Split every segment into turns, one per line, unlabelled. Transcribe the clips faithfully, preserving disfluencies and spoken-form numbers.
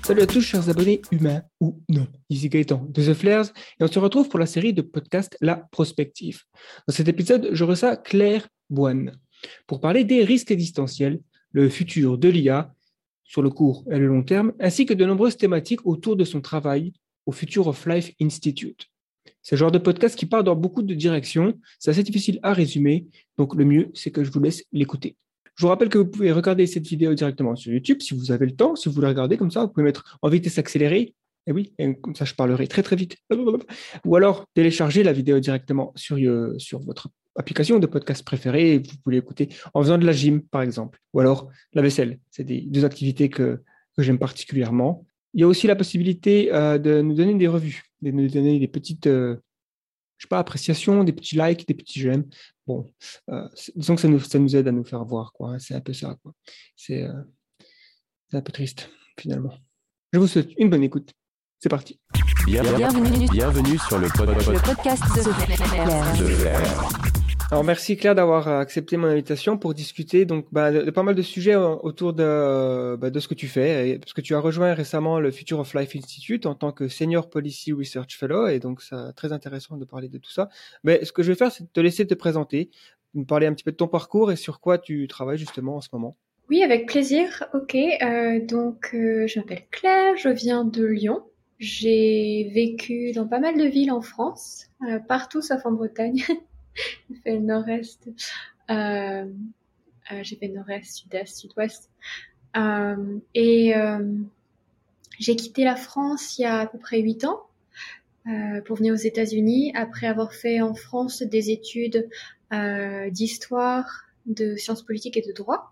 Salut à tous, chers abonnés humains ou non. Ici Gaëtan de The Flares et on se retrouve pour la série de podcasts La Prospective. Dans cet épisode, je reçois Claire Boine pour parler des risques existentiels, le futur de l'I A sur le court et le long terme, ainsi que de nombreuses thématiques autour de son travail au Future of Life Institute. C'est le genre de podcast qui part dans beaucoup de directions, c'est assez difficile à résumer, donc le mieux, c'est que je vous laisse l'écouter. Je vous rappelle que vous pouvez regarder cette vidéo directement sur YouTube si vous avez le temps, si vous la regardez comme ça, vous pouvez mettre en vitesse accélérée. Et oui, et comme ça je parlerai très très vite. Ou alors télécharger la vidéo directement sur, euh, sur votre application de podcast préférée et vous pouvez l'écouter en faisant de la gym par exemple. Ou alors la vaisselle. C'est des deux activités que, que j'aime particulièrement. Il y a aussi la possibilité euh, de nous donner des revues, de nous donner des petites, euh, je sais pas, appréciations, des petits likes, des petits j'aime. Bon, euh, disons que ça nous, ça nous aide à nous faire voir, quoi. Hein, c'est un peu ça, quoi. C'est euh, c'est un peu triste, finalement. Je vous souhaite une bonne écoute. C'est parti.
Bienvenue, bienvenue sur le, pod, pod,
le podcast de Flair.
Alors merci Claire d'avoir accepté mon invitation pour discuter donc bah, de, de pas mal de sujets autour de, bah, de ce que tu fais, parce que tu as rejoint récemment le Future of Life Institute en tant que Senior Policy Research Fellow, et donc c'est très intéressant de parler de tout ça. Mais ce que je vais faire, c'est te laisser te présenter, me parler un petit peu de ton parcours et sur quoi tu travailles justement en ce moment.
Oui, avec plaisir. Ok, euh, donc euh, je m'appelle Claire, je viens de Lyon. J'ai vécu dans pas mal de villes en France, euh, partout sauf en Bretagne. J'ai fait le nord-est, euh, euh, j'ai fait nord-est, sud-est, sud-ouest. Euh, et euh, j'ai quitté la France il y a à peu près huit ans euh, pour venir aux États-Unis après avoir fait en France des études euh, d'histoire, de sciences politiques et de droit.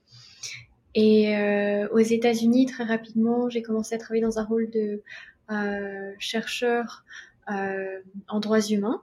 Et euh, aux États-Unis, très rapidement, j'ai commencé à travailler dans un rôle de euh, chercheur euh, en droits humains.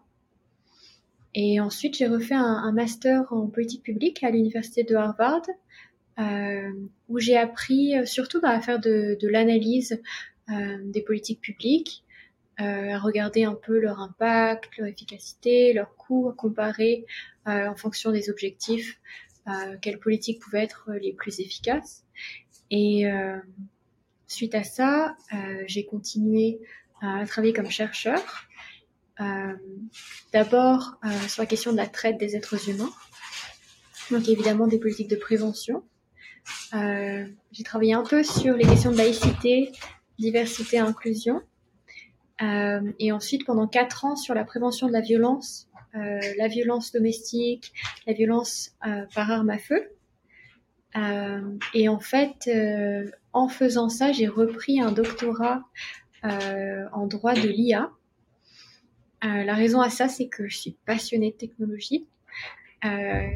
Et ensuite, j'ai refait un, un master en politique publique à l'université de Harvard, euh, où j'ai appris surtout bah, à faire de, de l'analyse euh, des politiques publiques, euh, à regarder un peu leur impact, leur efficacité, leurs coûts, à comparer euh, en fonction des objectifs euh, quelles politiques pouvaient être les plus efficaces. Et euh, suite à ça, euh, j'ai continué à travailler comme chercheur. Euh, d'abord euh, sur la question de la traite des êtres humains, donc évidemment des politiques de prévention. Euh, j'ai travaillé un peu sur les questions de laïcité, diversité et inclusion. Euh, et ensuite, pendant quatre ans, sur la prévention de la violence, euh, la violence domestique, la violence euh, par arme à feu. Euh, et en fait, euh, en faisant ça, j'ai repris un doctorat euh, en droit de l'I A. Euh, la raison à ça, c'est que je suis passionnée de technologie. Euh,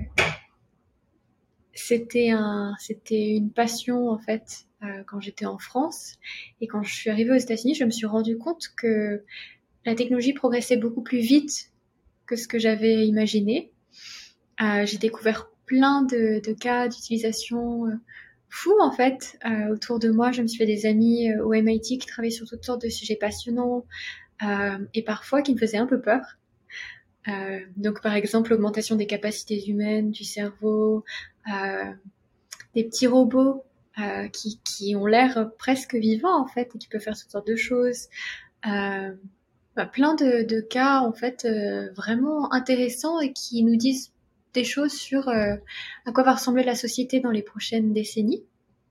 c'était un, c'était une passion en fait euh, quand j'étais en France, et quand je suis arrivée aux États-Unis, je me suis rendu compte que la technologie progressait beaucoup plus vite que ce que j'avais imaginé. Euh, j'ai découvert plein de, de cas d'utilisation euh, fous en fait euh, autour de moi. Je me suis fait des amis euh, au M I T qui travaillaient sur toutes sortes de sujets passionnants euh, et parfois qui me faisaient un peu peur. Euh, donc par exemple l'augmentation des capacités humaines, du cerveau, euh, des petits robots euh, qui, qui ont l'air presque vivants en fait et qui peuvent faire toutes sortes de choses. Euh, bah, plein de, de cas en fait euh, vraiment intéressants et qui nous disent des choses sur euh, à quoi va ressembler la société dans les prochaines décennies.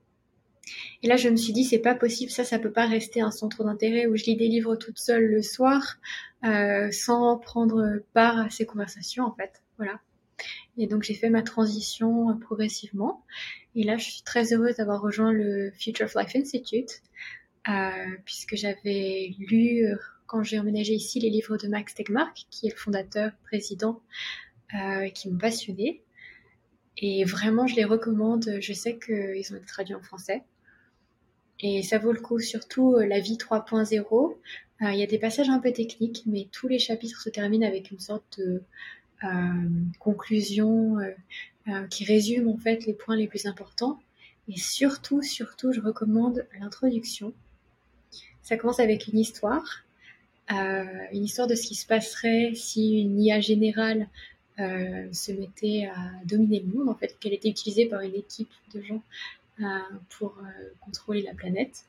Et là, je me suis dit, c'est pas possible, ça, ça peut pas rester un centre d'intérêt où je lis des livres toute seule le soir, euh, sans prendre part à ces conversations, en fait. Voilà. Et donc, j'ai fait ma transition euh, progressivement. Et là, je suis très heureuse d'avoir rejoint le Future of Life Institute, euh, puisque j'avais lu, euh, quand j'ai emménagé ici, les livres de Max Tegmark, qui est le fondateur, président, euh, qui m'ont passionnée. Et vraiment, je les recommande. Je sais qu'ils ont été traduits en français. Et ça vaut le coup, surtout euh, la vie trois point zéro. Il euh, y a des passages un peu techniques, mais tous les chapitres se terminent avec une sorte de euh, conclusion euh, euh, qui résume en fait les points les plus importants. Et surtout, surtout, je recommande l'introduction. Ça commence avec une histoire, euh, une histoire de ce qui se passerait si une I A générale euh, se mettait à dominer le monde, en fait, qu'elle était utilisée par une équipe de gens Euh, pour euh, contrôler la planète.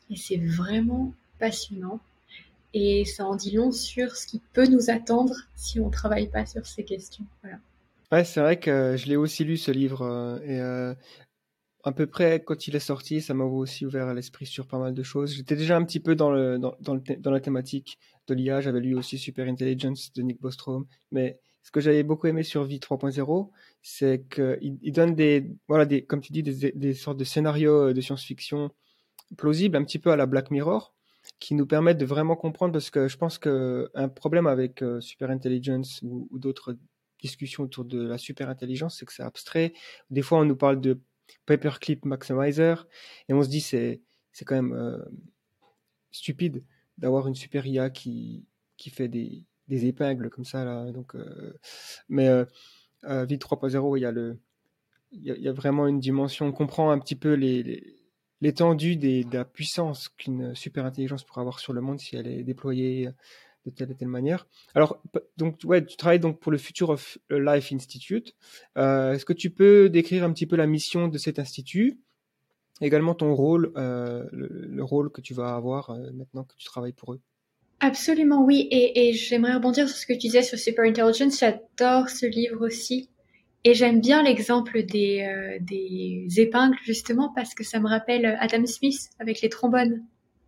Et c'est vraiment passionnant. Et ça en dit long sur ce qui peut nous attendre si on ne travaille pas sur ces questions. Voilà.
Ouais, c'est vrai que je l'ai aussi lu, ce livre. euh, et euh, à peu près, quand il est sorti, ça m'a aussi ouvert l'esprit sur pas mal de choses. J'étais déjà un petit peu dans, le, dans, dans, le thé- dans la thématique de l'I A. J'avais lu aussi Super Intelligence de Nick Bostrom. Mais ce que j'avais beaucoup aimé sur Vie trois point zéro, c'est qu'il il donne des, voilà, des, comme tu dis, des, des sortes de scénarios de science-fiction plausibles, un petit peu à la Black Mirror, qui nous permettent de vraiment comprendre, parce que je pense qu'un problème avec euh, Super Intelligence ou, ou d'autres discussions autour de la super intelligence, c'est que c'est abstrait. Des fois, on nous parle de paperclip maximizer et on se dit c'est c'est quand même euh, stupide d'avoir une super I A qui qui fait des des épingles comme ça là. Donc, euh, mais euh, euh, Vid trois point zéro, il y a le il y a, il y a vraiment une dimension. On comprend un petit peu les, les l'étendue des, de la puissance qu'une super intelligence pourrait avoir sur le monde si elle est déployée de telle et telle manière. Alors, donc, ouais, tu travailles donc pour le Future of Life Institute. Euh, est-ce que tu peux décrire un petit peu la mission de cet institut, également ton rôle, euh, le, le rôle que tu vas avoir euh, maintenant que tu travailles pour eux?
Absolument, oui. Et, et j'aimerais rebondir sur ce que tu disais sur Super Intelligence. J'adore ce livre aussi. Et j'aime bien l'exemple des, euh, des épingles, justement, parce que ça me rappelle Adam Smith avec les trombones.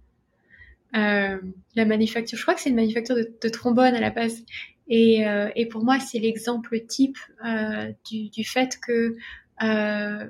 Euh, la manufacture, je crois que c'est une manufacture de, de trombones à la base. Et, euh, et pour moi, c'est l'exemple type euh, du, du fait que euh,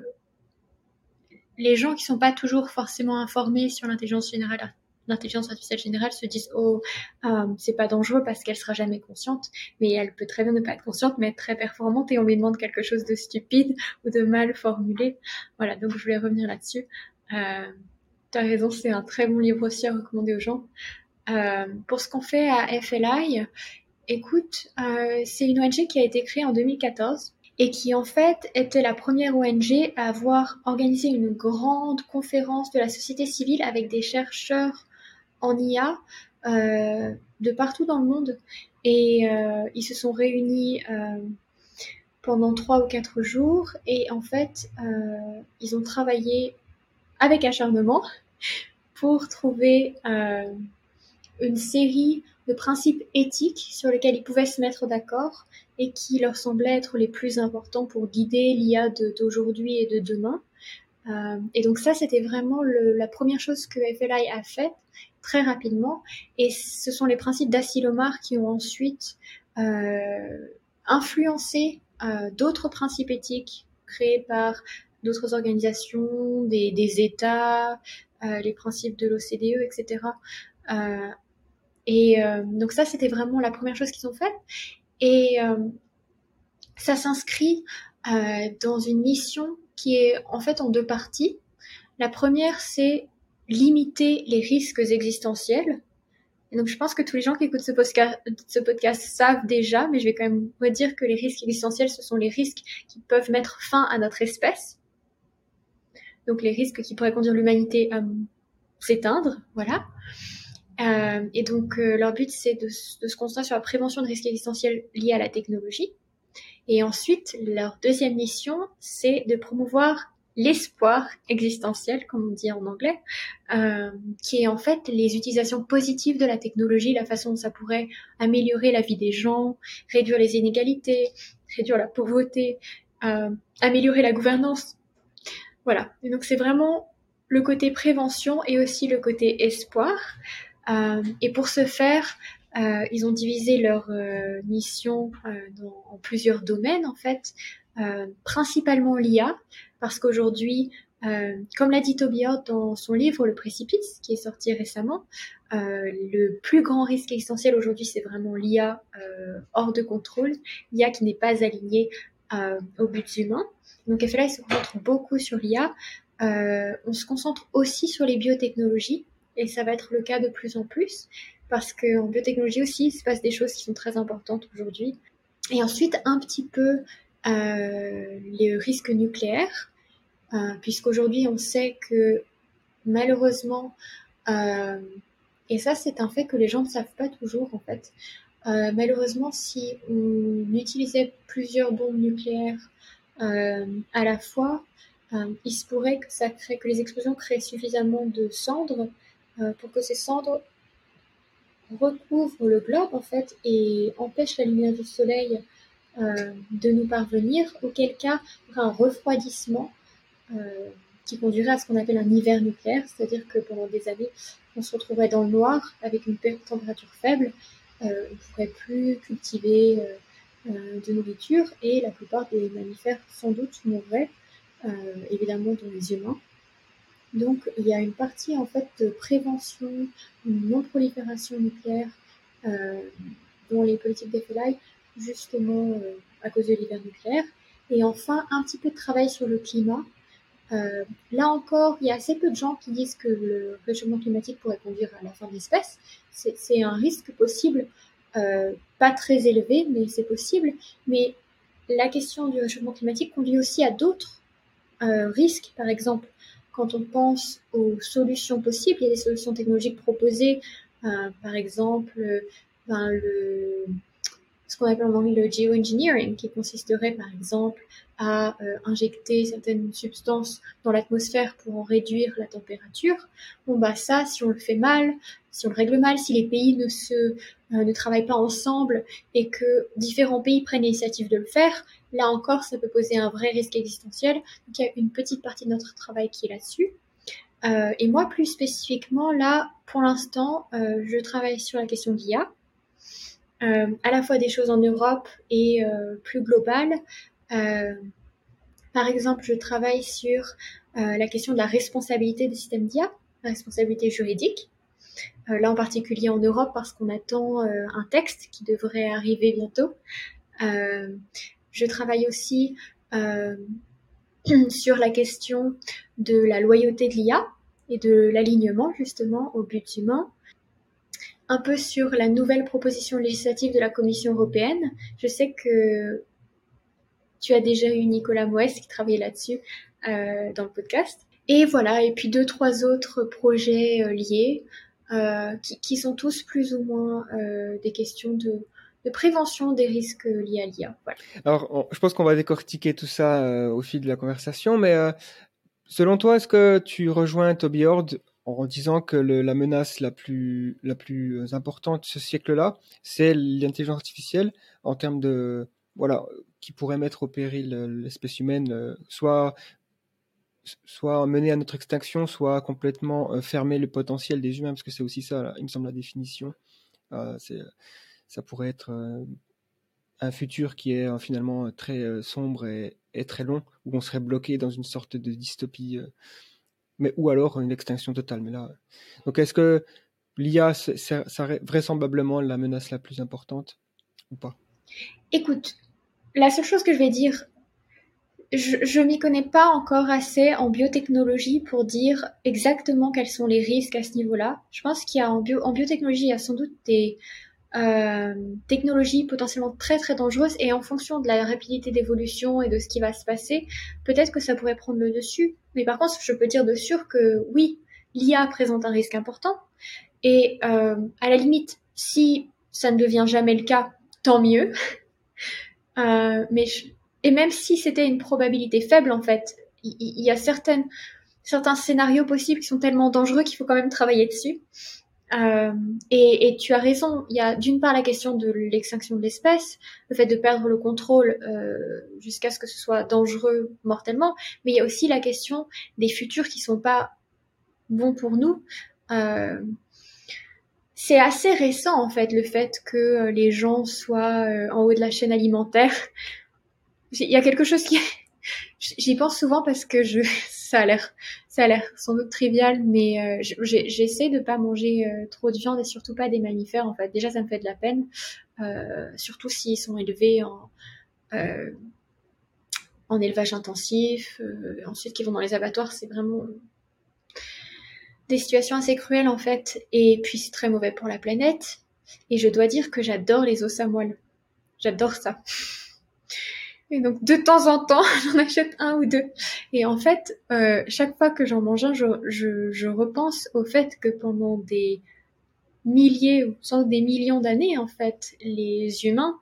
les gens qui sont pas toujours forcément informés sur l'intelligence générale, l'intelligence artificielle générale, se disent oh euh, c'est pas dangereux parce qu'elle sera jamais consciente, mais elle peut très bien ne pas être consciente mais être très performante et on lui demande quelque chose de stupide ou de mal formulé. Voilà, donc je voulais revenir là-dessus. Euh, tu as raison, c'est un très bon livre aussi à recommander aux gens. Euh, pour ce qu'on fait à F L I, écoute, euh, c'est une O N G qui a été créée en deux mille quatorze et qui en fait était la première O N G à avoir organisé une grande conférence de la société civile avec des chercheurs en I A euh, de partout dans le monde. Et euh, ils se sont réunis euh, pendant trois ou quatre jours et en fait, euh, ils ont travaillé avec acharnement pour trouver euh, une série de principes éthiques sur lesquels ils pouvaient se mettre d'accord et qui leur semblaient être les plus importants pour guider l'I A de, d'aujourd'hui et de demain. Euh, et donc ça, c'était vraiment le, la première chose que F L I a faite très rapidement. Et ce sont les principes d'Asilomar qui ont ensuite euh, influencé euh, d'autres principes éthiques créés par d'autres organisations, des, des États, euh, les principes de l'O C D E, et cetera. Euh, et euh, donc ça, c'était vraiment la première chose qu'ils ont faite. Et euh, ça s'inscrit euh, dans une mission qui est en fait en deux parties. La première, c'est limiter les risques existentiels. Et donc je pense que tous les gens qui écoutent ce podcast, ce podcast savent déjà, mais je vais quand même redire que les risques existentiels, ce sont les risques qui peuvent mettre fin à notre espèce. Donc les risques qui pourraient conduire l'humanité à s'éteindre, voilà. Euh, et donc, euh, leur but, c'est de, de se concentrer sur la prévention de risques existentiels liés à la technologie. Et ensuite, leur deuxième mission, c'est de promouvoir l'espoir existentiel, comme on dit en anglais, euh, qui est en fait les utilisations positives de la technologie, la façon dont ça pourrait améliorer la vie des gens, réduire les inégalités, réduire la pauvreté, euh, améliorer la gouvernance. Voilà. Et donc, c'est vraiment le côté prévention et aussi le côté espoir. Euh, et pour ce faire, euh, ils ont divisé leur euh, mission euh, dans, en plusieurs domaines, en fait, euh, principalement l'I A, parce qu'aujourd'hui, euh, comme l'a dit Toby Hart dans son livre Le Précipice, qui est sorti récemment, euh, le plus grand risque existentiel aujourd'hui, c'est vraiment l'I A euh, hors de contrôle, l'I A qui n'est pas alignée euh, aux buts humains. Donc F L I se concentre beaucoup sur l'I A. Euh, on se concentre aussi sur les biotechnologies, et ça va être le cas de plus en plus, parce qu'en biotechnologie aussi, il se passe des choses qui sont très importantes aujourd'hui. Et ensuite, un petit peu euh, les risques nucléaires, euh, puisqu'aujourd'hui, on sait que malheureusement, euh, et ça c'est un fait que les gens ne savent pas toujours en fait, euh, malheureusement, si on utilisait plusieurs bombes nucléaires euh, à la fois, euh, il se pourrait que, ça crée, que les explosions créent suffisamment de cendres euh, pour que ces cendres recouvrent le globe en fait et empêchent la lumière du soleil euh, de nous parvenir, auquel cas il y aura un refroidissement euh, qui conduirait à ce qu'on appelle un hiver nucléaire, c'est-à-dire que pendant des années, on se retrouverait dans le noir avec une température faible, euh, on ne pourrait plus cultiver euh, euh, de nourriture et la plupart des mammifères sans doute mourraient, euh, évidemment dont les humains. Donc il y a une partie en fait de prévention, une non-prolifération nucléaire euh, dans les politiques d'F L I, justement euh, à cause de l'hiver nucléaire. Et enfin, un petit peu de travail sur le climat. Euh, là encore, il y a assez peu de gens qui disent que le réchauffement climatique pourrait conduire à la fin de l'espèce. C'est, c'est un risque possible, euh, pas très élevé, mais c'est possible. Mais la question du réchauffement climatique conduit aussi à d'autres euh, risques. Par exemple, quand on pense aux solutions possibles, il y a des solutions technologiques proposées, euh, par exemple, euh, ben, le, ce qu'on appelle en anglais le geoengineering, qui consisterait par exemple à euh, injecter certaines substances dans l'atmosphère pour en réduire la température. Bon bah ça, si on le fait mal, si on le règle mal, si les pays ne se euh, ne travaillent pas ensemble et que différents pays prennent l'initiative de le faire, là encore, ça peut poser un vrai risque existentiel. Donc il y a une petite partie de notre travail qui est là-dessus. Euh, et moi, plus spécifiquement, là, pour l'instant, euh, je travaille sur la question de l'I A. Euh, à la fois des choses en Europe et euh, plus globales. Euh, par exemple, je travaille sur euh, la question de la responsabilité des systèmes d'I A, la responsabilité juridique. Euh, là en particulier en Europe parce qu'on attend euh, un texte qui devrait arriver bientôt. Euh, je travaille aussi euh, sur la question de la loyauté de l'I A et de l'alignement justement au but humain. Un peu sur la nouvelle proposition législative de la Commission européenne. Je sais que tu as déjà eu Nicolas Moès qui travaillait là-dessus euh, dans le podcast. Et voilà, et puis deux, trois autres projets euh, liés euh, qui, qui sont tous plus ou moins euh, des questions de, de prévention des risques liés à l'I A. Voilà.
Alors, on, je pense qu'on va décortiquer tout ça euh, au fil de la conversation, mais euh, selon toi, est-ce que tu rejoins Toby Ord en disant que le, la menace la plus, la plus importante de ce siècle-là, c'est l'intelligence artificielle en termes de, voilà, qui pourrait mettre au péril l'espèce humaine, euh, soit, soit mener à notre extinction, soit complètement euh, fermer le potentiel des humains, parce que c'est aussi ça, là, il me semble, la définition. Euh, c'est, ça pourrait être euh, un futur qui est euh, finalement très euh, sombre et, et très long, où on serait bloqué dans une sorte de dystopie. Euh, mais ou alors une extinction totale. Mais là, donc est-ce que l'I A c'est, c'est, c'est vraisemblablement la menace la plus importante ou pas?
Écoute, la seule chose que je vais dire, je, je m'y connais pas encore assez en biotechnologie pour dire exactement quels sont les risques à ce niveau-là. Je pense qu'il y a en, bio, en biotechnologie, il y a sans doute des euh, technologies potentiellement très très dangereuses et en fonction de la rapidité d'évolution et de ce qui va se passer, peut-être que ça pourrait prendre le dessus. Mais par contre, je peux dire de sûr que oui, l'I A présente un risque important et euh, à la limite, si ça ne devient jamais le cas, tant mieux. euh, mais je, et même si c'était une probabilité faible, en fait, il, il y a certaines, certains scénarios possibles qui sont tellement dangereux qu'il faut quand même travailler dessus. Euh, et, et tu as raison, il y a d'une part la question de l'extinction de l'espèce, le fait de perdre le contrôle euh, jusqu'à ce que ce soit dangereux mortellement, mais il y a aussi la question des futurs qui sont pas bons pour nous. Euh, c'est assez récent en fait le fait que les gens soient euh, en haut de la chaîne alimentaire. Il y a quelque chose qui j'y pense souvent parce que je ça a l'air ça a l'air sans doute trivial, mais euh, j'ai, j'essaie de pas manger euh, trop de viande et surtout pas des mammifères en fait. Déjà ça me fait de la peine, euh, surtout s'ils sont élevés en euh, en élevage intensif, euh, ensuite qu'ils vont dans les abattoirs, c'est vraiment des situations assez cruelles en fait, et puis c'est très mauvais pour la planète. Et je dois dire que j'adore les os à moelle, j'adore ça. Et donc de temps en temps, j'en achète un ou deux. Et en fait, euh, chaque fois que j'en mange un, je, je, je repense au fait que pendant des milliers ou sans des millions d'années, en fait, les humains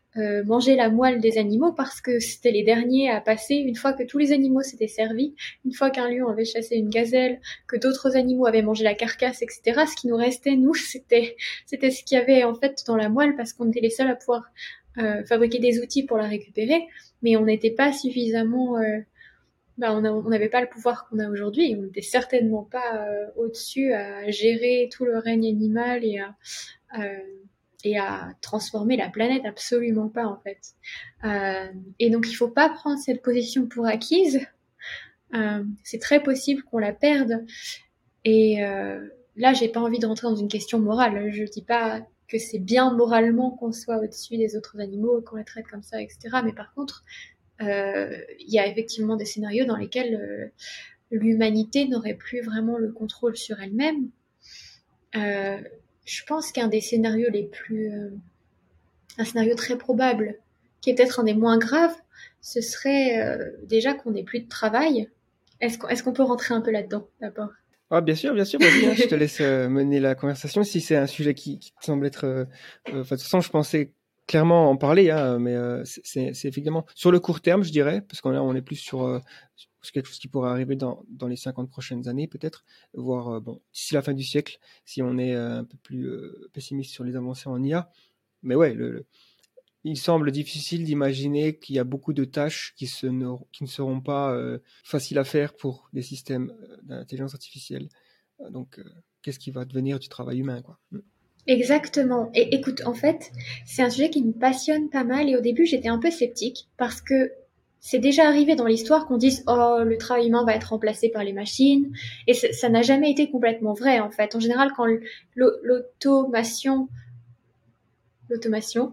euh, manger la moelle des animaux parce que c'était les derniers à passer une fois que tous les animaux s'étaient servis, une fois qu'un lion avait chassé une gazelle, que d'autres animaux avaient mangé la carcasse, et cetera. Ce qui nous restait, nous, c'était, c'était ce qu'il y avait en fait dans la moelle parce qu'on était les seuls à pouvoir euh, fabriquer des outils pour la récupérer, mais on n'était pas suffisamment... Euh, bah, on n'avait pas le pouvoir qu'on a aujourd'hui, on n'était certainement pas euh, au-dessus à gérer tout le règne animal et à... Euh, et à transformer la planète, absolument pas en fait. Euh, et donc il faut pas prendre cette position pour acquise. Euh, c'est très possible qu'on la perde. Et euh, là, j'ai pas envie de rentrer dans une question morale. Je dis pas que c'est bien moralement qu'on soit au-dessus des autres animaux, qu'on les traite comme ça, et cetera. Mais par contre, il euh, y a effectivement des scénarios dans lesquels euh, l'humanité n'aurait plus vraiment le contrôle sur elle-même. Euh, Je pense qu'un des scénarios les plus... Euh, un scénario très probable, qui est peut-être un des moins graves, ce serait euh, déjà qu'on n'ait plus de travail. Est-ce qu'on, est-ce qu'on peut rentrer un peu là-dedans, d'abord ?
Ah, bien sûr, bien sûr, vas-y, hein, je te laisse euh, mener la conversation. Si c'est un sujet qui, qui te semble être... Euh, euh, de toute façon, je pensais clairement en parler, hein, mais euh, c'est, c'est, c'est effectivement sur le court terme, je dirais, parce qu'on là, on est plus sur... Euh, c'est quelque chose qui pourrait arriver dans, dans les cinquante prochaines années, peut-être, voire euh, bon, d'ici la fin du siècle, si on est euh, un peu plus euh, pessimiste sur les avancées en I A. Mais ouais, le, le, il semble difficile d'imaginer qu'il y a beaucoup de tâches qui, se ne, qui ne seront pas euh, faciles à faire pour des systèmes d'intelligence artificielle. Donc, euh, qu'est-ce qui va devenir du travail humain, quoi ?
Exactement. Et écoute, en fait, c'est un sujet qui me passionne pas mal. Et au début, j'étais un peu sceptique parce que c'est déjà arrivé dans l'histoire qu'on dise « Oh, le travail humain va être remplacé par les machines ». Et ça n'a jamais été complètement vrai, en fait. En général, quand l'automation... L'automation...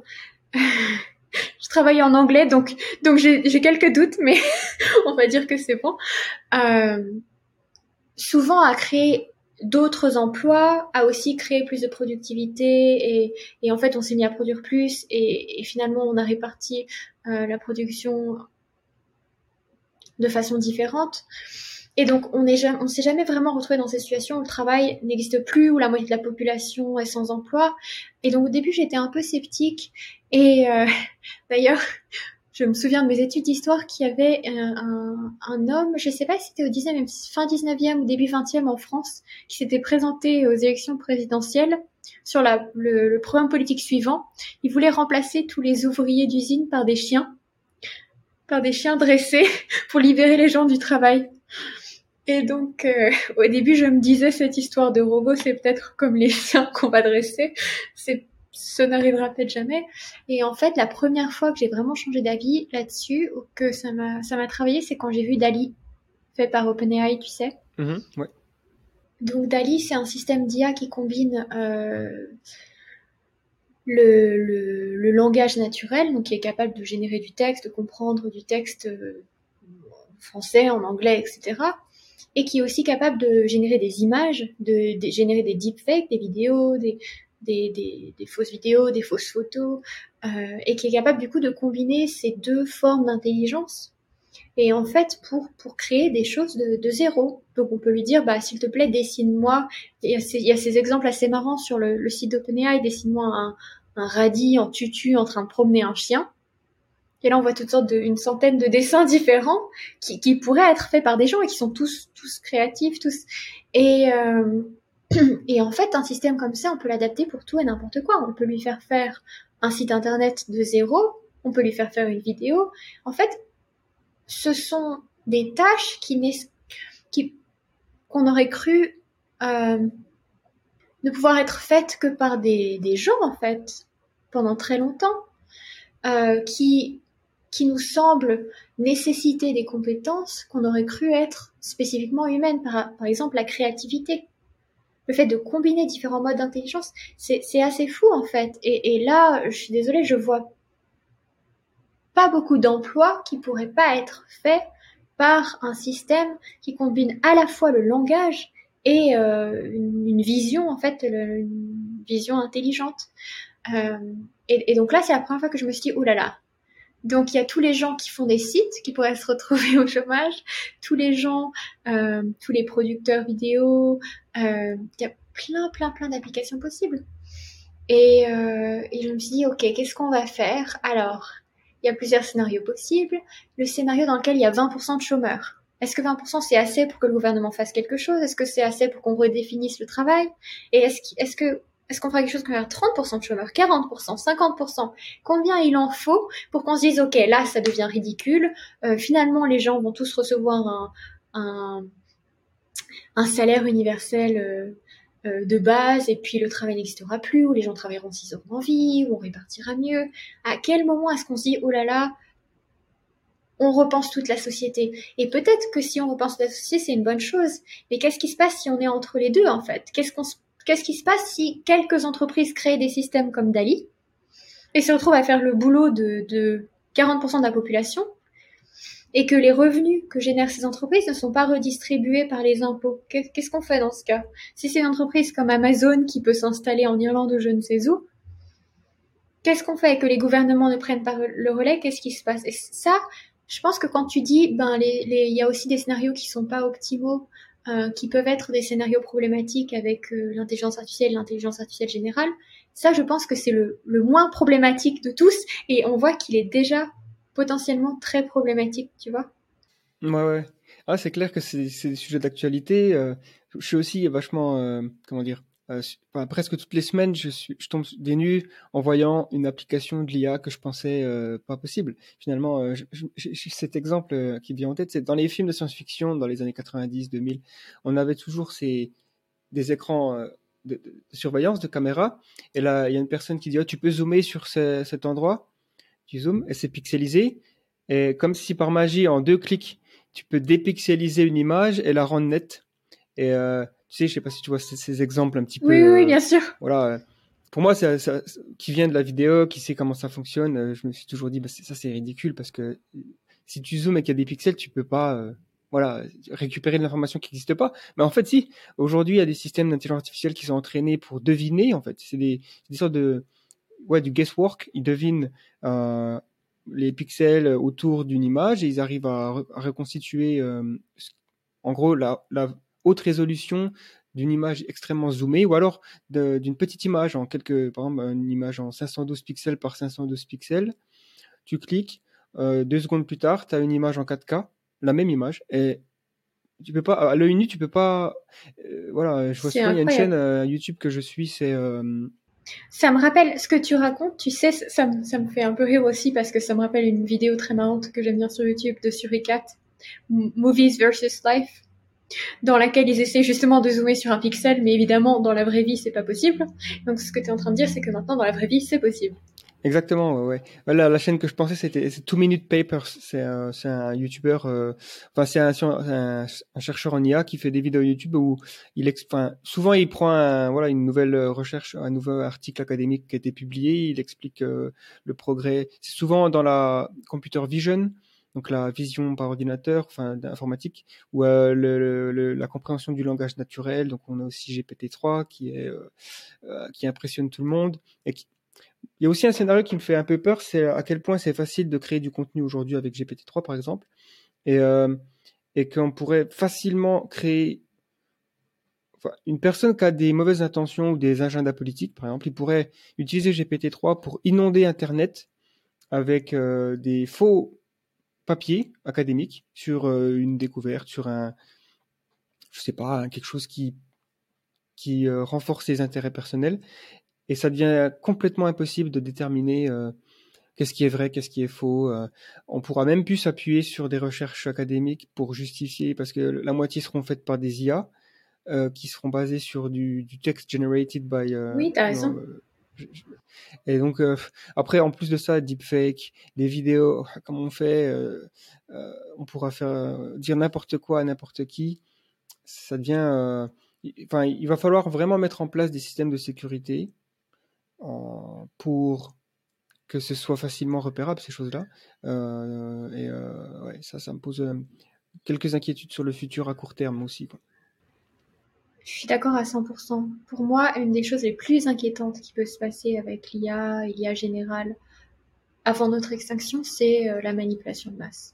Je travaille en anglais, donc, donc j'ai, j'ai quelques doutes, mais on va dire que c'est bon. Euh, souvent, à créer d'autres emplois, à aussi créer plus de productivité, et, et en fait, on s'est mis à produire plus, et, et finalement, on a réparti euh, la production de façon différente. Et donc, on est jamais, on s'est jamais vraiment retrouvé dans ces situations où le travail n'existe plus, où la moitié de la population est sans emploi. Et donc, au début, j'étais un peu sceptique. Et euh, d'ailleurs, je me souviens de mes études d'histoire qu'il y avait un, un, un homme, je sais pas si c'était au dix-neuvième, fin dix-neuvième ou début vingtième en France, qui s'était présenté aux élections présidentielles sur la, le, le programme politique suivant. Il voulait remplacer tous les ouvriers d'usine par des chiens, par des chiens dressés pour libérer les gens du travail. Et donc, euh, au début, je me disais, cette histoire de robot, c'est peut-être comme les chiens qu'on va dresser. C'est, ça n'arrivera peut-être jamais. Et en fait, la première fois que j'ai vraiment changé d'avis là-dessus, ou que ça m'a, ça m'a travaillé, c'est quand j'ai vu DALL-E, fait par OpenAI, tu sais.
Mmh, ouais.
Donc, DALL-E, c'est un système d'I A qui combine euh, le, le, le langage naturel, donc qui est capable de générer du texte, de comprendre du texte euh, en français, en anglais, et cetera, et qui est aussi capable de générer des images, de, de générer des deepfakes, des vidéos, des, des, des, des fausses vidéos, des fausses photos, euh, et qui est capable du coup de combiner ces deux formes d'intelligence. Et en fait, pour, pour créer des choses de, de zéro. Donc on peut lui dire, bah s'il te plaît, dessine-moi. Il y a ces, il y a ces exemples assez marrants sur le, le site d'OpenAI, dessine-moi un, un radis en tutu en train de promener un chien. Et là, on voit toutes sortes de, une centaine de dessins différents qui, qui pourraient être faits par des gens et qui sont tous, tous créatifs, tous. Et, euh, et en fait, un système comme ça, on peut l'adapter pour tout et n'importe quoi. On peut lui faire faire un site internet de zéro. On peut lui faire faire une vidéo. En fait, ce sont des tâches qui, qui qu'on aurait cru euh, ne pouvoir être faites que par des, des gens, en fait, pendant très longtemps, euh, qui qui nous semble nécessiter des compétences qu'on aurait cru être spécifiquement humaines, par, par exemple la créativité. Le fait de combiner différents modes d'intelligence, c'est, c'est assez fou en fait. Et, et là, je suis désolée, je vois pas beaucoup d'emplois qui pourraient pas être faits par un système qui combine à la fois le langage et euh, une, une vision, en fait, le, une vision intelligente. Euh, et, et donc là, c'est la première fois que je me suis dit, oh là là. Donc, il y a tous les gens qui font des sites qui pourraient se retrouver au chômage, tous les gens, euh, tous les producteurs vidéo, euh, il y a plein, plein, plein d'applications possibles. Et, euh, et je me suis dit, ok, qu'est-ce qu'on va faire? Alors, il y a plusieurs scénarios possibles. Le scénario dans lequel il y a vingt pour cent de chômeurs. Est-ce que vingt pour cent c'est assez pour que le gouvernement fasse quelque chose? Est-ce que c'est assez pour qu'on redéfinisse le travail? Et est-ce, qu- est-ce que est-ce qu'on fera quelque chose comme trente pour cent de chômeurs, quarante pour cent, cinquante pour cent? Combien il en faut pour qu'on se dise, ok, là, ça devient ridicule. Euh, finalement, les gens vont tous recevoir un, un, un salaire universel euh, euh, de base, et puis le travail n'existera plus, ou les gens travailleront s'ils auront envie, ou on répartira mieux. À quel moment est-ce qu'on se dit, oh là là, on repense toute la société? Et peut-être que si on repense la société, c'est une bonne chose. Mais qu'est-ce qui se passe si on est entre les deux, en fait? Qu'est-ce qu'on, qu'est-ce qui se passe si quelques entreprises créent des systèmes comme Dali et se retrouvent à faire le boulot de, de quarante pour cent de la population, et que les revenus que génèrent ces entreprises ne sont pas redistribués par les impôts? Qu'est-ce qu'on fait dans ce cas? Si c'est une entreprise comme Amazon qui peut s'installer en Irlande ou je ne sais où, qu'est-ce qu'on fait? Que les gouvernements ne prennent pas le relais? Qu'est-ce qui se passe? Et ça, je pense que quand tu dis, ben, les, les, il y a aussi des scénarios qui sont pas optimaux, euh, qui peuvent être des scénarios problématiques avec euh, l'intelligence artificielle, l'intelligence artificielle générale. Ça, je pense que c'est le, le moins problématique de tous, et on voit qu'il est déjà potentiellement très problématique, tu vois.
Ouais, ouais. Ah, c'est clair que c'est c'est des sujets d'actualité. euh, je suis aussi vachement, euh, comment dire, euh, su- enfin, presque toutes les semaines, je suis, je tombe des nues en voyant une application de l'I A que je pensais euh, pas possible. Finalement, euh, je- je- j'ai j'ai cet exemple euh, qui vient en tête, c'est dans les films de science-fiction dans les années quatre-vingt-dix, deux mille, on avait toujours ces des écrans euh, de, de- de surveillance, de caméra, et là, il y a une personne qui dit, oh, tu peux zoomer sur ce- cet endroit, tu zoomes, et c'est pixelisé, et comme si par magie, en deux clics, tu peux dépixeliser une image et la rendre nette. Et euh, tu sais, je sais pas si tu vois ces, ces exemples un petit peu,
Oui, oui, oui,
euh,
bien sûr.
voilà. euh, Pour moi, ça, ça- ça- qui vient de la vidéo, qui sait comment ça fonctionne, euh, je me suis toujours dit, bah, c'est- ça c'est ridicule parce que si tu zoomes et qu'il y a des pixels, tu peux pas, euh, voilà, récupérer de l'information qui n'existe pas. Mais en fait, si. Aujourd'hui, il y a des systèmes d'intelligence artificielle qui sont entraînés pour deviner. En fait, c'est des, c'est des sortes de, ouais, du guesswork. Ils devinent euh, les pixels autour d'une image et ils arrivent à, re- à reconstituer, euh, ce- en gros, la, la haute résolution d'une image extrêmement zoomée ou alors de- d'une petite image en quelques, par exemple, une image en cinq cent douze pixels par cinq cent douze pixels. Tu cliques, euh, deux secondes plus tard, tu as une image en quatre K, la même image, et tu peux pas, à l'œil nu, tu peux pas, euh, voilà, je vois
C'est
souvent, il y a une chaîne
incroyable.
euh, YouTube que je suis, c'est, euh,
Ça me rappelle ce que tu racontes, tu sais, ça, me- ça me fait un peu rire aussi parce que ça me rappelle une vidéo très marrante que j'aime bien sur YouTube de Suricat, M- Movies versus Life, dans laquelle ils essaient justement de zoomer sur un pixel, mais évidemment, dans la vraie vie, c'est pas possible. Donc, ce que tu es en train de dire, c'est que maintenant, dans la vraie vie, c'est possible.
exactement, ouais, ouais. Voilà, la chaîne que je pensais, c'était c'est Two Minute Papers. C'est un, c'est un YouTuber, euh, enfin c'est un, un, un chercheur en I A qui fait des vidéos YouTube où il, ex- enfin souvent il prend un, voilà une nouvelle recherche, un nouvel article académique qui a été publié, il explique euh, le progrès. C'est souvent dans la computer vision, donc la vision par ordinateur, enfin d'informatique, ou euh, le, le- le- la compréhension du langage naturel. Donc on a aussi G P T trois qui est euh, euh, qui impressionne tout le monde et qui il y a aussi un scénario qui me fait un peu peur, c'est à quel point c'est facile de créer du contenu aujourd'hui avec G P T trois par exemple, et, euh, et qu'on pourrait facilement créer, enfin, une personne qui a des mauvaises intentions ou des agendas politiques, par exemple, il pourrait utiliser G P T trois pour inonder Internet avec euh, des faux papiers académiques sur euh, une découverte, sur un, je sais pas, quelque chose qui qui euh, renforce ses intérêts personnels, et ça devient complètement impossible de déterminer euh, qu'est-ce qui est vrai, qu'est-ce qui est faux. euh, on pourra même plus s'appuyer sur des recherches académiques pour justifier, parce que la moitié seront faites par des I A euh, qui seront basées sur du, du text generated by. Euh,
Oui, t'as
non,
raison.
euh, je- je- et donc euh, après, en plus de ça, deepfake, des vidéos, comme on fait, euh, euh, on pourra faire euh, dire n'importe quoi à n'importe qui. Ça devient, euh, il- enfin, il va falloir vraiment mettre en place des systèmes de sécurité euh, pour que ce soit facilement repérable, ces choses-là. Euh, et euh, ouais, ça, ça me pose euh, quelques inquiétudes sur le futur à court terme aussi, quoi.
Je suis d'accord à cent pour cent. Pour moi, une des choses les plus inquiétantes qui peut se passer avec l'I A et l'I A générale avant notre extinction, c'est euh, la manipulation de masse.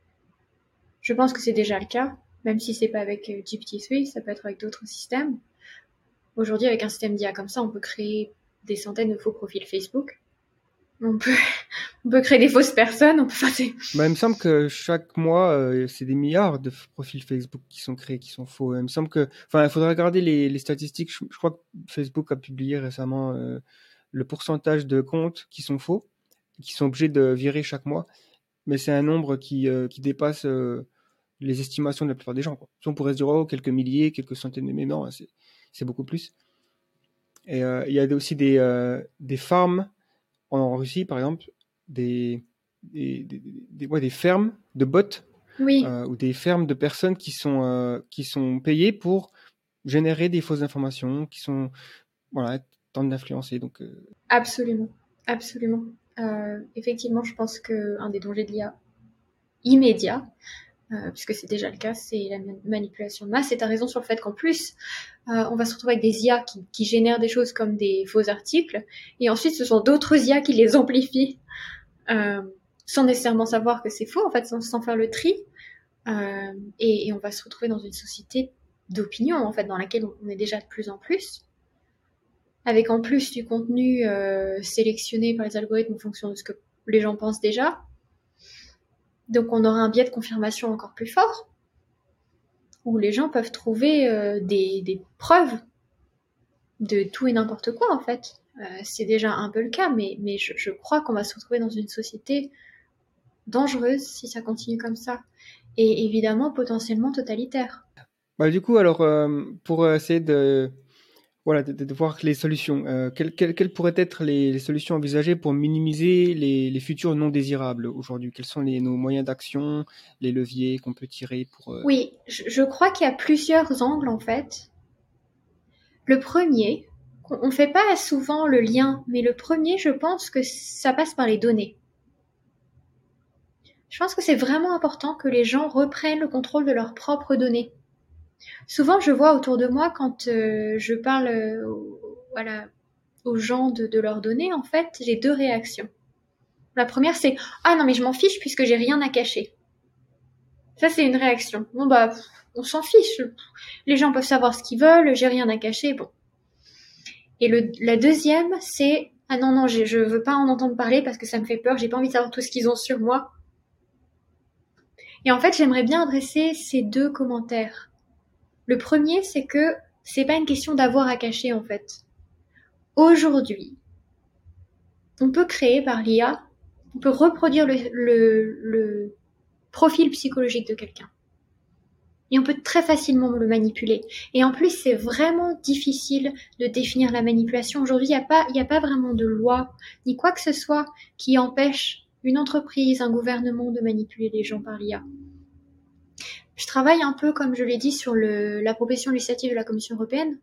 Je pense que c'est déjà le cas, même si c'est pas avec G P T trois, ça peut être avec d'autres systèmes. Aujourd'hui, avec un système d'I A comme ça, on peut créer des centaines de faux profils Facebook. On peut, on peut créer des fausses personnes. On peut faire des...
Bah, il me semble que chaque mois, euh, c'est des milliards de f- profils Facebook qui sont créés, qui sont faux. Il me semble que, enfin, il faudrait regarder les, les statistiques. Je, je crois que Facebook a publié récemment euh, le pourcentage de comptes qui sont faux, qui sont obligés de virer chaque mois. Mais c'est un nombre qui, euh, qui dépasse euh, les estimations de la plupart des gens, quoi. Si on pourrait se dire, oh, quelques milliers, quelques centaines de milliers, non, c'est, c'est beaucoup plus. Et euh, il y a aussi des, euh, des farms en Russie, par exemple, des, des, des, des, ouais, des fermes de bots
Oui,
euh, ou des fermes de personnes qui sont, euh, qui sont payées pour générer des fausses informations, qui sont voilà, tentent d'influencer. Donc, euh,
absolument, absolument. Euh, effectivement, je pense qu'un des dangers de l'I A immédiat, euh, puisque c'est déjà le cas, c'est la ma- manipulation de masse. Et tu as raison sur le fait qu'en plus, euh, on va se retrouver avec des I A qui, qui génèrent des choses comme des faux articles, et ensuite ce sont d'autres I A qui les amplifient, euh, sans nécessairement savoir que c'est faux, en fait, sans, sans faire le tri. Euh, et, et on va se retrouver dans une société d'opinion, en fait, dans laquelle on est déjà de plus en plus, avec en plus du contenu euh, sélectionné par les algorithmes en fonction de ce que les gens pensent déjà. Donc on aura un biais de confirmation encore plus fort, où les gens peuvent trouver euh, des, des preuves de tout et n'importe quoi, en fait. Euh, c'est déjà un peu le cas, mais, mais je, je crois qu'on va se retrouver dans une société dangereuse si ça continue comme ça. Et évidemment, potentiellement totalitaire.
bah, du coup, alors, euh, pour essayer de, voilà, de, de- de voir les solutions, euh, quelles, quelles, quelles pourraient être les, les solutions envisagées pour minimiser les, les futurs non désirables aujourd'hui? Quels sont les, nos moyens d'action, les leviers qu'on peut tirer pour... euh,
Oui, je, je crois qu'il y a plusieurs angles, en fait. Le premier, on ne fait pas souvent le lien, mais le premier, je pense que ça passe par les données. Je pense que c'est vraiment important que les gens reprennent le contrôle de leurs propres données. Souvent, je vois autour de moi, quand euh, je parle euh, voilà, aux gens de, de leurs données, en fait, j'ai deux réactions. La première, c'est « Ah non, mais je m'en fiche puisque j'ai rien à cacher ». Ça, c'est une réaction. Bon, bah, on s'en fiche. Les gens peuvent savoir ce qu'ils veulent, j'ai rien à cacher, bon. Et le, la deuxième, c'est « Ah non, non, je, je veux pas en entendre parler parce que ça me fait peur, j'ai pas envie de savoir tout ce qu'ils ont sur moi ». Et en fait, j'aimerais bien adresser ces deux commentaires. Le premier, c'est que c'est pas une question d'avoir à cacher, en fait. Aujourd'hui, on peut créer par l'I A, on peut reproduire le, le, le profil psychologique de quelqu'un. Et on peut très facilement le manipuler. Et en plus, c'est vraiment difficile de définir la manipulation. Aujourd'hui, il n'y a pas, il n'y a pas vraiment de loi, ni quoi que ce soit qui empêche une entreprise, un gouvernement de manipuler les gens par l'I A. Je travaille un peu, comme je l'ai dit, sur le, la proposition législative de la Commission européenne.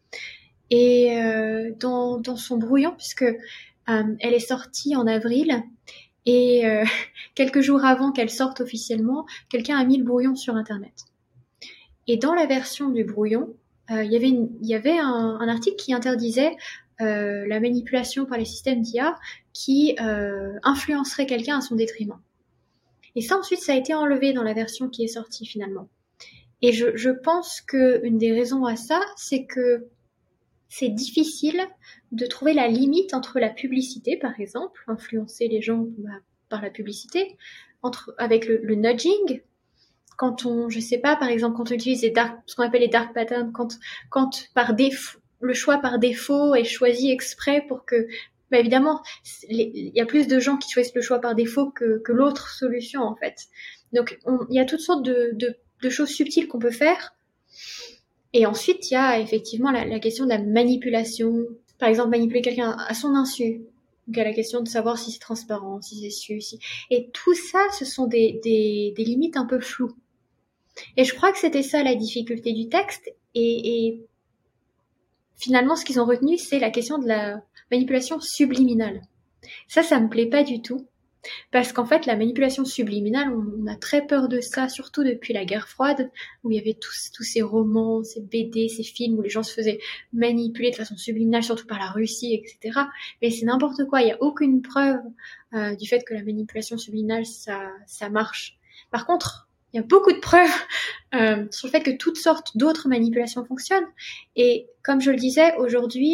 Et euh, dans, dans son brouillon, puisque euh, elle est sortie en avril, et euh, quelques jours avant qu'elle sorte officiellement, quelqu'un a mis le brouillon sur Internet. Et dans la version du brouillon, euh, il y avait, une, il y avait un, un article qui interdisait euh, la manipulation par les systèmes d'I A qui euh, influencerait quelqu'un à son détriment. Et ça, ensuite, ça a été enlevé dans la version qui est sortie finalement. Et je, je pense qu'une des raisons à ça, c'est que c'est difficile de trouver la limite entre la publicité, par exemple, influencer les gens bah, par la publicité, entre, avec le, le nudging, quand on, je sais pas, par exemple, quand on utilise les dark, ce qu'on appelle les dark patterns, quand, quand par défaut, le choix par défaut est choisi exprès pour que, bah évidemment, il y a plus de gens qui choisissent le choix par défaut que, que l'autre solution, en fait. Donc, il y a toutes sortes de, de, de choses subtiles qu'on peut faire. Et ensuite, il y a effectivement la, la question de la manipulation. Par exemple, manipuler quelqu'un à son insu. Donc, il y a la question de savoir si c'est transparent, si c'est su, si... Et tout ça, ce sont des, des, des limites un peu floues. Et je crois que c'était ça la difficulté du texte. Et, et finalement, ce qu'ils ont retenu, c'est la question de la manipulation subliminale. Ça, ça me plaît pas du tout. Parce qu'en fait, la manipulation subliminale, on, on a très peur de ça, surtout depuis la guerre froide, où il y avait tous, tous ces romans, ces B D, ces films où les gens se faisaient manipuler de façon subliminale, surtout par la Russie, et cetera. Mais c'est n'importe quoi, il n'y a aucune preuve euh, du fait que la manipulation subliminale, ça, ça marche. Par contre, il y a beaucoup de preuves euh, sur le fait que toutes sortes d'autres manipulations fonctionnent. Et comme je le disais, aujourd'hui,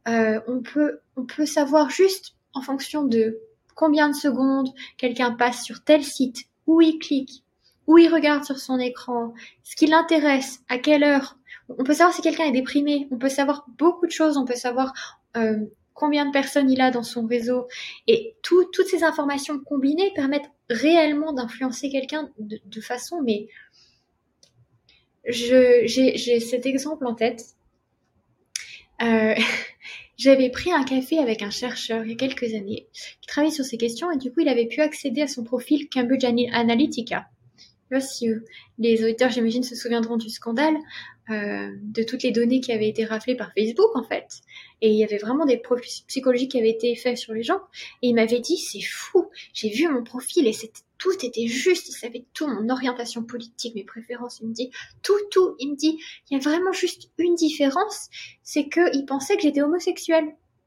Euh, on peut, on peut savoir juste en fonction de combien de secondes quelqu'un passe sur tel site, où il clique, où il regarde sur son écran, ce qui l'intéresse, à quelle heure. On peut savoir si quelqu'un est déprimé, on peut savoir beaucoup de choses, on peut savoir euh, combien de personnes il a dans son réseau. Et tout, toutes ces informations combinées permettent réellement d'influencer quelqu'un de, de façon, mais je, j'ai, j'ai cet exemple en tête. Euh, J'avais pris un café avec un chercheur il y a quelques années qui travaillait sur ces questions et du coup il avait pu accéder à son profil Cambridge Analytica. Là, si euh, les auditeurs, j'imagine, se souviendront du scandale, euh, de toutes les données qui avaient été raflées par Facebook, en fait. Et il y avait vraiment des profils psychologiques qui avaient été faits sur les gens. Et il m'avait dit, c'est fou, j'ai vu mon profil et c'était, tout était juste, il savait tout, mon orientation politique, mes préférences, il me dit, tout, tout, il me dit, il y a vraiment juste une différence, c'est qu'il pensait que j'étais homosexuelle.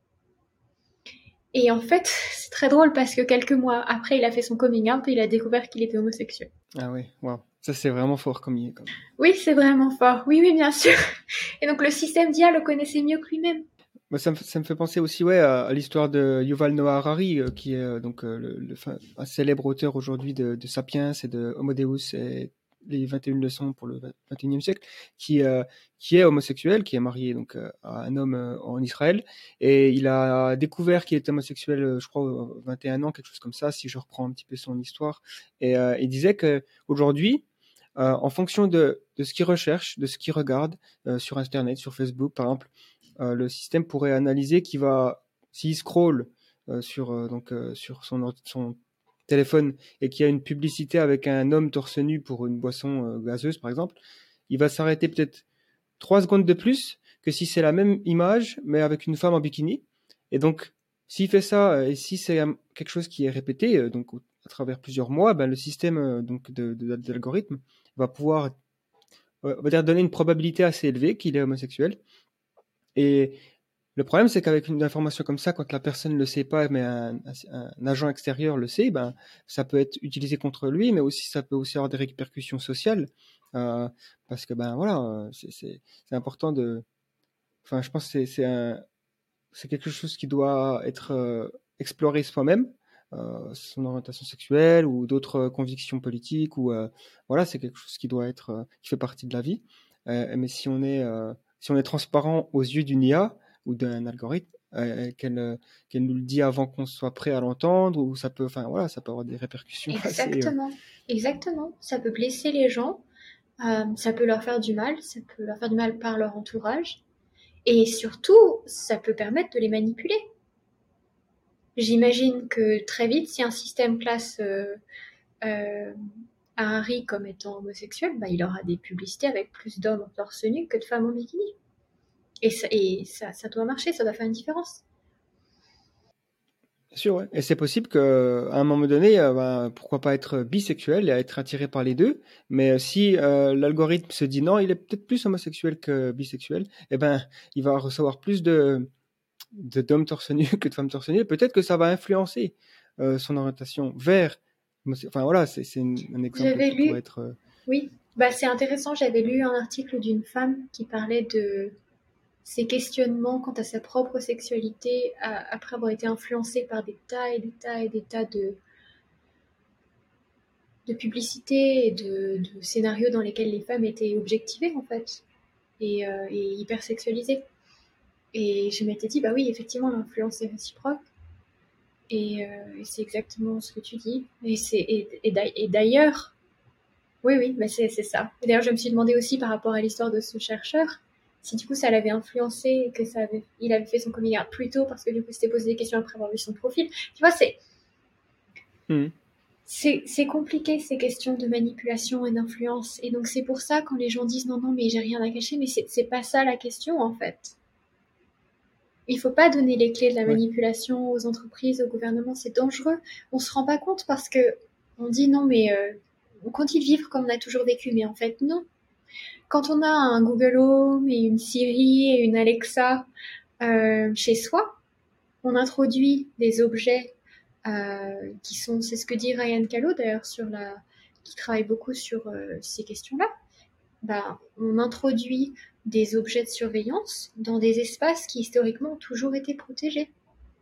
Et en fait, c'est très drôle parce que quelques mois après, il a fait son coming out et il a découvert qu'il était homosexuel.
Ah oui, waouh. Ça, c'est vraiment fort comme il est. Comme...
Oui, c'est vraiment fort. Oui, oui, bien sûr. Et donc, le système d'I A le connaissait mieux que lui-même.
Moi, ça, me, ça me fait penser aussi ouais, à, à l'histoire de Yuval Noah Harari, euh, qui est euh, donc, euh, le, le, un célèbre auteur aujourd'hui de, de Sapiens et de Homo Deus et les vingt et une leçons pour le vingt et unième siècle, qui, euh, qui est homosexuel, qui est marié donc, euh, à un homme euh, en Israël. Et il a découvert qu'il était homosexuel, euh, je crois, vingt et un ans, quelque chose comme ça, si je reprends un petit peu son histoire. Et euh, il disait qu'aujourd'hui, euh, en fonction de, de ce qu'il recherche, de ce qu'il regarde euh, sur Internet, sur Facebook, par exemple, Euh, le système pourrait analyser qu'il va, s'il scrolle euh, sur, euh, donc, euh, sur son, son téléphone et qu'il y a une publicité avec un homme torse nu pour une boisson euh, gazeuse, par exemple, il va s'arrêter peut-être trois secondes de plus que si c'est la même image, mais avec une femme en bikini. Et donc, s'il fait ça, et si c'est quelque chose qui est répété, euh, donc à travers plusieurs mois, ben, le système euh, donc de, de, de l'algorithme va pouvoir euh, on va dire, donner une probabilité assez élevée qu'il est homosexuel. Et le problème, c'est qu'avec une information comme ça, quand la personne ne le sait pas, mais un, un, un agent extérieur le sait, ben, ça peut être utilisé contre lui, mais aussi ça peut aussi avoir des répercussions sociales, euh, parce que ben voilà, c'est, c'est, c'est important de. Enfin, je pense que c'est, c'est, un, c'est quelque chose qui doit être euh, exploré soi-même, euh, son orientation sexuelle ou d'autres convictions politiques, ou euh, voilà, c'est quelque chose qui doit être, euh, qui fait partie de la vie. Euh, mais si on est euh, si on est transparent aux yeux d'une I A ou d'un algorithme, euh, qu'elle, qu'elle nous le dit avant qu'on soit prêt à l'entendre, ou ça peut, enfin voilà, ça peut avoir des répercussions.
Exactement,
assez,
euh... exactement. Ça peut blesser les gens, euh, ça peut leur faire du mal, ça peut leur faire du mal par leur entourage, et surtout, ça peut permettre de les manipuler. J'imagine que très vite, si un système classe euh, euh, Harry comme étant homosexuel, bah, il aura des publicités avec plus d'hommes en torse nu que de femmes en bikini. Et ça, et ça, ça doit marcher, ça doit faire une différence.
Bien sûr, ouais. Et c'est possible qu'à un moment donné, euh, bah, pourquoi pas être bisexuel et être attiré par les deux, mais euh, si euh, l'algorithme se dit non, il est peut-être plus homosexuel que bisexuel, eh ben, il va recevoir plus de, de d'hommes torse nu que de femmes torse nu. Peut-être que ça va influencer euh, son orientation vers. Enfin voilà, c'est, c'est une, un exemple
J'avais
qui
lu,
pourrait être. Euh...
oui, bah, c'est intéressant, j'avais lu un article d'une femme qui parlait de ses questionnements quant à sa propre sexualité après avoir été influencée par des tas et des tas et des tas de, de publicités et de, de scénarios dans lesquels les femmes étaient objectivées en fait et, euh, et hyper sexualisées. Et je m'étais dit, bah oui, effectivement, l'influence est réciproque. Et, euh, et c'est exactement ce que tu dis. Et, c'est, et, et d'ailleurs, oui, oui, bah c'est, c'est ça. Et d'ailleurs, je me suis demandé aussi par rapport à l'histoire de ce chercheur, si du coup ça l'avait influencé et que ça avait, il avait fait son coming out plus tôt parce que du coup c'était posé des questions après avoir vu son profil. Tu vois, c'est, mmh. c'est, c'est compliqué ces questions de manipulation et d'influence. Et donc c'est pour ça quand les gens disent non, non, mais j'ai rien à cacher, mais c'est, c'est pas ça la question en fait. Il faut pas donner les clés de la manipulation aux entreprises, au gouvernement, c'est dangereux. On se rend pas compte parce que on dit non, mais euh, on continue de vivre comme on a toujours vécu, mais en fait non. Quand on a un Google Home et une Siri et une Alexa euh, chez soi, on introduit des objets euh, qui sont, c'est ce que dit Ryan Calo d'ailleurs, sur la, qui travaille beaucoup sur euh, ces questions-là. Bah, on introduit des objets de surveillance dans des espaces qui historiquement ont toujours été protégés.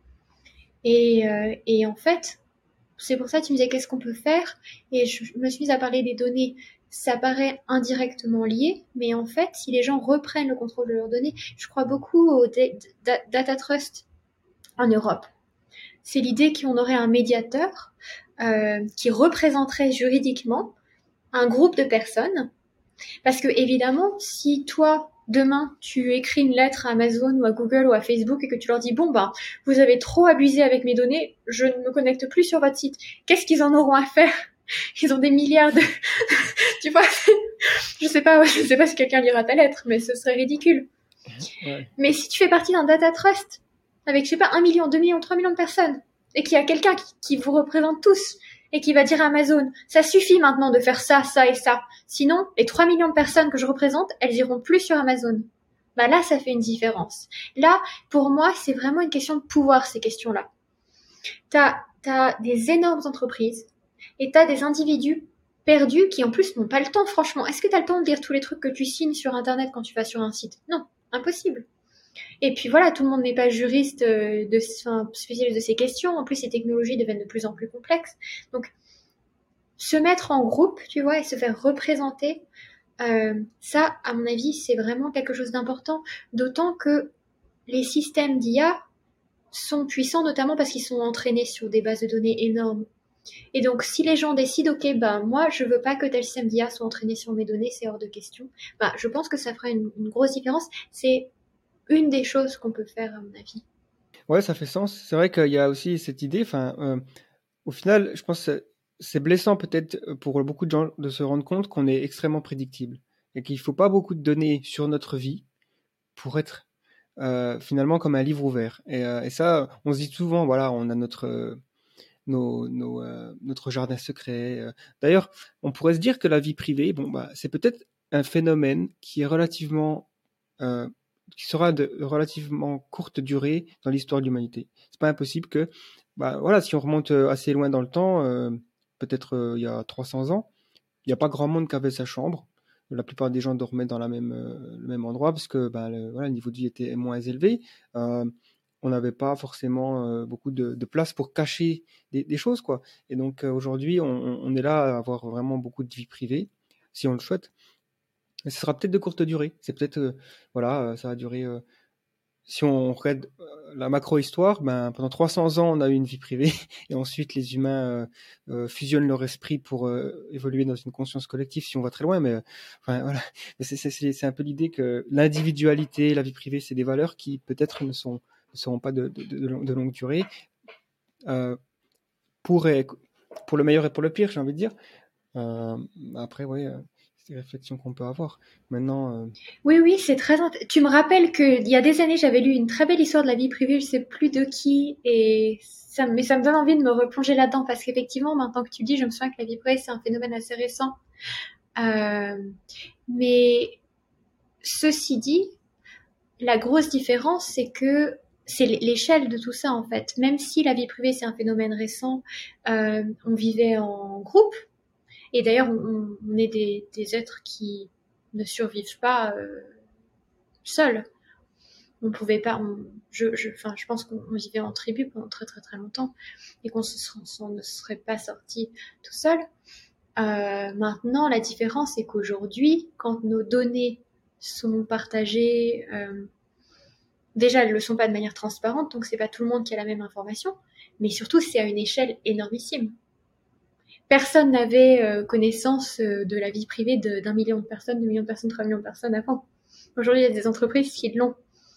Et, euh, et en fait, c'est pour ça que tu me disais qu'est-ce qu'on peut faire, et je, je me suis mise à parler des données. Ça paraît indirectement lié, mais en fait, si les gens reprennent le contrôle de leurs données, je crois beaucoup au da- da- data trust en Europe. C'est l'idée qu'on aurait un médiateur euh, qui représenterait juridiquement un groupe de personnes. Parce que évidemment, si toi, demain, tu écris une lettre à Amazon ou à Google ou à Facebook et que tu leur dis, bon, ben, vous avez trop abusé avec mes données, je ne me connecte plus sur votre site. Qu'est-ce qu'ils en auront à faire? Ils ont des milliards de... tu vois, je sais pas, je sais pas si quelqu'un lira ta lettre, mais ce serait ridicule. Ouais. Mais si tu fais partie d'un data trust, avec, je sais pas, un million, deux millions, trois millions de personnes, et qu'il y a quelqu'un qui, qui vous représente tous, et qui va dire à Amazon, ça suffit maintenant de faire ça, ça et ça. Sinon, les trois millions de personnes que je représente, elles iront plus sur Amazon. Bah là, ça fait une différence. Là, pour moi, c'est vraiment une question de pouvoir, ces questions-là. T'as, t'as des énormes entreprises, et t'as des individus perdus qui, en plus, n'ont pas le temps, franchement. Est-ce que t'as le temps de lire tous les trucs que tu signes sur Internet quand tu vas sur un site? Non, impossible. Et puis voilà, tout le monde n'est pas juriste de, enfin, spécialiste de ces questions. En plus, les technologies deviennent de plus en plus complexes. Donc, se mettre en groupe, tu vois, et se faire représenter, euh, ça, à mon avis, c'est vraiment quelque chose d'important. D'autant que les systèmes d'I A sont puissants, notamment parce qu'ils sont entraînés sur des bases de données énormes. Et donc, si les gens décident, ok, ben moi, je veux pas que tel système d'I A soit entraîné sur mes données, c'est hors de question. Ben, je pense que ça fera une, une grosse différence. C'est une des choses qu'on peut faire, à mon avis.
Ouais, ça fait sens. C'est vrai qu'il y a aussi cette idée. Enfin, euh, au final, je pense que c'est blessant peut-être pour beaucoup de gens de se rendre compte qu'on est extrêmement prédictible et qu'il ne faut pas beaucoup de données sur notre vie pour être euh, finalement comme un livre ouvert. Et, euh, et ça, on se dit souvent, voilà, on a notre euh, nos, nos, euh, notre jardin secret. Euh. D'ailleurs, on pourrait se dire que la vie privée, bon, bah, c'est peut-être un phénomène qui est relativement, euh, qui sera de relativement courte durée dans l'histoire de l'humanité. C'est pas impossible que, bah, voilà, si on remonte assez loin dans le temps, euh, peut-être euh, il y a trois cents ans, il n'y a pas grand monde qui avait sa chambre. La plupart des gens dormaient dans la même, euh, le même endroit parce que bah, le, voilà, le niveau de vie était moins élevé. Euh, on n'avait pas forcément euh, beaucoup de, de place pour cacher des, des choses, quoi. Et donc euh, aujourd'hui, on, on est là à avoir vraiment beaucoup de vie privée, si on le souhaite. Et ce sera peut-être de courte durée. C'est peut-être, euh, voilà, ça va durer. Euh, si on regarde euh, la macro-histoire, ben, pendant trois cents ans, on a eu une vie privée, et ensuite les humains euh, euh, fusionnent leur esprit pour euh, évoluer dans une conscience collective, si on va très loin. Mais, euh, enfin, voilà. Mais c'est, c'est, c'est un peu l'idée que l'individualité, la vie privée, c'est des valeurs qui peut-être ne sont ne seront pas de, de, de, de longue durée, euh, pour, pour le meilleur et pour le pire, j'ai envie de dire. Euh, après, oui, euh, c'est des réflexions qu'on peut avoir. Maintenant. Euh...
Oui, oui, c'est très. Int... Tu me rappelles qu'il y a des années, j'avais lu une très belle histoire de la vie privée, je sais plus de qui, et ça, mais ça me donne envie de me replonger là-dedans parce qu'effectivement, maintenant que tu le dis, je me souviens que la vie privée, c'est un phénomène assez récent. Euh, mais ceci dit, la grosse différence, c'est que c'est l'échelle de tout ça, en fait. Même si la vie privée, c'est un phénomène récent, euh, on vivait en groupe. Et d'ailleurs, on, on est des, des êtres qui ne survivent pas euh, seuls. On pouvait pas... On, je, je, enfin, je pense qu'on vivait en tribu pendant très très très longtemps et qu'on ne ne serait pas sorti tout seul. Euh, maintenant, la différence, c'est qu'aujourd'hui, quand nos données sont partagées... Euh, déjà, elles ne le sont pas de manière transparente, donc c'est pas tout le monde qui a la même information, mais surtout, c'est à une échelle énormissime. Personne n'avait euh, connaissance euh, de la vie privée de, d'un million de personnes, deux millions de personnes, trois millions de personnes avant. Aujourd'hui, il y a des entreprises qui l'ont.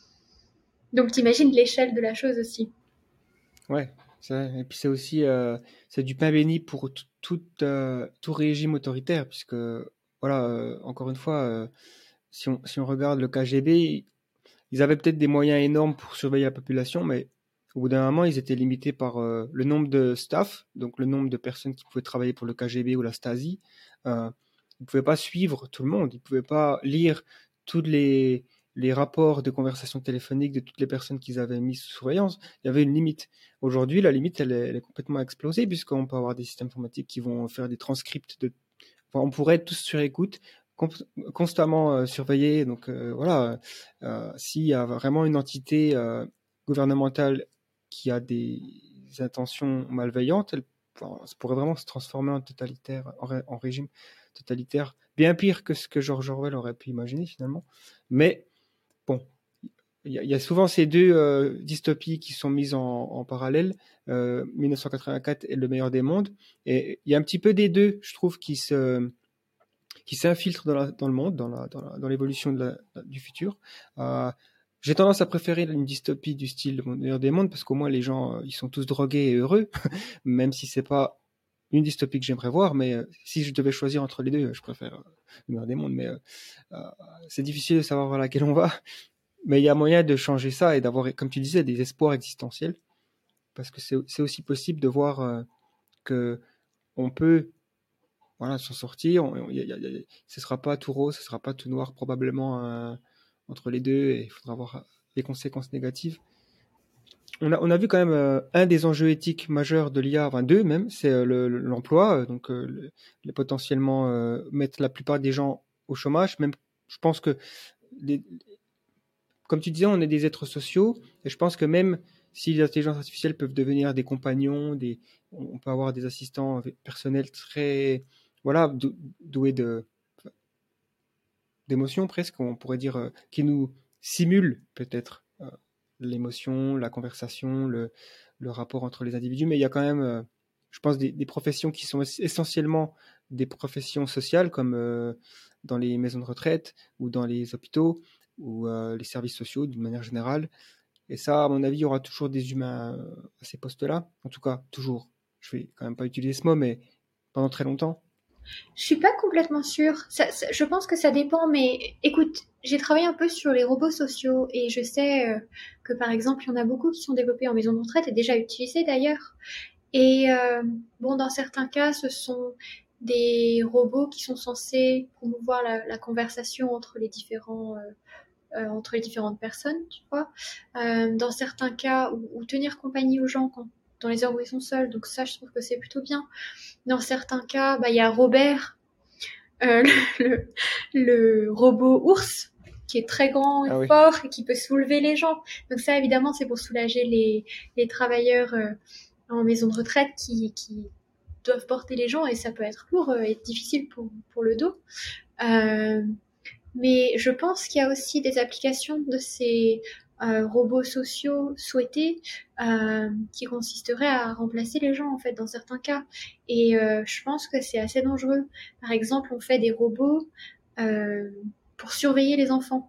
Donc, t'imagines l'échelle de la chose aussi.
Ouais, ça, et puis c'est aussi euh, c'est du pain béni pour t- tout, euh, tout régime autoritaire, puisque, voilà, euh, encore une fois, euh, si, on, si on regarde le K G B, ils avaient peut-être des moyens énormes pour surveiller la population, mais au bout d'un moment, ils étaient limités par euh, le nombre de staff, donc le nombre de personnes qui pouvaient travailler pour le K G B ou la Stasi. Euh, ils ne pouvaient pas suivre tout le monde, ils ne pouvaient pas lire toutes les, les rapports de conversations téléphoniques de toutes les personnes qu'ils avaient mis sous surveillance. Il y avait une limite. Aujourd'hui, la limite, elle est, elle est complètement explosée, puisqu'on peut avoir des systèmes informatiques qui vont faire des transcripts de... Enfin, on pourrait être tous sur écoute, constamment euh, surveillés. Donc euh, voilà, euh, s'il y a vraiment une entité euh, gouvernementale qui a des intentions malveillantes, elle, enfin, ça pourrait vraiment se transformer en totalitaire, en, ré, en régime totalitaire, bien pire que ce que George Orwell aurait pu imaginer finalement. Mais bon, il y, y a souvent ces deux euh, dystopies qui sont mises en, en parallèle, euh, mille neuf cent quatre-vingt-quatre et Le meilleur des mondes, et il y a un petit peu des deux, je trouve, qui se qui s'infiltrent dans, la, dans le monde, dans, la, dans, la, dans l'évolution de la, du futur. Euh, j'ai tendance à préférer une dystopie du style Le meilleur des mondes, parce qu'au moins les gens, euh, ils sont tous drogués et heureux, même si c'est pas une dystopie que j'aimerais voir, mais euh, si je devais choisir entre les deux, je préfère euh, Le meilleur des mondes, mais euh, euh, c'est difficile de savoir vers laquelle on va. Mais il y a moyen de changer ça et d'avoir, comme tu disais, des espoirs existentiels, parce que c'est, c'est aussi possible de voir euh, que on peut voilà, s'en sortir. On, y a, y a, y a, ce sera pas tout rose, ce sera pas tout noir probablement euh, entre les deux, et il faudra voir les conséquences négatives. On a, on a vu quand même euh, un des enjeux éthiques majeurs de l'I A, enfin deux même, c'est euh, le, l'emploi, donc euh, le, le potentiellement euh, mettre la plupart des gens au chômage. Même, je pense que les, comme tu disais, on est des êtres sociaux, et je pense que même si les intelligences artificielles peuvent devenir des compagnons, des, on peut avoir des assistants personnels très, voilà, doués de, d'émotions presque, on pourrait dire, euh, qui nous simulent peut-être euh, l'émotion, la conversation, le, le rapport entre les individus, mais il y a quand même, euh, je pense, des, des professions qui sont essentiellement des professions sociales, comme euh, dans les maisons de retraite ou dans les hôpitaux, ou euh, les services sociaux d'une manière générale. Et ça, à mon avis, il y aura toujours des humains à ces postes-là. En tout cas, toujours. Je vais quand même pas utiliser ce mot, mais pendant très longtemps.
Je suis pas complètement sûre. Ça, ça, je pense que ça dépend, mais écoute, j'ai travaillé un peu sur les robots sociaux et je sais euh, que par exemple, il y en a beaucoup qui sont développés en maison de retraite et déjà utilisés d'ailleurs. Et euh, bon, dans certains cas, ce sont des robots qui sont censés promouvoir la, la conversation entre les différents euh, Euh, entre les différentes personnes, tu vois. Euh, dans certains cas, ou, ou tenir compagnie aux gens quand, dans les heures où ils sont seuls, donc ça, je trouve que c'est plutôt bien. Dans certains cas, bah, il y a Robert, euh, le, le, le robot ours, qui est très grand et ah oui. fort et qui peut soulever les gens. Donc ça, évidemment, c'est pour soulager les, les travailleurs euh, en maison de retraite qui, qui doivent porter les gens et ça peut être lourd et difficile pour, pour le dos. Euh, Mais je pense qu'il y a aussi des applications de ces euh, robots sociaux souhaités euh, qui consisteraient à remplacer les gens en fait dans certains cas. Et euh, je pense que c'est assez dangereux. Par exemple, on fait des robots euh, pour surveiller les enfants.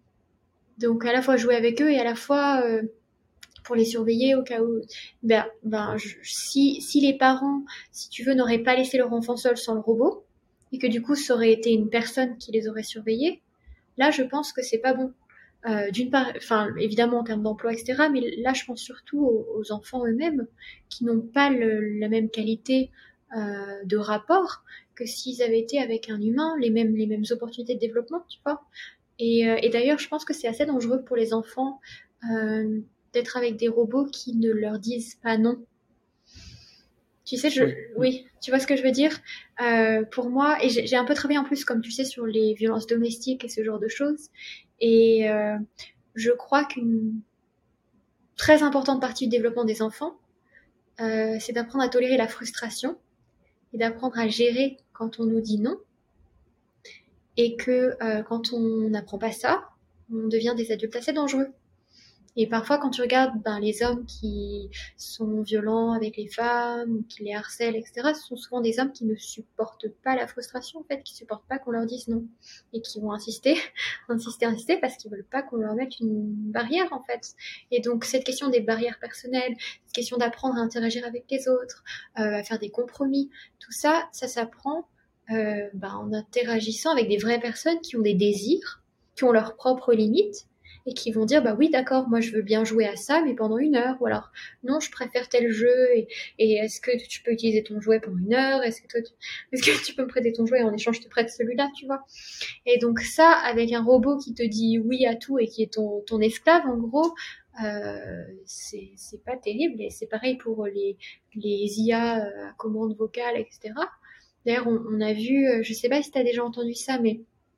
Donc à la fois jouer avec eux et à la fois euh, pour les surveiller au cas où. Ben, ben je, si si les parents, si tu veux, n'auraient pas laissé leur enfant seul sans le robot et que du coup ça aurait été une personne qui les aurait surveillés. Là, je pense que c'est pas bon. Euh, d'une part, enfin, évidemment en termes d'emploi, et cetera. Mais là, je pense surtout aux, aux enfants eux-mêmes qui n'ont pas le, la même qualité euh, de rapport que s'ils avaient été avec un humain, les mêmes, les mêmes opportunités de développement, tu vois. Et, euh, et d'ailleurs, je pense que c'est assez dangereux pour les enfants euh, d'être avec des robots qui ne leur disent pas non. Tu sais, je, oui. oui, tu vois ce que je veux dire. Euh, pour moi, et j'ai, j'ai un peu travaillé en plus, comme tu sais, sur les violences domestiques et ce genre de choses. Et euh, je crois qu'une très importante partie du développement des enfants, euh, c'est d'apprendre à tolérer la frustration et d'apprendre à gérer quand on nous dit non. Et que euh, quand on n'apprend pas ça, on devient des adultes assez dangereux. Et parfois, quand tu regardes ben, les hommes qui sont violents avec les femmes, qui les harcèlent, et cetera, ce sont souvent des hommes qui ne supportent pas la frustration, en fait, qui ne supportent pas qu'on leur dise non. Et qui vont insister, insister, insister, parce qu'ils ne veulent pas qu'on leur mette une barrière, en fait. Et donc, cette question des barrières personnelles, cette question d'apprendre à interagir avec les autres, euh, à faire des compromis, tout ça, ça s'apprend euh, ben, en interagissant avec des vraies personnes qui ont des désirs, qui ont leurs propres limites, et qui vont dire bah oui d'accord moi je veux bien jouer à ça mais pendant une heure ou alors non je préfère tel jeu et, et est-ce que tu peux utiliser ton jouet pendant une heure est-ce que toi tu, est-ce que tu peux me prêter ton jouet et en échange je te prête celui-là tu vois et donc ça avec un robot qui te dit oui à tout et qui est ton, ton esclave en gros euh, c'est, c'est pas terrible et c'est pareil pour les, les I A à commande vocale etc. D'ailleurs on, on a vu je sais pas si t'as déjà entendu ça mais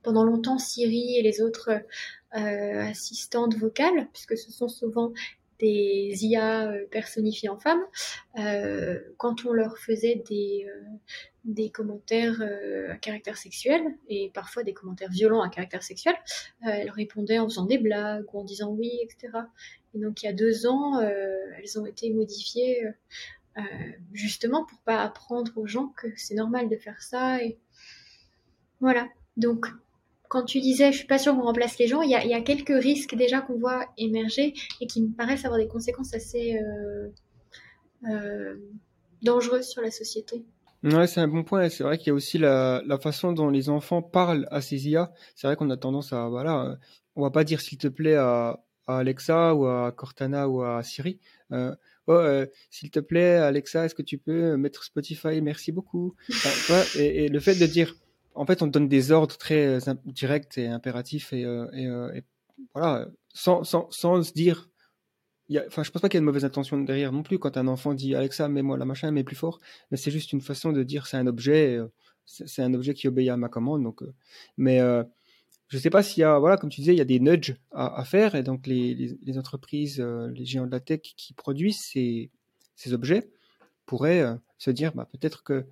pendant longtemps Siri et les autres euh, assistantes vocales, puisque ce sont souvent des I A personnifiées en femmes, euh, quand on leur faisait des, euh, des commentaires euh, à caractère sexuel, et parfois des commentaires violents à caractère sexuel, euh, elles répondaient en faisant des blagues ou en disant oui, et cetera. Et donc il y a deux ans, euh, elles ont été modifiées euh, justement pour pas apprendre aux gens que c'est normal de faire ça. Et voilà. Donc quand tu disais, je suis pas sûre qu'on remplace les gens, il y a, il y a quelques risques déjà qu'on voit émerger et qui me paraissent avoir des conséquences assez euh, euh, dangereuses sur la société.
Ouais, c'est un bon point. C'est vrai qu'il y a aussi la, la façon dont les enfants parlent à ces I A. C'est vrai qu'on a tendance à, voilà, euh, on va pas dire s'il te plaît à, à Alexa ou à Cortana ou à Siri. Euh, oh, euh, s'il te plaît, Alexa, est-ce que tu peux mettre Spotify? Merci beaucoup. Enfin, tu vois, et, et le fait de dire, en fait, on te donne des ordres très euh, directs et impératifs et, euh, et, euh, et voilà, sans, sans, sans se dire. Il y a, enfin, je pense pas qu'il y ait de mauvaise intention derrière non plus. Quand un enfant dit Alexa, mets-moi la machin, mets plus fort, mais c'est juste une façon de dire c'est un objet, euh, c'est, c'est un objet qui obéit à ma commande. Donc, euh, mais euh, je sais pas s'il y a, voilà, comme tu disais, il y a des nudges à, à faire, et donc les, les, les entreprises, euh, les géants de la tech qui produisent ces, ces objets pourraient euh, se dire, bah, peut-être que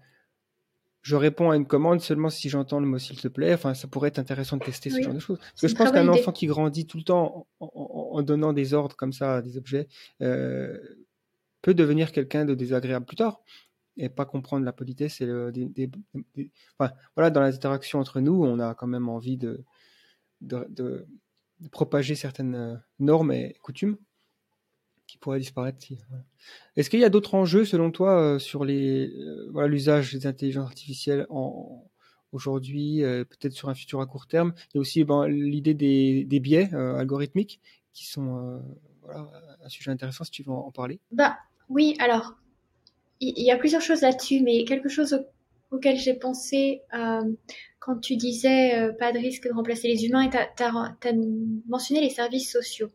je réponds à une commande seulement si j'entends le mot s'il te plaît. Enfin, ça pourrait être intéressant de tester ce
Oui,
genre de choses. Parce
c'est
que
une
je pense
très bonne
qu'un
idée.
enfant qui grandit tout le temps en, en, en donnant des ordres comme ça à des objets euh, peut devenir quelqu'un de désagréable plus tard et pas comprendre la politesse et le, des, des, des, enfin, voilà, dans les interactions entre nous, on a quand même envie de, de, de, de propager certaines normes et coutumes qui pourraient disparaître. Si, voilà. Est-ce qu'il y a d'autres enjeux, selon toi, euh, sur les, euh, voilà, l'usage des intelligences artificielles en, aujourd'hui, euh, peut-être sur un futur à court terme? Il y a aussi ben, l'idée des, des biais euh, algorithmiques qui sont euh, voilà, un sujet intéressant si tu veux en, en parler.
Bah oui, alors il y, y a plusieurs choses là-dessus, mais quelque chose au, auquel j'ai pensé euh, quand tu disais euh, pas de risque de remplacer les humains, et t'as, t'as, t'as mentionné les services sociaux.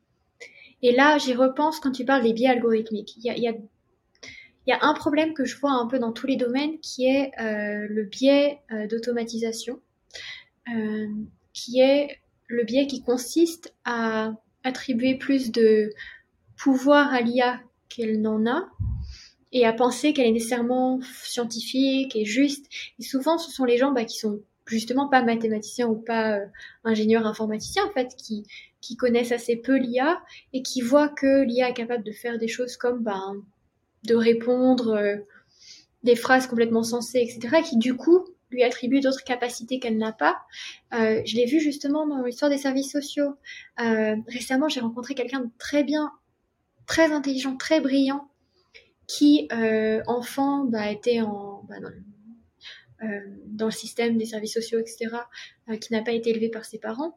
Et là, j'y repense quand tu parles des biais algorithmiques. Il y a, il y a, il y a un problème que je vois un peu dans tous les domaines qui est euh, le biais euh, d'automatisation, euh, qui est le biais qui consiste à attribuer plus de pouvoir à l'I A qu'elle n'en a et à penser qu'elle est nécessairement scientifique et juste. Et souvent, ce sont les gens bah, qui sont justement pas mathématiciens ou pas euh, ingénieurs informaticiens, en fait, qui, qui connaissent assez peu l'I A et qui voient que l'I A est capable de faire des choses comme bah, de répondre euh, des phrases complètement sensées, et cetera, qui du coup lui attribuent d'autres capacités qu'elle n'a pas. Euh, je l'ai vu justement dans l'histoire des services sociaux. Euh, récemment, j'ai rencontré quelqu'un de très bien, très intelligent, très brillant, qui, euh, enfant, bah, était en, bah, dans, le, euh, dans le système des services sociaux, et cetera, euh, qui n'a pas été élevé par ses parents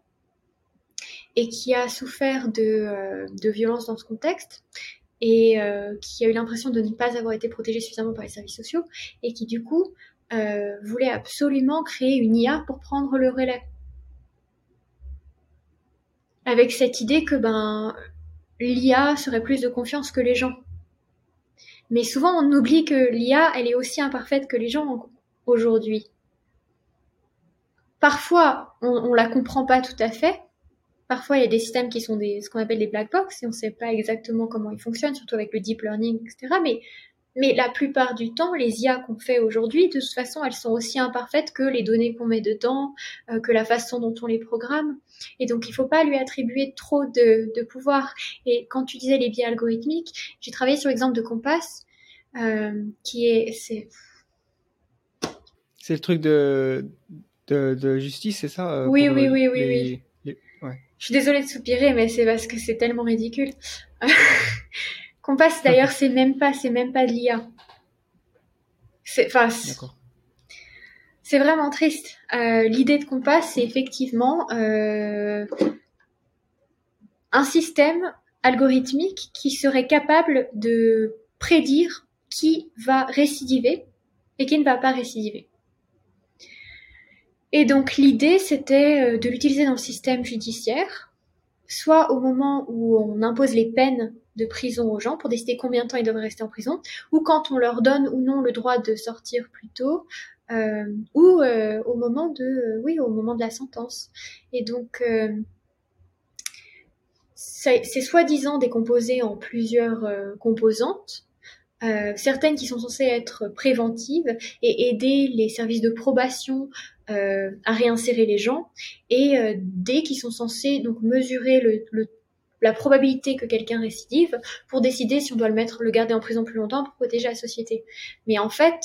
et qui a souffert de, euh, de violences dans ce contexte et euh, qui a eu l'impression de ne pas avoir été protégé suffisamment par les services sociaux et qui, du coup, euh, voulait absolument créer une I A pour prendre le relais. Avec cette idée que ben, l'I A serait plus de confiance que les gens. Mais souvent, on oublie que l'I A, elle est aussi imparfaite que les gens aujourd'hui. Parfois, on, on la comprend pas tout à fait. Parfois, il y a des systèmes qui sont des, ce qu'on appelle des black box et on sait pas exactement comment ils fonctionnent, surtout avec le deep learning, et cetera. Mais, mais la plupart du temps, les I A qu'on fait aujourd'hui, de toute façon, elles sont aussi imparfaites que les données qu'on met dedans, euh, que la façon dont on les programme. Et donc, il faut pas lui attribuer trop de, de pouvoir. Et quand tu disais les biais algorithmiques, j'ai travaillé sur l'exemple de Compass, euh, qui est, c'est,
C'est le truc de, de, de justice, c'est ça euh,
oui,
pour
oui,
euh,
oui, oui,
les,
oui.
les... Ouais.
Je suis désolée de soupirer, mais c'est parce que c'est tellement ridicule. Compass, d'ailleurs, c'est même pas, c'est même pas de l'I A. C'est, enfin,
D'accord.
C'est vraiment triste. Euh, l'idée de Compass, c'est effectivement euh, un système algorithmique qui serait capable de prédire qui va récidiver et qui ne va pas récidiver. Et donc l'idée, c'était de l'utiliser dans le système judiciaire, soit au moment où on impose les peines de prison aux gens pour décider combien de temps ils doivent rester en prison, ou quand on leur donne ou non le droit de sortir plus tôt, euh, ou euh, au moment de, euh, oui, au moment de la sentence. Et donc, euh, c'est, c'est soi-disant décomposé en plusieurs euh, composantes. Euh, certaines qui sont censées être préventives et aider les services de probation euh, à réinsérer les gens, et euh, des qui sont censées donc mesurer le, le, la probabilité que quelqu'un récidive pour décider si on doit le mettre, le garder en prison plus longtemps pour protéger la société. Mais en fait,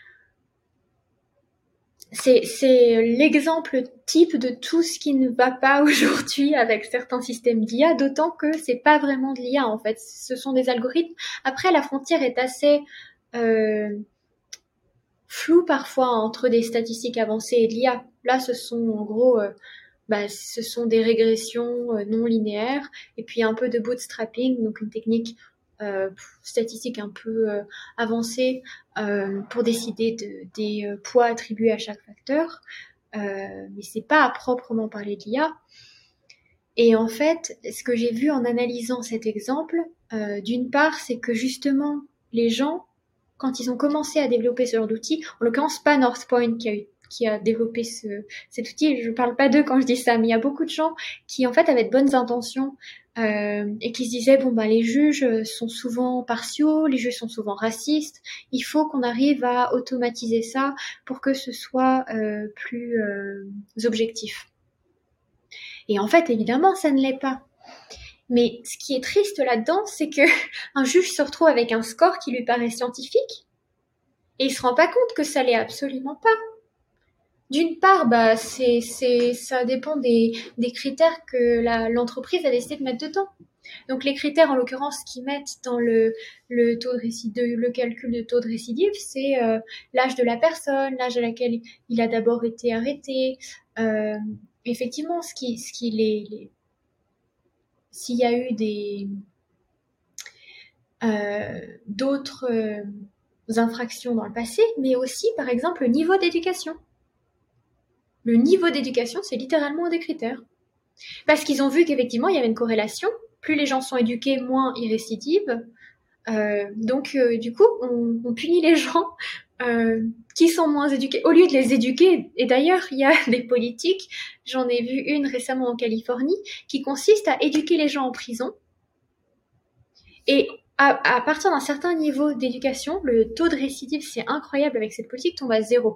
c'est, c'est l'exemple type de tout ce qui ne va pas aujourd'hui avec certains systèmes d'I A, d'autant que c'est pas vraiment de l'I A en fait, ce sont des algorithmes. Après, la frontière est assez euh, floue parfois entre des statistiques avancées et de l'I A. Là, ce sont en gros, euh, bah, ce sont des régressions euh, non linéaires et puis un peu de bootstrapping, donc une technique Euh, statistique un peu euh, avancée euh, pour décider de, des euh, poids attribués à chaque facteur, euh, mais c'est pas à proprement parler de l'I A. Et en fait, ce que j'ai vu en analysant cet exemple, euh, d'une part, c'est que justement, les gens, quand ils ont commencé à développer ce genre d'outil, en l'occurrence pas Northpoint qui a eu qui a développé ce, cet outil, je parle pas d'eux quand je dis ça, mais il y a beaucoup de gens qui en fait avaient de bonnes intentions euh, et qui se disaient bon bah les juges sont souvent partiaux, les juges sont souvent racistes, il faut qu'on arrive à automatiser ça pour que ce soit euh, plus euh, objectif. Et en fait, évidemment, ça ne l'est pas. Mais ce qui est triste là-dedans, c'est que un juge se retrouve avec un score qui lui paraît scientifique et il se rend pas compte que ça l'est absolument pas. D'une part, bah, c'est, c'est, ça dépend des, des critères que la, l'entreprise a décidé de mettre dedans. Donc les critères, en l'occurrence, qu'ils mettent dans le, le taux de récidive, le calcul de taux de récidive, c'est euh, l'âge de la personne, l'âge à laquelle il a d'abord été arrêté. Euh, effectivement, ce qui, ce qui les, les s'il y a eu des euh, d'autres euh, infractions dans le passé, mais aussi, par exemple, le niveau d'éducation. Le niveau d'éducation, c'est littéralement un des critères. Parce qu'ils ont vu qu'effectivement, il y avait une corrélation. Plus les gens sont éduqués, moins ils récidivent. Euh, donc, euh, du coup, on, on punit les gens euh, qui sont moins éduqués, au lieu de les éduquer. Et d'ailleurs, il y a des politiques, j'en ai vu une récemment en Californie, qui consiste à éduquer les gens en prison. Et à, à partir d'un certain niveau d'éducation, le taux de récidive, c'est incroyable avec cette politique, tombe à zéro.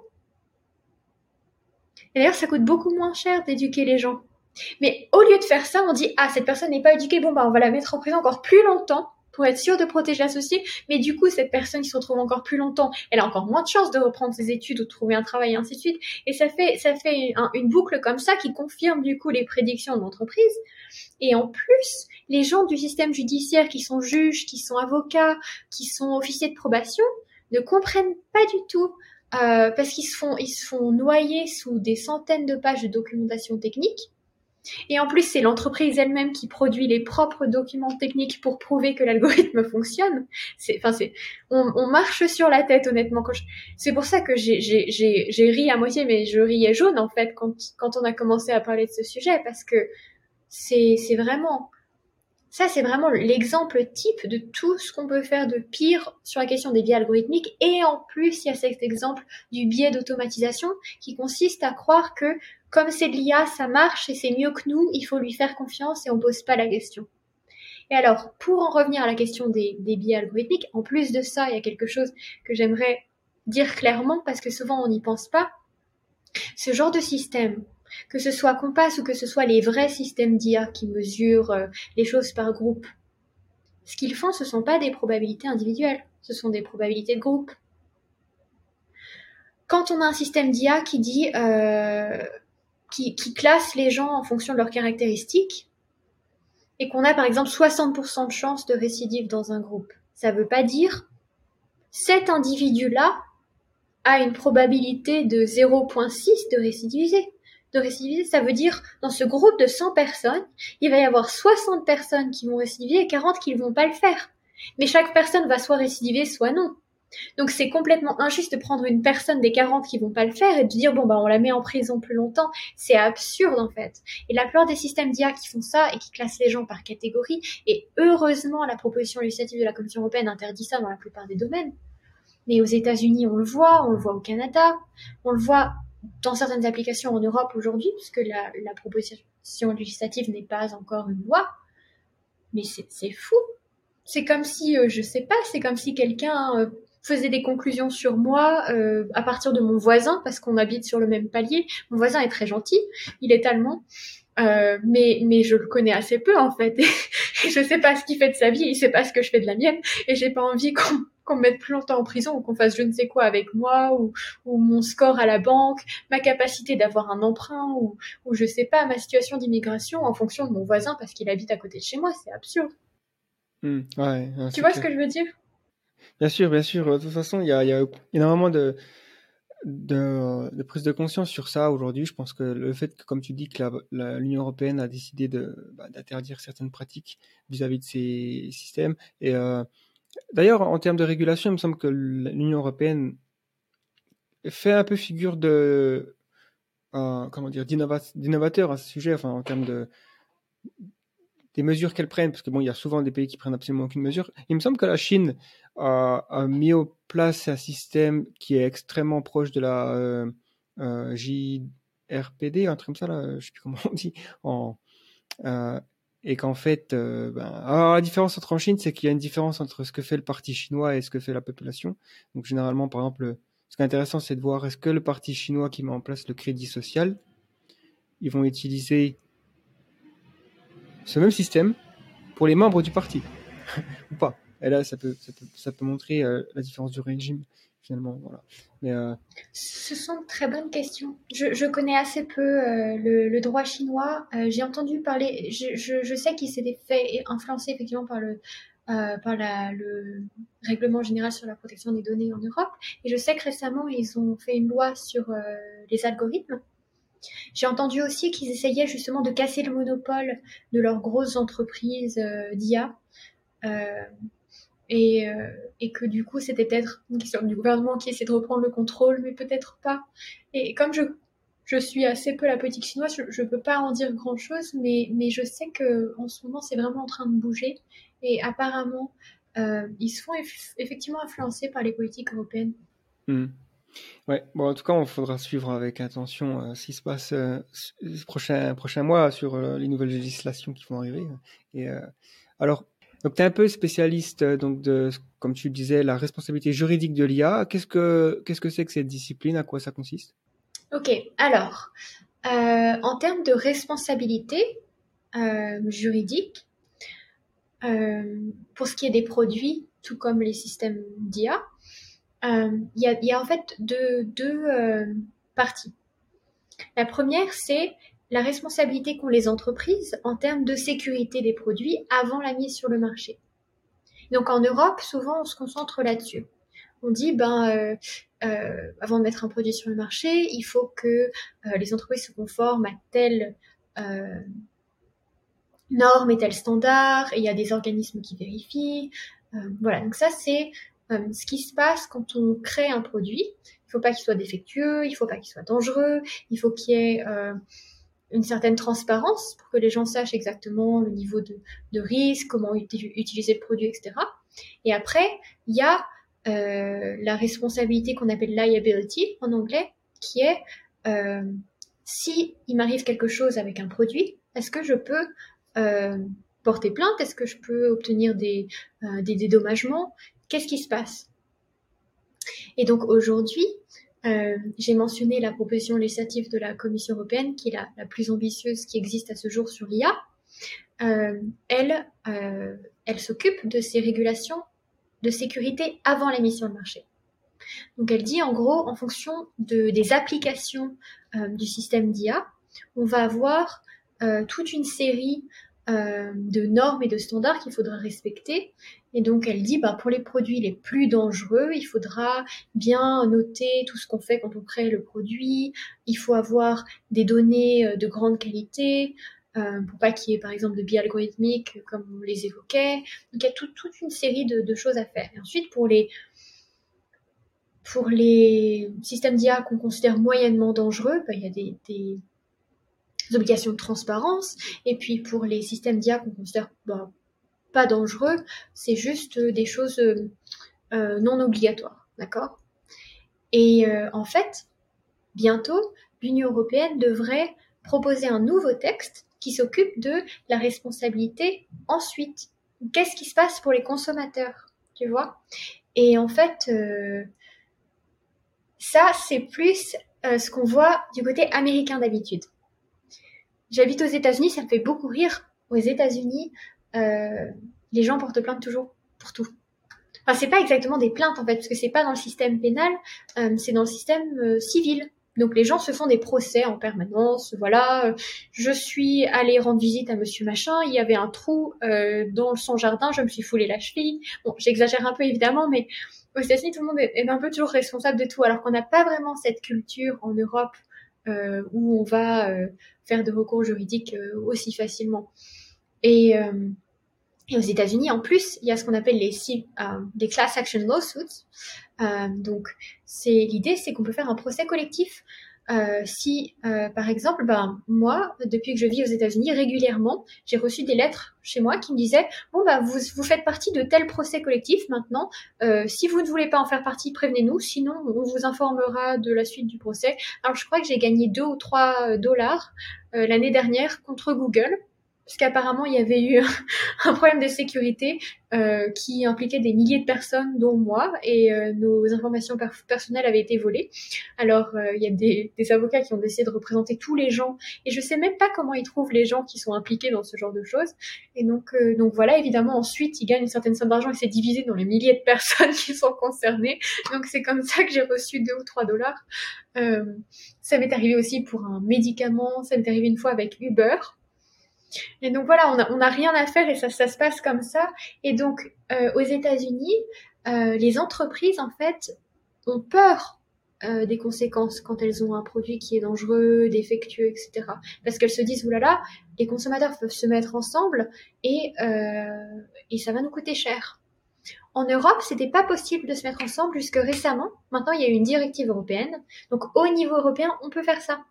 Et d'ailleurs, ça coûte beaucoup moins cher d'éduquer les gens. Mais au lieu de faire ça, on dit « Ah, cette personne n'est pas éduquée, bon bah on va la mettre en prison encore plus longtemps pour être sûr de protéger la société. » Mais du coup, cette personne qui se retrouve encore plus longtemps, elle a encore moins de chances de reprendre ses études ou de trouver un travail et ainsi de suite. Et ça fait, ça fait un, une boucle comme ça qui confirme du coup les prédictions de l'entreprise. Et en plus, les gens du système judiciaire qui sont juges, qui sont avocats, qui sont officiers de probation, ne comprennent pas du tout euh, parce qu'ils se font, ils se font noyer sous des centaines de pages de documentation technique. Et en plus, c'est l'entreprise elle-même qui produit les propres documents techniques pour prouver que l'algorithme fonctionne. C'est, enfin, c'est, on, on marche sur la tête, honnêtement. Quand je, c'est pour ça que j'ai, j'ai, j'ai, j'ai ri à moitié, mais je riais jaune, en fait, quand, quand on a commencé à parler de ce sujet, parce que c'est, c'est vraiment, ça, c'est vraiment l'exemple type de tout ce qu'on peut faire de pire sur la question des biais algorithmiques. Et en plus, il y a cet exemple du biais d'automatisation qui consiste à croire que comme c'est de l'I A, ça marche et c'est mieux que nous, il faut lui faire confiance et on pose pas la question. Et alors, pour en revenir à la question des, des biais algorithmiques, en plus de ça, il y a quelque chose que j'aimerais dire clairement parce que souvent on n'y pense pas. Ce genre de système, que ce soit Compass ou que ce soit les vrais systèmes d'I A qui mesurent euh, les choses par groupe, ce qu'ils font, ce ne sont pas des probabilités individuelles, ce sont des probabilités de groupe. Quand on a un système d'I A qui dit, euh, qui, qui classe les gens en fonction de leurs caractéristiques, et qu'on a par exemple soixante pour cent de chances de récidive dans un groupe, ça ne veut pas dire cet individu-là a une probabilité de zéro virgule six de récidiviser. De récidiviser, ça veut dire, dans ce groupe de cent personnes, il va y avoir soixante personnes qui vont récidiver et quarante qui ne vont pas le faire. Mais chaque personne va soit récidiver, soit non. Donc c'est complètement injuste de prendre une personne des quarante qui vont pas le faire et de dire, bon, bah, on la met en prison plus longtemps. C'est absurde, en fait. Et la plupart des systèmes d'I A qui font ça et qui classent les gens par catégorie, et heureusement, la proposition législative de la Commission européenne interdit ça dans la plupart des domaines, Mais aux États-Unis, on le voit, on le voit au Canada, on le voit dans certaines applications en Europe aujourd'hui, puisque la, la proposition législative n'est pas encore une loi. Mais c'est, c'est fou. C'est comme si, euh, je sais pas, c'est comme si quelqu'un euh, faisait des conclusions sur moi euh, à partir de mon voisin, parce qu'on habite sur le même palier. Mon voisin est très gentil, il est allemand, euh, mais mais je le connais assez peu en fait. Et je sais pas ce qu'il fait de sa vie, il sait pas ce que je fais de la mienne, et j'ai pas envie qu'on qu'on me mette plus longtemps en prison ou qu'on fasse je ne sais quoi avec moi, ou, ou mon score à la banque, ma capacité d'avoir un emprunt, ou, ou je sais pas, ma situation d'immigration en fonction de mon voisin parce qu'il habite à côté de chez moi. C'est absurde.
Hmm, ouais, ouais,
Tu
c'est
vois ce
clair.
que je veux dire?
Bien sûr, bien sûr. De toute façon, il y a, il y a énormément de, de, de prise de conscience sur ça aujourd'hui. Je pense que le fait que, comme tu dis, que la- la- l'Union européenne a décidé de, bah, d'interdire certaines pratiques vis-à-vis de ces systèmes. Et euh, d'ailleurs, en termes de régulation, il me semble que l'Union européenne fait un peu figure de, euh, comment dire, d'innova- d'innovateur à ce sujet, enfin, en termes de, des mesures qu'elles prennent, parce que bon, il y a souvent des pays qui prennent absolument aucune mesure. Il me semble que la Chine a, a mis en place un système qui est extrêmement proche de la euh, euh, J R P D, un truc comme ça, là, je sais plus comment on dit, en, euh, et qu'en fait, euh, ben, alors la différence entre en Chine, c'est qu'il y a une différence entre ce que fait le parti chinois et ce que fait la population. Donc généralement, par exemple, ce qui est intéressant, c'est de voir est-ce que le parti chinois qui met en place le crédit social, ils vont utiliser ce même système pour les membres du parti ou pas. Et là, ça peut, ça peut, ça peut montrer euh, la différence du régime, finalement. Voilà. Mais, euh,
Ce sont de très bonnes questions. Je, je connais assez peu euh, le, le droit chinois. Euh, j'ai entendu parler, je, je, je sais qu'il s'était fait influencer effectivement par le, euh, par la, le règlement général sur la protection des données en Europe. Et je sais que récemment, ils ont fait une loi sur euh, les algorithmes. J'ai entendu aussi qu'ils essayaient justement de casser le monopole de leurs grosses entreprises euh, d'I A. Euh, et, euh, et que du coup c'était peut-être une question du gouvernement qui essaie de reprendre le contrôle, mais peut-être pas. Et comme je, je suis assez peu la politique chinoise, je ne peux pas en dire grand-chose, mais, mais je sais qu'en ce moment c'est vraiment en train de bouger, et apparemment euh, ils se font eff- effectivement influencer par les politiques européennes.
hmm. Ouais, bon, en tout cas, il faudra suivre avec attention euh, ce qui se passe euh, ce prochain, prochain mois sur euh, les nouvelles législations qui vont arriver. Et, euh, alors, donc, tu es un peu spécialiste euh, donc de, comme tu le disais, la responsabilité juridique de l'I A. Qu'est-ce que, qu'est-ce que c'est que cette discipline? À quoi ça consiste?
Ok, alors, euh, en termes de responsabilité euh, juridique, euh, pour ce qui est des produits, tout comme les systèmes d'I A, Euh, il y, a, y a en fait deux, deux euh, parties. La première, c'est la responsabilité qu'ont les entreprises en termes de sécurité des produits avant la mise sur le marché. Donc en Europe, souvent, on se concentre là-dessus. On dit, ben, euh, euh, avant de mettre un produit sur le marché, il faut que euh, les entreprises se conforment à telle euh, norme et tel standard, et il y a des organismes qui vérifient. Euh, voilà, donc ça, c'est euh, ce qui se passe quand on crée un produit. Il ne faut pas qu'il soit défectueux, il ne faut pas qu'il soit dangereux, il faut qu'il y ait euh, une certaine transparence pour que les gens sachent exactement le niveau de, de risque, comment uti- utiliser le produit, et cetera. Et après, il y a euh, la responsabilité qu'on appelle liability en anglais, qui est euh, si il m'arrive quelque chose avec un produit, est-ce que je peux euh, porter plainte? Est-ce que je peux obtenir des, euh, des dédommagements? Qu'est-ce qui se passe? Et donc aujourd'hui, euh, j'ai mentionné la proposition législative de la Commission européenne, qui est la, la plus ambitieuse qui existe à ce jour sur l'I A. Euh, elle, euh, elle s'occupe de ces régulations de sécurité avant la mise sur le marché. Donc elle dit en gros, en fonction de, des applications euh, du système d'I A, on va avoir euh, toute une série euh, de normes et de standards qu'il faudra respecter. Et donc elle dit, bah, pour les produits les plus dangereux, il faudra bien noter tout ce qu'on fait quand on crée le produit. Il faut avoir des données de grande qualité, euh, pour pas qu'il y ait par exemple de biais algorithmiques comme on les évoquait. Donc il y a tout, toute une série de, de choses à faire. Et ensuite, pour les pour les systèmes d'I A qu'on considère moyennement dangereux, bah, il y a des, des, obligations de transparence. Et puis pour les systèmes d'I A qu'on considère bah, pas dangereux, c'est juste des choses euh, non obligatoires. d'accord ? Et euh, en fait, bientôt, l'Union européenne devrait proposer un nouveau texte qui s'occupe de la responsabilité ensuite. Qu'est-ce qui se passe pour les consommateurs, tu vois ? Et en fait, euh, ça, c'est plus euh, ce qu'on voit du côté américain d'habitude. J'habite aux États-Unis, ça me fait beaucoup rire. Aux États-Unis, euh, les gens portent plainte toujours pour tout. Enfin, c'est pas exactement des plaintes en fait, parce que c'est pas dans le système pénal, euh, c'est dans le système euh, civil. Donc les gens se font des procès en permanence. Voilà, euh, je suis allée rendre visite à Monsieur Machin, il y avait un trou euh, dans son jardin, je me suis foulé la cheville. Bon, j'exagère un peu évidemment, mais aux États-Unis, tout le monde est, est un peu toujours responsable de tout, alors qu'on n'a pas vraiment cette culture en Europe euh, où on va euh, faire de recours juridiques euh, aussi facilement. Et euh, Et aux États-Unis, en plus, il y a ce qu'on appelle les, euh, les class action lawsuits. Euh, donc, c'est l'idée, c'est qu'on peut faire un procès collectif. Euh, si, euh, par exemple, ben moi, depuis que je vis aux États-Unis, régulièrement, j'ai reçu des lettres chez moi qui me disaient bon bah vous vous faites partie de tel procès collectif maintenant. Euh, si vous ne voulez pas en faire partie, prévenez-nous. Sinon, on vous informera de la suite du procès. Alors, je crois que j'ai gagné deux ou trois dollars euh, l'année dernière contre Google. Parce qu'apparemment, il y avait eu un problème de sécurité euh, qui impliquait des milliers de personnes, dont moi, et euh, nos informations per- personnelles avaient été volées. Alors, euh, il y a des, des avocats qui ont décidé de représenter tous les gens, et je sais même pas comment ils trouvent les gens qui sont impliqués dans ce genre de choses. Et donc, euh, donc voilà, évidemment, ensuite, ils gagnent une certaine somme d'argent, et c'est divisé dans les milliers de personnes qui sont concernées. Donc, c'est comme ça que j'ai reçu deux ou trois dollars. Euh, ça m'est arrivé aussi pour un médicament, ça m'est arrivé une fois avec Uber. Et donc voilà, on n'a on a rien à faire et ça, ça se passe comme ça. Et donc euh, aux États-Unis, euh, les entreprises en fait ont peur euh, des conséquences quand elles ont un produit qui est dangereux, défectueux, et cetera. Parce qu'elles se disent oulala, les consommateurs peuvent se mettre ensemble et euh, et ça va nous coûter cher. En Europe, c'était pas possible de se mettre ensemble jusque récemment. Maintenant, il y a une directive européenne. Donc au niveau européen, on peut faire ça.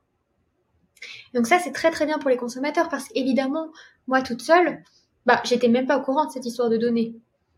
Donc ça, c'est très très bien pour les consommateurs parce qu'évidemment, moi toute seule, bah, j'étais même pas au courant de cette histoire de données.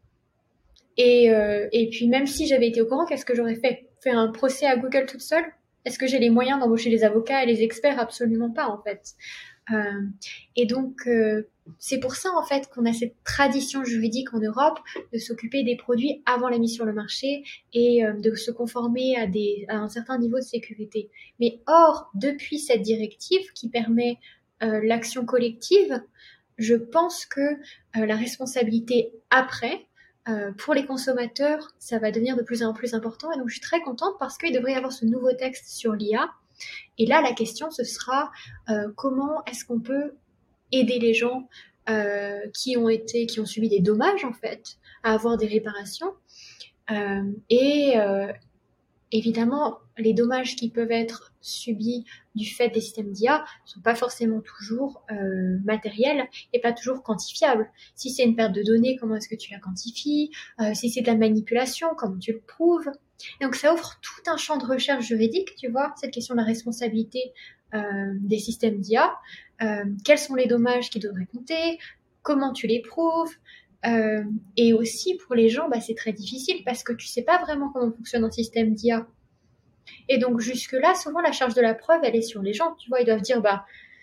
Et, euh, et puis même si j'avais été au courant, qu'est-ce que j'aurais fait ? Faire un procès à Google toute seule ? Est-ce que j'ai les moyens d'embaucher les avocats et les experts ? Absolument pas en fait. Euh, et donc, euh, c'est pour ça en fait qu'on a cette tradition juridique en Europe de s'occuper des produits avant la mise sur le marché et euh, de se conformer à, des, à un certain niveau de sécurité. Mais or, depuis cette directive qui permet euh, l'action collective, je pense que euh, la responsabilité après, euh, pour les consommateurs, ça va devenir de plus en plus important. Et donc, je suis très contente parce qu'il devrait y avoir ce nouveau texte sur l'I A. Et là, la question, ce sera euh, comment est-ce qu'on peut aider les gens euh, qui ont été, qui ont subi des dommages en fait, à avoir des réparations. Euh, et euh, évidemment, les dommages qui peuvent être subis du fait des systèmes d'I A ne sont pas forcément toujours euh, matériels et pas toujours quantifiables. Si c'est une perte de données, comment est-ce que tu la quantifies ? euh, Si c'est de la manipulation, comment tu le prouves ? Et donc ça offre tout un champ de recherche juridique, tu vois, cette question de la responsabilité euh, des systèmes d'I A. Euh, quels sont les dommages qui devraient compter ? Comment tu les prouves ? Euh, et aussi pour les gens, bah, c'est très difficile parce que tu sais pas vraiment comment fonctionne un système d'I A. Et donc jusque-là, souvent la charge de la preuve, elle est sur les gens. Tu vois, ils doivent dire, bah,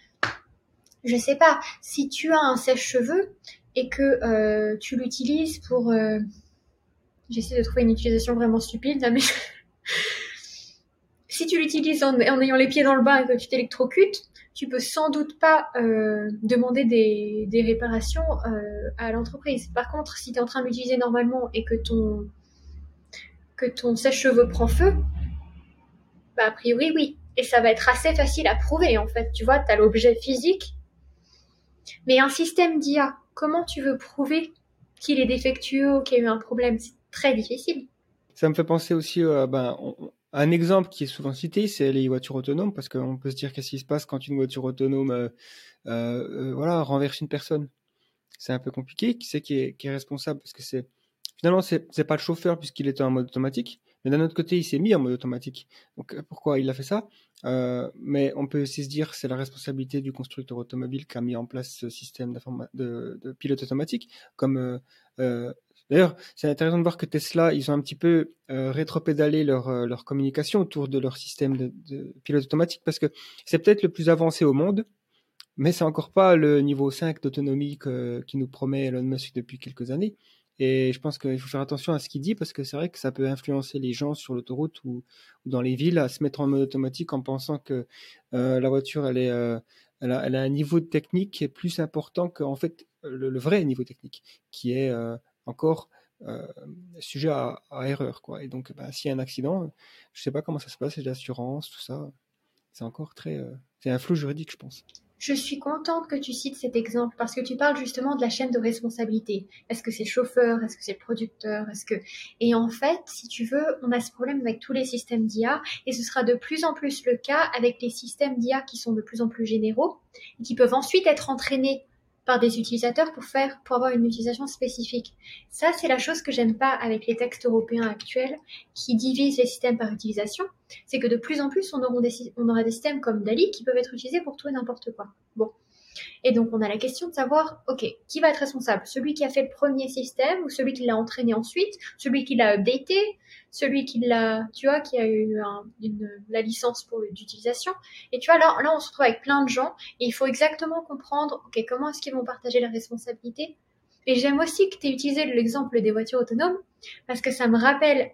je sais pas, si tu as un sèche-cheveux et que euh, tu l'utilises pour, euh... j'essaie de trouver une utilisation vraiment stupide, là, mais si tu l'utilises en, en ayant les pieds dans le bain et que tu t'électrocutes, tu peux sans doute pas euh, demander des, des réparations euh, à l'entreprise. Par contre, si tu es en train de l'utiliser normalement et que ton, que ton sèche-cheveux prend feu, bah a priori oui. Et ça va être assez facile à prouver en fait. Tu vois, tu as l'objet physique. Mais un système d'I A, comment tu veux prouver qu'il est défectueux ou qu'il y a eu un problème ? C'est très difficile.
Ça me fait penser aussi euh, ben, on, un exemple qui est souvent cité, c'est les voitures autonomes, parce qu'on peut se dire qu'est-ce qui se passe quand une voiture autonome euh, euh, voilà, renverse une personne. C'est un peu compliqué. Qui c'est qui est, qui est responsable ? Parce que c'est finalement, c'est, c'est pas le chauffeur puisqu'il était en mode automatique, mais d'un autre côté, il s'est mis en mode automatique. Donc pourquoi il a fait ça ? euh, Mais on peut aussi se dire que c'est la responsabilité du constructeur automobile qui a mis en place ce système de, de pilote automatique, comme euh, euh, D'ailleurs, c'est intéressant de voir que Tesla, ils ont un petit peu euh, rétropédalé leur, euh, leur communication autour de leur système de, de pilote automatique parce que c'est peut-être le plus avancé au monde, mais c'est encore pas le niveau cinq d'autonomie que, qui nous promet Elon Musk depuis quelques années. Et je pense qu'il faut faire attention à ce qu'il dit parce que c'est vrai que ça peut influencer les gens sur l'autoroute ou, ou dans les villes à se mettre en mode automatique en pensant que euh, la voiture, elle, est, euh, elle, a, elle a un niveau de technique qui est plus important que en fait le, le vrai niveau technique, qui est euh, encore euh, sujet à, à erreur, quoi. Et donc, ben, s'il y a un accident, je sais pas comment ça se passe, les assurances, tout ça, c'est encore très, euh, c'est un flou juridique, je pense.
Je suis contente que tu cites cet exemple parce que tu parles justement de la chaîne de responsabilité. Est-ce que c'est le chauffeur? Est-ce que c'est le producteur? Est-ce que... Et en fait, si tu veux, on a ce problème avec tous les systèmes d'I A et ce sera de plus en plus le cas avec les systèmes d'I A qui sont de plus en plus généraux et qui peuvent ensuite être entraînés par des utilisateurs pour faire, pour avoir une utilisation spécifique. Ça, c'est la chose que j'aime pas avec les textes européens actuels qui divisent les systèmes par utilisation. C'est que de plus en plus, on aura des, on aura des systèmes comme DALL-E qui peuvent être utilisés pour tout et n'importe quoi. Bon. Et donc, on a la question de savoir, ok, qui va être responsable? Celui qui a fait le premier système ou celui qui l'a entraîné ensuite? Celui qui l'a updaté? Celui qui l'a, tu vois, qui a eu un, une, la licence pour d'utilisation? Et tu vois, là, là, on se retrouve avec plein de gens et il faut exactement comprendre, ok, comment est-ce qu'ils vont partager la responsabilité? Et j'aime aussi que tu aies utilisé l'exemple des voitures autonomes parce que ça me rappelle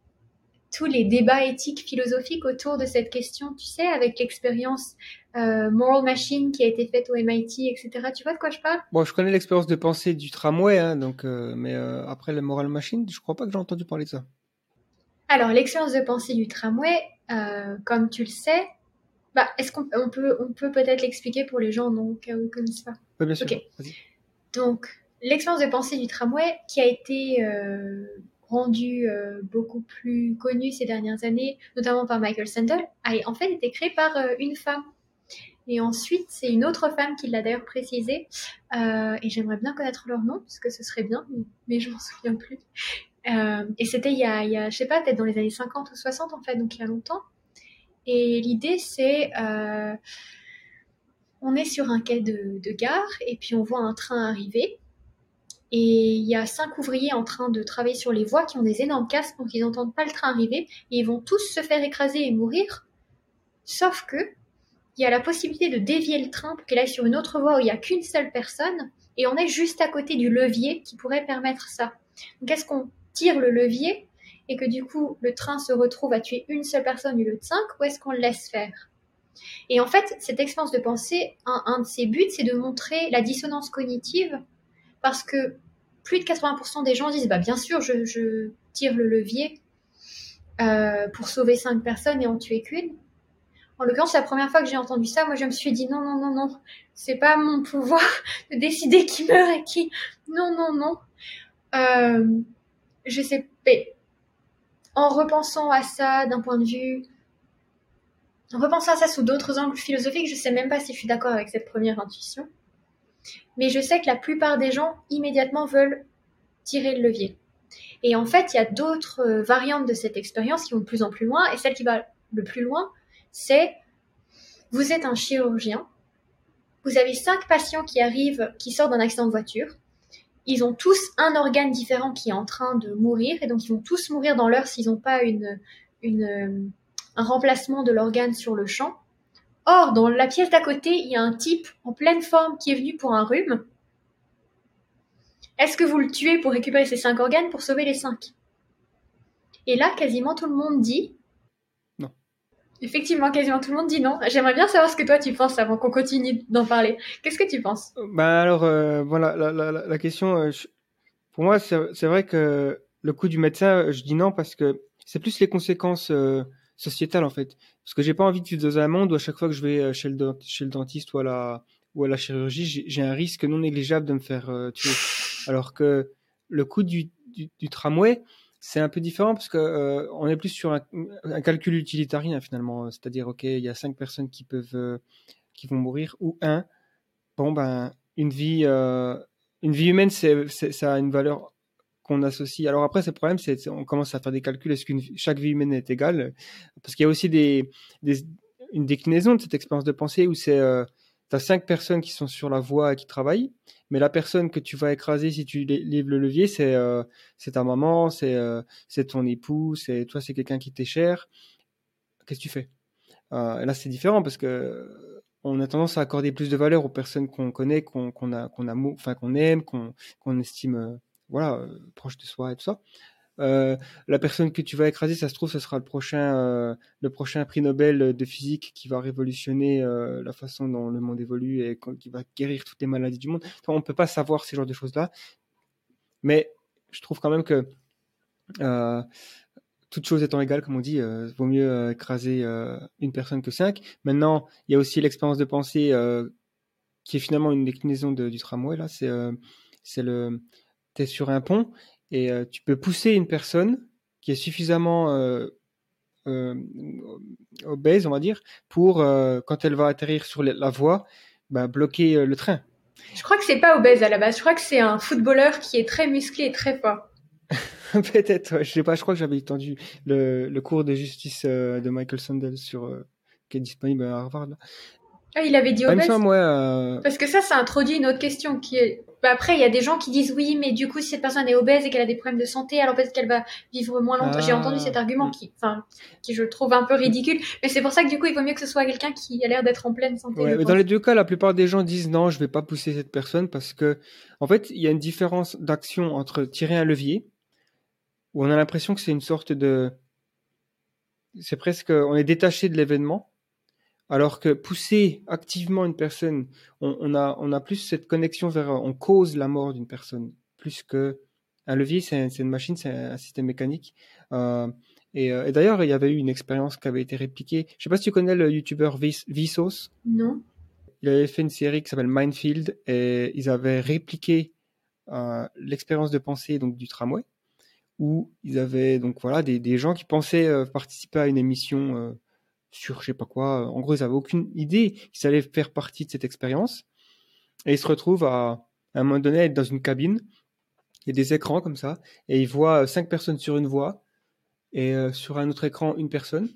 tous les débats éthiques, philosophiques autour de cette question, tu sais, avec l'expérience euh, Moral Machine qui a été faite au M I T, et cetera. Tu vois de quoi je parle?
Bon, je connais l'expérience de pensée du tramway, hein, donc, euh, mais euh, après le Moral Machine, je crois pas que j'ai entendu parler de ça.
Alors, l'expérience de pensée du tramway, euh, comme tu le sais, bah, est-ce qu'on on peut, on peut peut-être l'expliquer pour les gens non, au cas où ils ne connaissent pas?
Oui, bien sûr.
Ok.
Vas-y.
Donc, l'expérience de pensée du tramway qui a été euh, rendue euh, beaucoup plus connue ces dernières années, notamment par Michael Sandel, a en fait été créée par euh, une femme. Et ensuite, c'est une autre femme qui l'a d'ailleurs précisé. Euh, et j'aimerais bien connaître leur nom, parce que ce serait bien, mais je m'en souviens plus. Euh, et c'était il y a, il y a, je sais pas, peut-être dans les années cinquante ou soixante, en fait, donc il y a longtemps. Et l'idée, c'est... Euh, on est sur un quai de, de gare, et puis on voit un train arriver. Et il y a cinq ouvriers en train de travailler sur les voies qui ont des énormes casques, donc ils n'entendent pas le train arriver. Et ils vont tous se faire écraser et mourir. Sauf que il y a la possibilité de dévier le train pour qu'il aille sur une autre voie où il n'y a qu'une seule personne, et on est juste à côté du levier qui pourrait permettre ça. Donc est-ce qu'on tire le levier et que du coup le train se retrouve à tuer une seule personne au lieu de cinq, ou est-ce qu'on le laisse faire? Et en fait, cette expérience de pensée, un, un de ses buts, c'est de montrer la dissonance cognitive, parce que plus de quatre-vingts pour cent des gens disent bah bien sûr je, je tire le levier euh, pour sauver cinq personnes et en tuer qu'une. En l'occurrence, la première fois que j'ai entendu ça, moi je me suis dit non, non, non, non, c'est pas mon pouvoir de décider qui meurt et qui... Non, non, non. Euh, je sais pas. En repensant à ça d'un point de vue... En repensant à ça sous d'autres angles philosophiques, je sais même pas si je suis d'accord avec cette première intuition. Mais je sais que la plupart des gens, immédiatement, veulent tirer le levier. Et en fait, il y a d'autres variantes de cette expérience qui vont de plus en plus loin, et celle qui va le plus loin, c'est... Vous êtes un chirurgien, vous avez cinq patients qui arrivent, qui sortent d'un accident de voiture. Ils ont tous un organe différent qui est en train de mourir, et donc ils vont tous mourir dans l'heure s'ils n'ont pas une, une, un remplacement de l'organe sur le champ. Or, dans la pièce d'à côté, il y a un type en pleine forme qui est venu pour un rhume. Est-ce que vous le tuez pour récupérer ces cinq organes pour sauver les cinq? Et là, quasiment tout le monde dit...
Non.
Effectivement, quasiment tout le monde dit non. J'aimerais bien savoir ce que toi tu penses avant qu'on continue d'en parler. Qu'est-ce que tu penses?
Ben alors, euh, voilà, la, la, la question, euh, je, pour moi, c'est, c'est vrai que le coup du médecin, je dis non parce que c'est plus les conséquences euh, sociétales en fait. Parce que j'ai pas envie de vivre dans un monde où à chaque fois que je vais chez le, chez le dentiste ou à la, ou à la chirurgie, j'ai, j'ai un risque non négligeable de me faire euh, tuer. Alors que le coup du, du, du tramway, c'est un peu différent parce que euh, on est plus sur un, un calcul utilitarien finalement. C'est-à-dire, ok, il y a cinq personnes qui peuvent, euh, qui vont mourir ou un. Bon ben, une vie, euh, une vie humaine, c'est, c'est, ça a une valeur qu'on associe. Alors après, ce problème, c'est, c'est on commence à faire des calculs. Est-ce qu'une chaque vie humaine est égale? Parce qu'il y a aussi des, des une déclinaison de cette expérience de pensée où c'est euh, tu as cinq personnes qui sont sur la voie et qui travaillent, mais la personne que tu vas écraser si tu lè- lèves le levier, c'est euh, c'est ta maman, c'est euh, c'est ton époux, c'est toi, c'est quelqu'un qui t'est cher. Qu'est-ce que tu fais? Euh, et là, c'est différent parce que euh, on a tendance à accorder plus de valeur aux personnes qu'on connaît, qu'on qu'on a, qu'on a, enfin qu'on aime, qu'on qu'on estime, euh, voilà, euh, proche de soi et tout ça. Euh, la personne que tu vas écraser, ça se trouve, ce sera le prochain, euh, le prochain prix Nobel de physique qui va révolutionner euh, la façon dont le monde évolue et co- qui va guérir toutes les maladies du monde. Enfin, on peut pas savoir ce genre de choses-là, mais je trouve quand même que euh, toute chose étant égale, comme on dit, euh, vaut mieux euh, écraser euh, une personne que cinq. Maintenant, il y a aussi l'expérience de pensée euh, qui est finalement une déclinaison de- du tramway. Là, c'est euh, c'est le, t'es sur un pont et euh, tu peux pousser une personne qui est suffisamment euh, euh, obèse, on va dire, pour euh, quand elle va atterrir sur la la voie, bah, bloquer euh, le train.
Je crois que c'est pas obèse à la base. Je crois que c'est un footballeur qui est très musclé et très fort.
Peut-être, ouais, je sais pas. Je crois que j'avais entendu le, le cours de justice euh, de Michael Sandel sur euh, qui est disponible à Harvard. Là.
Ah, il avait dit
Ah, il me
obèse.
semble, ouais. euh,
Parce que ça, ça introduit une autre question qui est. Bah, après, il y a des gens qui disent oui, mais du coup, si cette personne est obèse et qu'elle a des problèmes de santé, alors peut-être qu'elle va vivre moins longtemps. J'ai entendu cet
Ah,
argument
hmm.
qui, enfin, qui je trouve un peu ridicule. Mais c'est pour ça que du coup, il vaut mieux que ce soit quelqu'un qui a l'air d'être en pleine santé, je
Ouais, mais dans
pense.
les deux cas, la plupart des gens disent non, je vais pas pousser cette personne parce que, en fait, il y a une différence d'action entre tirer un levier, où on a l'impression que c'est une sorte de, c'est presque, on est détaché de l'événement, alors que pousser activement une personne, on, on a, on a plus cette connexion vers, on cause la mort d'une personne, plus que un levier, c'est c'est une machine, c'est un système mécanique. Euh, et, euh, et d'ailleurs, il y avait eu une expérience qui avait été répliquée. Je sais pas si tu connais le youtubeur Vis- Vsauce.
Non.
Il avait fait une série qui s'appelle Mindfield et ils avaient répliqué euh, l'expérience de pensée donc du tramway où ils avaient donc voilà des, des gens qui pensaient euh, participer à une émission euh, sur je sais pas quoi. En gros, ils avaient aucune idée qu'ils allaient faire partie de cette expérience et ils se retrouvent à, à un moment donné être dans une cabine. Il y a des écrans comme ça et ils voient euh, cinq personnes sur une voie et euh, sur un autre écran une personne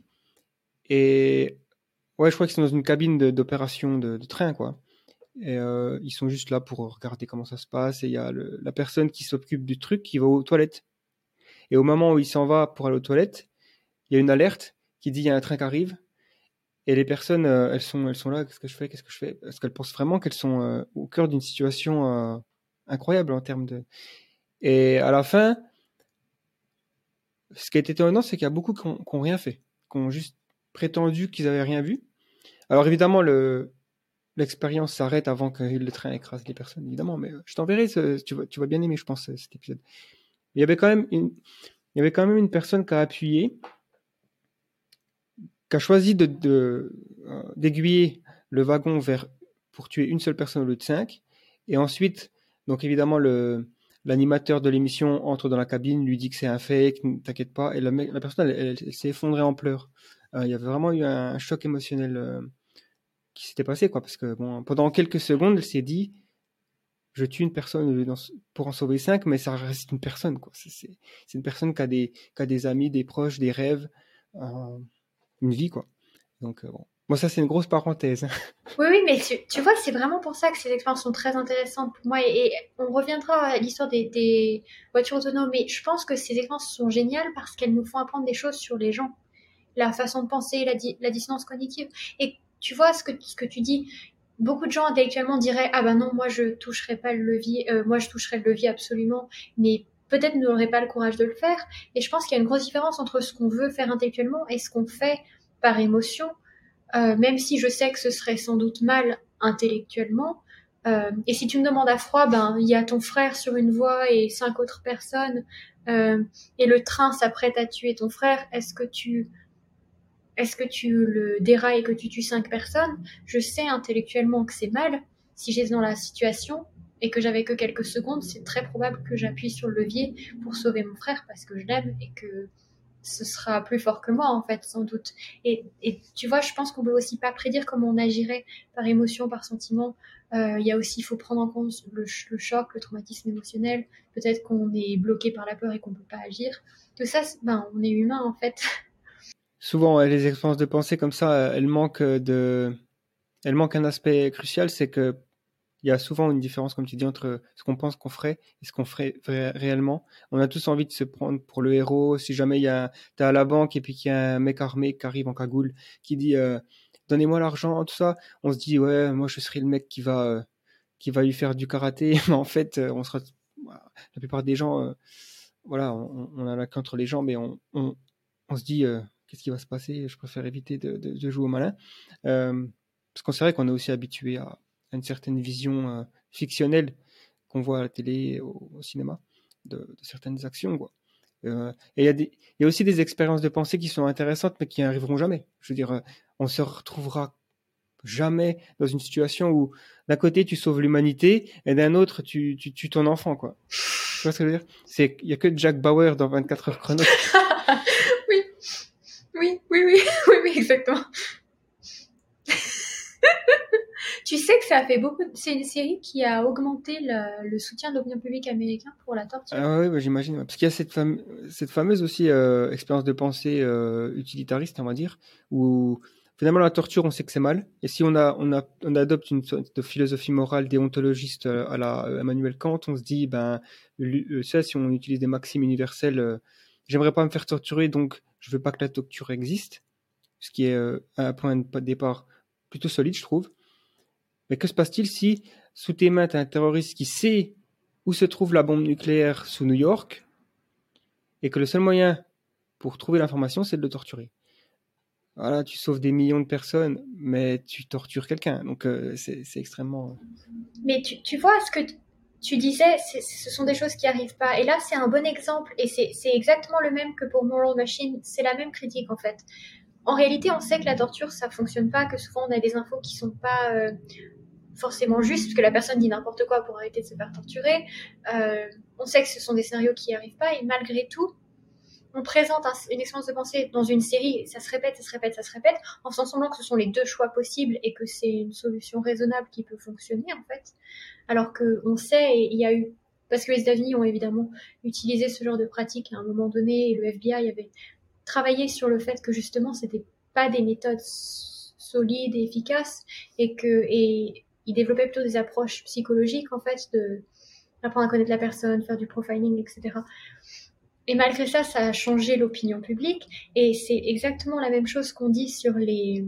et ouais, je crois qu'ils sont dans une cabine de- d'opération de, de train quoi. Et euh, ils sont juste là pour regarder comment ça se passe. Et il y a le- la personne qui s'occupe du truc qui va aux toilettes. Et au moment où il s'en va pour aller aux toilettes, il y a une alerte qui dit il y a un train qui arrive. Et les personnes, euh, elles sont, elles sont là. Qu'est-ce que je fais? Qu'est-ce que je fais? Parce qu'elles pensent vraiment qu'elles sont euh, au cœur d'une situation euh, incroyable en termes de. Et à la fin, ce qui a été étonnant, c'est qu'il y a beaucoup qui ont, qui ont rien fait, qui ont juste prétendu qu'ils avaient rien vu. Alors évidemment, le, l'expérience s'arrête avant que le train écrase les personnes, évidemment. Mais euh, je t'enverrai, ce, tu vas, tu vas bien aimer, je pense, cet épisode. Il y avait quand même une, il y avait quand même une personne qui a appuyé, qui a choisi de, de euh, d'aiguiller le wagon vers pour tuer une seule personne au lieu de cinq. Et ensuite, donc évidemment le l'animateur de l'émission entre dans la cabine, lui dit que c'est un fake, ne t'inquiète pas. Et la, la personne, elle, elle, elle s'est effondrée en pleurs. Euh, il y avait vraiment eu un, un choc émotionnel euh, qui s'était passé, quoi, parce que bon, pendant quelques secondes, elle s'est dit je tue une personne dans, pour en sauver cinq, mais ça reste une personne, quoi. C'est, c'est, c'est une personne qui a, des, qui a des amis, des proches, des rêves, euh, une vie, quoi. Donc, euh, bon. Moi, ça, c'est une grosse parenthèse.
Oui, oui, mais tu, tu vois, c'est vraiment pour ça que ces expériences sont très intéressantes pour moi. Et, et on reviendra à l'histoire des, des voitures autonomes. Mais je pense que ces expériences sont géniales parce qu'elles nous font apprendre des choses sur les gens, la façon de penser, la, di- la dissonance cognitive. Et tu vois, ce que, ce que tu dis, beaucoup de gens intellectuellement diraient ah ben non, moi je toucherai pas le levier, euh, moi je toucherai le levier absolument, mais peut-être n'auraient pas le courage de le faire. Et je pense qu'il y a une grosse différence entre ce qu'on veut faire intellectuellement et ce qu'on fait par émotion, euh, même si je sais que ce serait sans doute mal intellectuellement. Euh, et si tu me demandes à froid, ben il y a ton frère sur une voie et cinq autres personnes, euh, et le train s'apprête à tuer ton frère. Est-ce que tu est-ce que tu le dérailles et que tu tues cinq personnes? Je sais intellectuellement que c'est mal. Si j'étais dans la situation et que j'avais que quelques secondes, c'est très probable que j'appuie sur le levier pour sauver mon frère parce que je l'aime et que ce sera plus fort que moi, en fait, sans doute. Et, et tu vois, je pense qu'on peut aussi pas prédire comment on agirait par émotion, par sentiment. Euh, Il y a aussi, il faut prendre en compte le, le choc, le traumatisme émotionnel. Peut-être qu'on est bloqué par la peur et qu'on peut pas agir. Tout ça, ben, on est humain, en fait.
Souvent, ouais, les expériences de pensée comme ça, elles manquent de, Elle manque un aspect crucial, c'est que il y a souvent une différence, comme tu dis, entre ce qu'on pense qu'on ferait et ce qu'on ferait ré- réellement. On a tous envie de se prendre pour le héros. Si jamais il y a, t'es à la banque et puis qu'il y a un mec armé qui arrive en cagoule, qui dit euh, donnez-moi l'argent, tout ça, on se dit ouais, moi je serai le mec qui va euh, qui va lui faire du karaté. Mais en fait, euh, on sera la plupart des gens, euh, voilà, on, on a la queue entre les jambes et on on, on se dit euh, qu'est-ce qui va se passer? Je préfère éviter de, de, de jouer au malin. Euh, parce qu'on c'est vrai qu'on est aussi habitué à à une certaine vision euh, fictionnelle qu'on voit à la télé, au, au cinéma, de, de certaines actions, quoi. Euh, et il y a des, il y a aussi des expériences de pensée qui sont intéressantes, mais qui n'arriveront jamais. Je veux dire, euh, on se retrouvera jamais dans une situation où d'un côté tu sauves l'humanité et d'un autre tu, tu tues ton enfant, quoi. Tu vois ce que je veux dire? C'est, il y a que Jack Bauer dans vingt-quatre heures chrono.
Oui, oui, oui, oui, oui, oui, exactement. Tu sais que ça a fait beaucoup. de- C'est une série qui a augmenté le, le soutien de l'opinion publique américain pour la torture.
Ah ouais, bah, j'imagine. Ouais. Parce qu'il y a cette, fame- cette fameuse aussi euh, expérience de pensée euh, utilitariste, on va dire, où finalement la torture, on sait que c'est mal. Et si on a, on a, on adopte une sorte de philosophie morale déontologiste euh, à la euh, Emmanuel Kant, on se dit, ben, lu- euh, ça, si on utilise des maximes universelles, euh, j'aimerais pas me faire torturer, donc je veux pas que la torture existe, ce qui est euh, un point de départ plutôt solide, je trouve. Mais que se passe-t-il si, sous tes mains, tu as un terroriste qui sait où se trouve la bombe nucléaire sous New York et que le seul moyen pour trouver l'information, c'est de le torturer? Voilà, tu sauves des millions de personnes, mais tu tortures quelqu'un. Donc, euh, c'est, c'est extrêmement...
Mais tu, tu vois, ce que t- tu disais, c'est- ce sont des choses qui arrivent pas. Et là, c'est un bon exemple. Et c'est c'est exactement le même que pour Moral Machine. C'est la même critique, en fait. En réalité, on sait que la torture, ça fonctionne pas, que souvent on a des infos qui sont pas euh, forcément justes, parce que la personne dit n'importe quoi pour arrêter de se faire torturer. Euh, on sait que ce sont des scénarios qui n'y arrivent pas, et malgré tout, on présente un- une expérience de pensée dans une série, ça se répète, ça se répète, ça se répète, en faisant semblant que ce sont les deux choix possibles et que c'est une solution raisonnable qui peut fonctionner, en fait. Alors qu'on sait, et il y a eu, parce que les États-Unis ont évidemment utilisé ce genre de pratique à un moment donné, et le F B I avait travaillé sur le fait que justement, c'était pas des méthodes solides et efficaces, et que, et ils développaient plutôt des approches psychologiques, en fait, de apprendre à connaître la personne, faire du profiling, et cetera. Et malgré ça, ça a changé l'opinion publique, et c'est exactement la même chose qu'on dit sur les,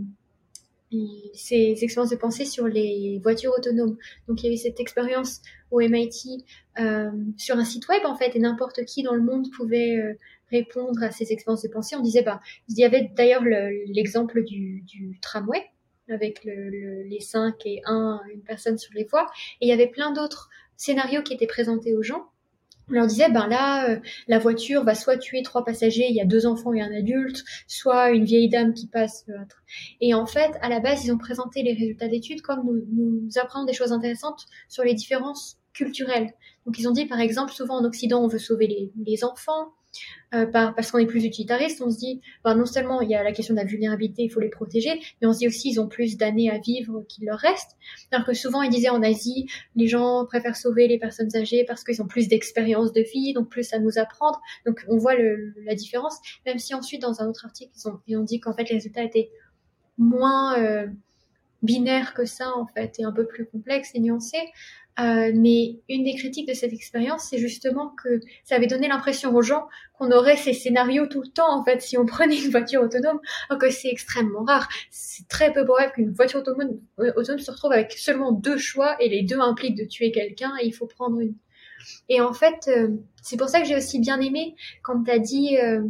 ces expériences de pensée sur les voitures autonomes. Donc il y a eu cette expérience au M I T euh, sur un site web en fait, et n'importe qui dans le monde pouvait euh, répondre à ces expériences de pensée. On disait, bah, il y avait d'ailleurs le, l'exemple du, du tramway avec le, le, les cinq et un, une personne sur les voies, et il y avait plein d'autres scénarios qui étaient présentés aux gens. On leur disait, ben là, euh, la voiture va soit tuer trois passagers, il y a deux enfants et un adulte, soit une vieille dame qui passe. Euh, et en fait, à la base, ils ont présenté les résultats d'études comme nous, nous apprenons des choses intéressantes sur les différences culturelles. Donc ils ont dit, par exemple, souvent en Occident, on veut sauver les, les enfants, euh, par, parce qu'on est plus utilitariste, on se dit, ben, non seulement il y a la question de la vulnérabilité, il faut les protéger, mais on se dit aussi ils ont plus d'années à vivre qu'il leur reste. Alors que souvent, ils disaient en Asie, les gens préfèrent sauver les personnes âgées parce qu'ils ont plus d'expérience de vie, donc plus à nous apprendre. Donc on voit le, la différence, même si ensuite, dans un autre article, ils ont, ils ont dit qu'en fait, les résultats étaient moins euh, binaires que ça, en fait, et un peu plus complexes et nuancés. Euh, mais une des critiques de cette expérience, c'est justement que ça avait donné l'impression aux gens qu'on aurait ces scénarios tout le temps, en fait, si on prenait une voiture autonome, alors que c'est extrêmement rare. C'est très peu probable qu'une voiture autonome, euh, autonome se retrouve avec seulement deux choix, et les deux impliquent de tuer quelqu'un, et il faut prendre une. Et en fait, euh, c'est pour ça que j'ai aussi bien aimé quand t'as dit... Euh,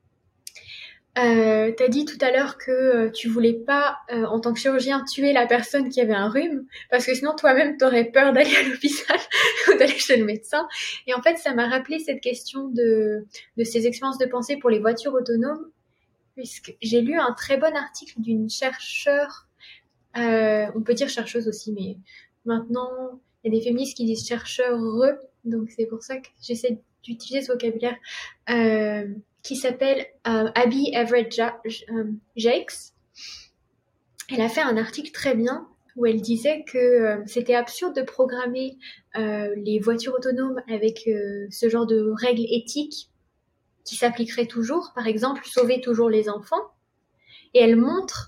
Euh, t'as dit tout à l'heure que euh, tu voulais pas, euh, en tant que chirurgien, tuer la personne qui avait un rhume, parce que sinon toi-même t'aurais peur d'aller à l'hôpital ou d'aller chez le médecin. Et en fait, ça m'a rappelé cette question de, de ces expériences de pensée pour les voitures autonomes, puisque j'ai lu un très bon article d'une chercheure, euh, on peut dire chercheuse aussi, mais maintenant, il y a des féministes qui disent chercheurs, donc c'est pour ça que j'essaie d'utiliser ce vocabulaire. Euh, qui s'appelle euh, Abby Everett ja- euh, Jakes. Elle a fait un article très bien où elle disait que euh, c'était absurde de programmer euh, les voitures autonomes avec euh, ce genre de règles éthiques qui s'appliqueraient toujours. Par exemple, sauver toujours les enfants. Et elle montre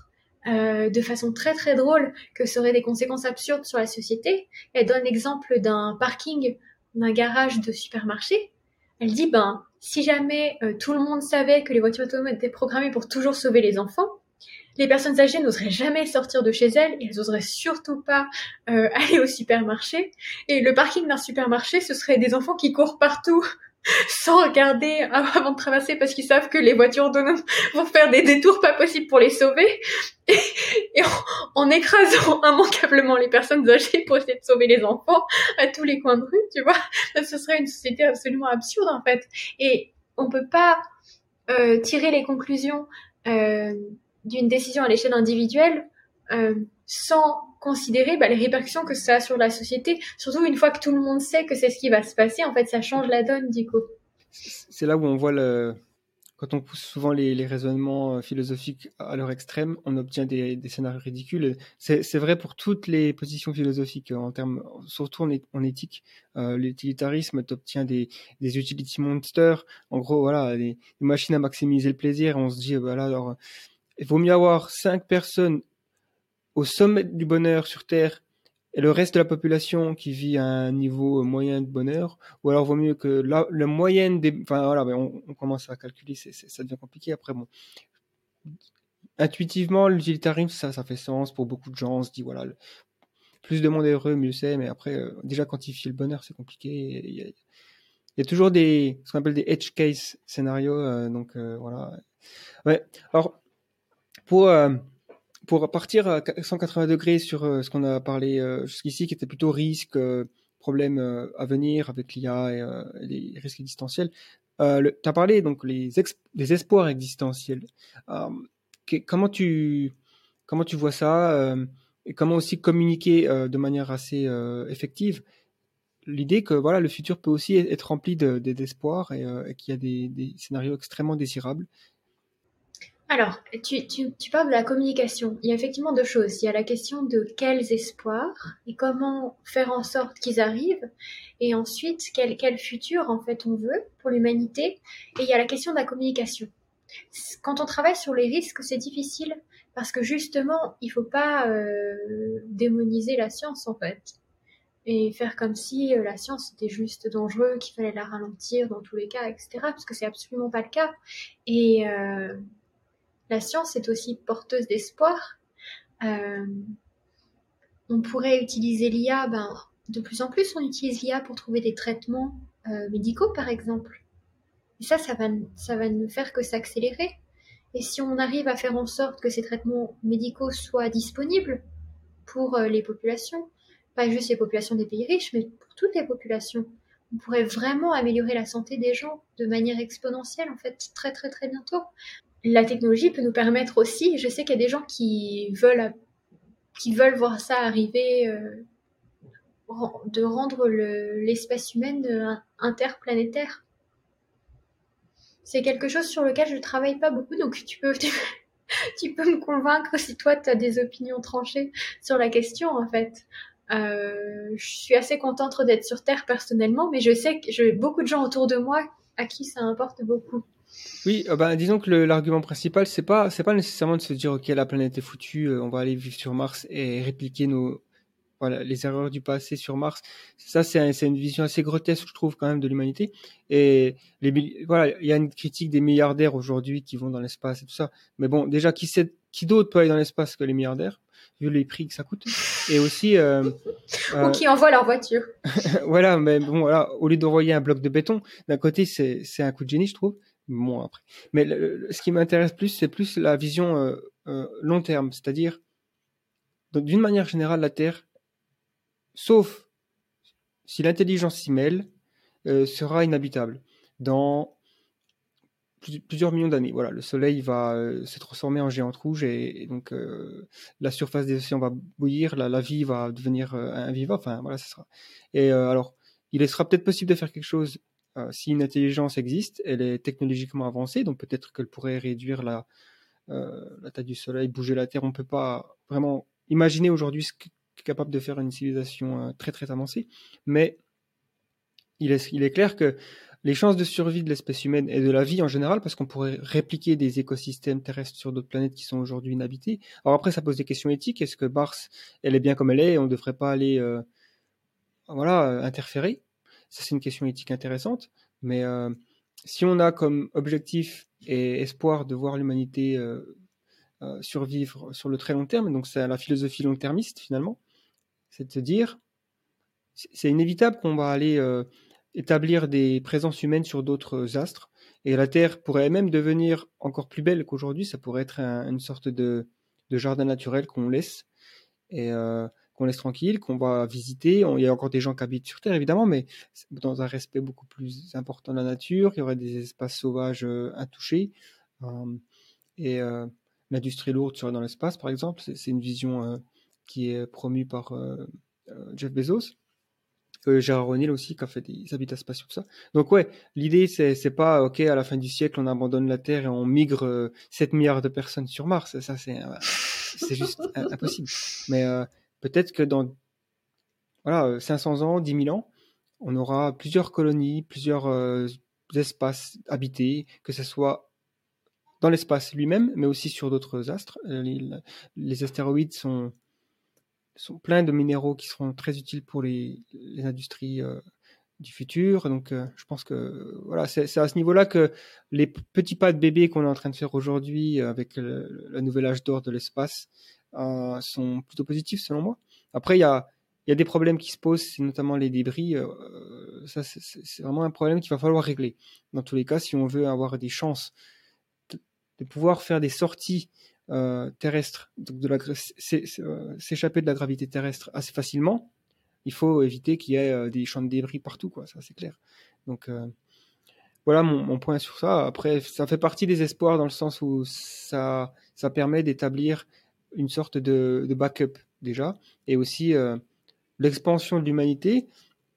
euh, de façon très très drôle que ça aurait des conséquences absurdes sur la société. Elle donne l'exemple d'un parking, d'un garage de supermarché. Elle dit, ben, si jamais euh, tout le monde savait que les voitures autonomes étaient programmées pour toujours sauver les enfants, les personnes âgées n'oseraient jamais sortir de chez elles et elles n'oseraient surtout pas euh, aller au supermarché. Et le parking d'un supermarché, ce serait des enfants qui courent partout sans regarder avant de traverser parce qu'ils savent que les voitures autonomes vont faire des détours pas possibles pour les sauver. Et, et en, en écrasant immanquablement les personnes âgées pour essayer de sauver les enfants à tous les coins de rue, tu vois, ce serait une société absolument absurde en fait. Et on peut pas euh, tirer les conclusions euh, d'une décision à l'échelle individuelle euh, sans considérer bah, les répercussions que ça a sur la société, surtout une fois que tout le monde sait que c'est ce qui va se passer, en fait, ça change la donne, du coup.
C'est là où on voit, le... quand on pousse souvent les, les raisonnements philosophiques à leur extrême, on obtient des, des scénarios ridicules. C'est, c'est vrai pour toutes les positions philosophiques, en termes, surtout en, é- en éthique. Euh, l'utilitarisme, t'obtiens des, des utility monsters, en gros, voilà, des, des machines à maximiser le plaisir, et on se dit, voilà, alors, il vaut mieux avoir cinq personnes au sommet du bonheur sur Terre et le reste de la population qui vit à un niveau moyen de bonheur, ou alors vaut mieux que la, la moyenne des... Enfin voilà, on, on commence à calculer, c'est, c'est, ça devient compliqué. Après, bon, intuitivement, l'utilitarisme, ça, ça fait sens pour beaucoup de gens. On se dit, voilà, le, plus de monde est heureux, mieux c'est, mais après, euh, déjà quantifier le bonheur, c'est compliqué. Il y a, il y a toujours des, ce qu'on appelle des edge case scénarios, euh, donc euh, voilà. Ouais, alors, pour... Euh, Pour partir à cent quatre-vingts degrés sur euh, ce qu'on a parlé euh, jusqu'ici, qui était plutôt risque, euh, problème euh, à venir avec l'I A et euh, les risques existentiels, euh, tu as parlé donc les ex- des espoirs existentiels. Euh, que- comment tu comment tu vois ça euh, et comment aussi communiquer euh, de manière assez euh, effective l'idée que voilà le futur peut aussi être rempli de, de- d'espoirs et, euh, et qu'il y a des, des scénarios extrêmement désirables.
Alors, tu, tu, tu parles de la communication. Il y a effectivement deux choses. Il y a la question de quels espoirs et comment faire en sorte qu'ils arrivent. Et ensuite, quel, quel futur, en fait, on veut pour l'humanité. Et il y a la question de la communication. Quand on travaille sur les risques, c'est difficile parce que justement, il faut pas euh, démoniser la science, en fait. Et faire comme si euh, la science était juste dangereux, qu'il fallait la ralentir dans tous les cas, et cetera. Parce que c'est absolument pas le cas. Et... Euh, la science est aussi porteuse d'espoir. Euh, on pourrait utiliser l'I A, ben, de plus en plus on utilise l'I A pour trouver des traitements euh, médicaux par exemple. Et ça, ça va, ça va ne faire que s'accélérer. Et si on arrive à faire en sorte que ces traitements médicaux soient disponibles pour euh, les populations, pas juste les populations des pays riches, mais pour toutes les populations, on pourrait vraiment améliorer la santé des gens de manière exponentielle, en fait, très très très bientôt. La technologie peut nous permettre aussi, je sais qu'il y a des gens qui veulent, qui veulent voir ça arriver, euh, de rendre le, l'espèce humaine euh, interplanétaire. C'est quelque chose sur lequel je ne travaille pas beaucoup, donc tu peux, tu, tu peux me convaincre si toi tu as des opinions tranchées sur la question en fait. Euh, je suis assez contente d'être sur Terre personnellement, mais je sais que j'ai beaucoup de gens autour de moi à qui ça importe beaucoup.
Oui, euh, ben, disons que le, l'argument principal, c'est pas, c'est pas nécessairement de se dire, ok, la planète est foutue, euh, on va aller vivre sur Mars et répliquer nos, voilà, les erreurs du passé sur Mars. Ça, c'est, un, c'est une vision assez grotesque, je trouve, quand même, de l'humanité. Et les, voilà, il y a une critique des milliardaires aujourd'hui qui vont dans l'espace et tout ça. Mais bon, déjà, qui sait, qui d'autre peut aller dans l'espace que les milliardaires, vu les prix que ça coûte. Et aussi, euh,
euh, ou qui envoient leur voiture.
Voilà, mais bon, voilà, au lieu d'envoyer un bloc de béton, d'un côté, c'est, c'est un coup de génie, je trouve. Bon, après. Mais le, le, ce qui m'intéresse plus, c'est plus la vision euh, euh, long terme, c'est-à-dire, donc, d'une manière générale, la Terre, sauf si l'intelligence s'y mêle, euh, sera inhabitable dans plus, plusieurs millions d'années. Voilà, le Soleil va euh, se transformer en géante rouge et, et donc euh, la surface des océans va bouillir, la, la vie va devenir euh, invivable. Enfin, voilà, ça sera. Et euh, alors, il sera peut-être possible de faire quelque chose. Euh, si une intelligence existe, elle est technologiquement avancée, donc peut-être qu'elle pourrait réduire la, euh, la taille du Soleil, bouger la Terre. On ne peut pas vraiment imaginer aujourd'hui ce qu'est capable de faire une civilisation euh, très très avancée, mais il est, il est clair que les chances de survie de l'espèce humaine et de la vie en général, parce qu'on pourrait répliquer des écosystèmes terrestres sur d'autres planètes qui sont aujourd'hui inhabitées. Alors après, ça pose des questions éthiques. Est-ce que Mars, elle est bien comme elle est et on ne devrait pas aller euh, voilà, euh, interférer? Ça, c'est une question éthique intéressante. Mais euh, si on a comme objectif et espoir de voir l'humanité euh, euh, survivre sur le très long terme, donc c'est la philosophie long-termiste finalement, c'est de se dire, c'est inévitable qu'on va aller euh, établir des présences humaines sur d'autres astres, et la Terre pourrait même devenir encore plus belle qu'aujourd'hui. Ça pourrait être un, une sorte de, de jardin naturel qu'on laisse, et euh, qu'on laisse tranquille, qu'on va visiter. On, il y a encore des gens qui habitent sur Terre, évidemment, mais dans un respect beaucoup plus important de la nature. Il y aurait des espaces sauvages euh, intouchés. Euh, et euh, l'industrie lourde serait dans l'espace, par exemple. C'est, c'est une vision euh, qui est promue par euh, euh, Jeff Bezos. Euh, Gérard O'Neill aussi, qui a fait des habitats spatiaux, tout ça. Donc ouais, l'idée, c'est, c'est pas, ok, à la fin du siècle, on abandonne la Terre et on migre euh, sept milliards de personnes sur Mars. Ça, c'est, euh, c'est juste impossible. Mais euh, peut-être que dans voilà, cinq cents ans, dix mille ans, on aura plusieurs colonies, plusieurs euh, espaces habités, que ce soit dans l'espace lui-même, mais aussi sur d'autres astres. Les, les astéroïdes sont, sont pleins de minéraux qui seront très utiles pour les, les industries euh, du futur. Donc, euh, je pense que voilà, c'est, c'est à ce niveau-là que les petits pas de bébé qu'on est en train de faire aujourd'hui euh, avec le, le nouvel âge d'or de l'espace euh, sont plutôt positifs selon moi. Après, il y a il y a des problèmes qui se posent, c'est notamment les débris. Euh, ça, c'est, c'est vraiment un problème qu'il va falloir régler. Dans tous les cas, si on veut avoir des chances de, de pouvoir faire des sorties euh, terrestres, donc de la, c'est, c'est, euh, s'échapper de la gravité terrestre assez facilement, il faut éviter qu'il y ait euh, des champs de débris partout, quoi. Ça, c'est clair. Donc, euh, voilà mon, mon point sur ça. Après, ça fait partie des espoirs dans le sens où ça, ça permet d'établir une sorte de, de backup déjà, et aussi euh, l'expansion de l'humanité.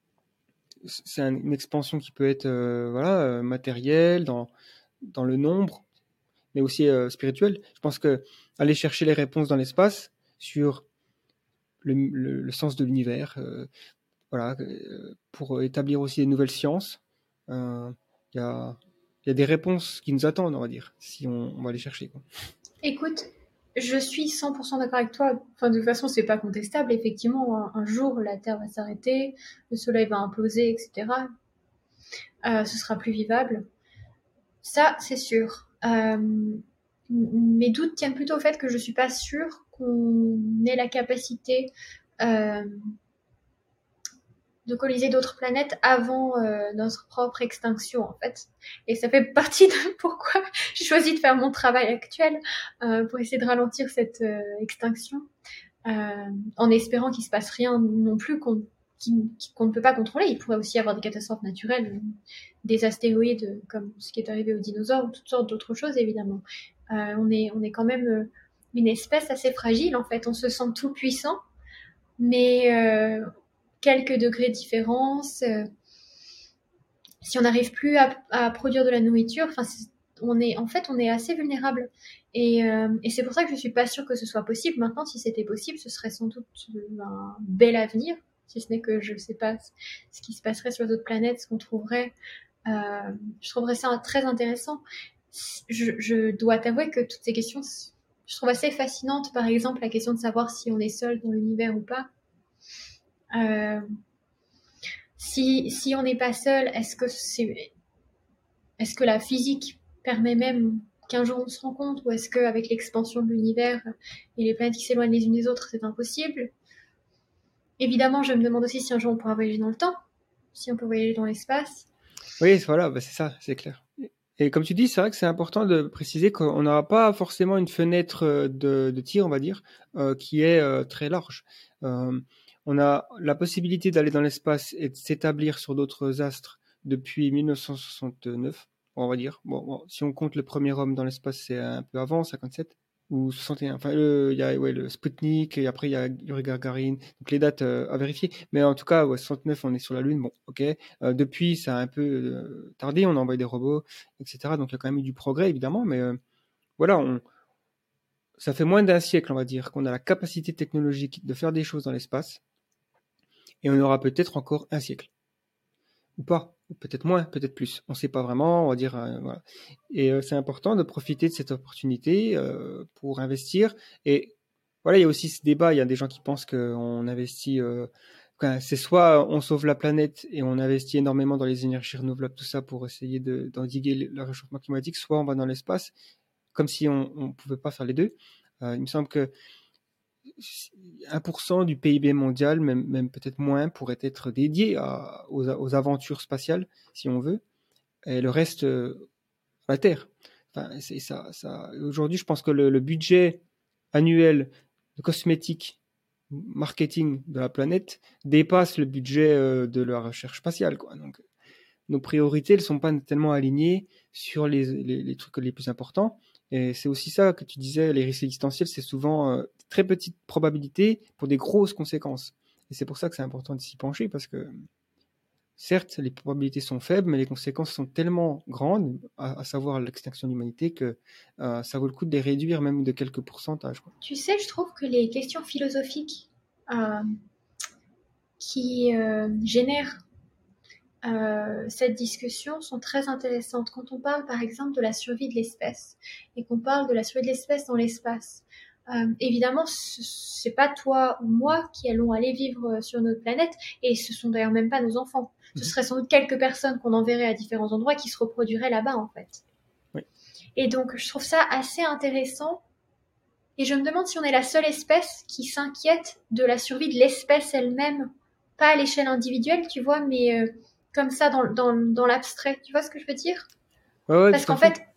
C'est un, une expansion qui peut être euh, voilà, euh, matérielle, dans, dans le nombre, mais aussi euh, spirituelle. Je pense que aller chercher les réponses dans l'espace sur le, le, le sens de l'univers, euh, voilà, euh, pour établir aussi des nouvelles sciences, il euh, y, a, y a des réponses qui nous attendent, on va dire, si on, on va les chercher, quoi.
Écoute, je suis cent pour cent d'accord avec toi. Enfin, de toute façon, c'est pas contestable. Effectivement, un, un jour, la Terre va s'arrêter, le Soleil va imploser, et cetera. Euh, ce sera plus vivable. Ça, c'est sûr. Euh, mes doutes tiennent plutôt au fait que je suis pas sûre qu'on ait la capacité euh, de coloniser d'autres planètes avant euh, notre propre extinction, en fait. Et ça fait partie de pourquoi j'ai choisi de faire mon travail actuel euh, pour essayer de ralentir cette euh, extinction, euh, en espérant qu'il se passe rien non plus qu'on, qu'on ne peut pas contrôler. Il pourrait aussi y avoir des catastrophes naturelles, des astéroïdes comme ce qui est arrivé aux dinosaures, ou toutes sortes d'autres choses, évidemment. Euh, on est, on est quand même une espèce assez fragile, en fait. On se sent tout puissant, mais euh, quelques degrés de différence. Euh, si on n'arrive plus à, à produire de la nourriture, enfin, on est, en fait, on est assez vulnérable. Et, euh, et c'est pour ça que je suis pas sûre que ce soit possible. Maintenant, si c'était possible, ce serait sans doute un bel avenir, si ce n'est que je sais pas ce qui se passerait sur d'autres planètes, ce qu'on trouverait. Euh, je trouverais ça très intéressant. Je, je dois t'avouer que toutes ces questions, je trouve assez fascinantes. Par exemple, la question de savoir si on est seul dans l'univers ou pas. Euh, si, si on n'est pas seul, est-ce que c'est, est-ce que la physique permet même qu'un jour on se rencontre, ou est-ce qu'avec l'expansion de l'univers et les planètes qui s'éloignent les unes des autres, c'est impossible? Évidemment, je me demande aussi si un jour on pourra voyager dans le temps, si on peut voyager dans l'espace.
Oui, voilà, bah c'est ça, c'est clair. Et comme tu dis, c'est vrai que c'est important de préciser qu'on n'aura pas forcément une fenêtre de, de tir, on va dire, euh, qui est euh, très large. Euh, on a la possibilité d'aller dans l'espace et de s'établir sur d'autres astres depuis mille neuf cent soixante-neuf, on va dire. Bon, bon, si on compte le premier homme dans l'espace, c'est un peu avant, cinquante-sept ou soixante et un. Enfin, il y a ouais, le Sputnik, et après il y a Yuri Gagarin. Donc les dates euh, à vérifier. Mais en tout cas, ouais, soixante-neuf, on est sur la Lune. Bon, ok. Euh, depuis, ça a un peu euh, tardé. On a envoyé des robots, et cetera. Donc il y a quand même eu du progrès, évidemment. Mais euh, voilà, on... ça fait moins d'un siècle, on va dire, qu'on a la capacité technologique de faire des choses dans l'espace. Et on aura peut-être encore un siècle. Ou pas. ou peut-être moins, peut-être plus. On ne sait pas vraiment, on va dire. Euh, voilà. Et euh, c'est important de profiter de cette opportunité euh, pour investir. Et voilà, il y a aussi ce débat. Il y a des gens qui pensent qu'on investit. Euh, c'est soit on sauve la planète et on investit énormément dans les énergies renouvelables, tout ça pour essayer de, d'endiguer le réchauffement climatique, soit on va dans l'espace, comme si on ne pouvait pas faire les deux. Euh, il me semble que un pour cent du P I B mondial, même, même peut-être moins, pourrait être dédié à, aux, aux aventures spatiales, si on veut, et le reste euh, à la Terre. Enfin, c'est ça, ça. Aujourd'hui, je pense que le, le budget annuel de cosmétiques marketing de la planète dépasse le budget euh, de la recherche spatiale, quoi. Donc, nos priorités ne sont pas tellement alignées sur les, les, les trucs les plus importants. Et c'est aussi ça que tu disais, les risques existentiels, c'est souvent euh, très petite probabilité pour des grosses conséquences. Et c'est pour ça que c'est important de s'y pencher, parce que certes, les probabilités sont faibles, mais les conséquences sont tellement grandes, à, à savoir l'extinction de l'humanité, que euh, ça vaut le coup de les réduire même de quelques pourcentages, quoi.
Tu sais, je trouve que les questions philosophiques euh, qui euh, génèrent Euh, cette discussion sont très intéressantes. Quand on parle par exemple de la survie de l'espèce et qu'on parle de la survie de l'espèce dans l'espace, euh, évidemment c'est pas toi ou moi qui allons aller vivre sur notre planète, et ce sont d'ailleurs même pas nos enfants. Ce seraient sans doute quelques personnes qu'on enverrait à différents endroits qui se reproduiraient là-bas en fait.
Oui.
Et donc je trouve ça assez intéressant, et je me demande si on est la seule espèce qui s'inquiète de la survie de l'espèce elle-même, pas à l'échelle individuelle, tu vois, mais euh, comme ça dans, dans, dans l'abstrait. Tu vois ce que je veux dire?
Ouais, ouais,
Parce
tout à
qu'en
fait.
fait,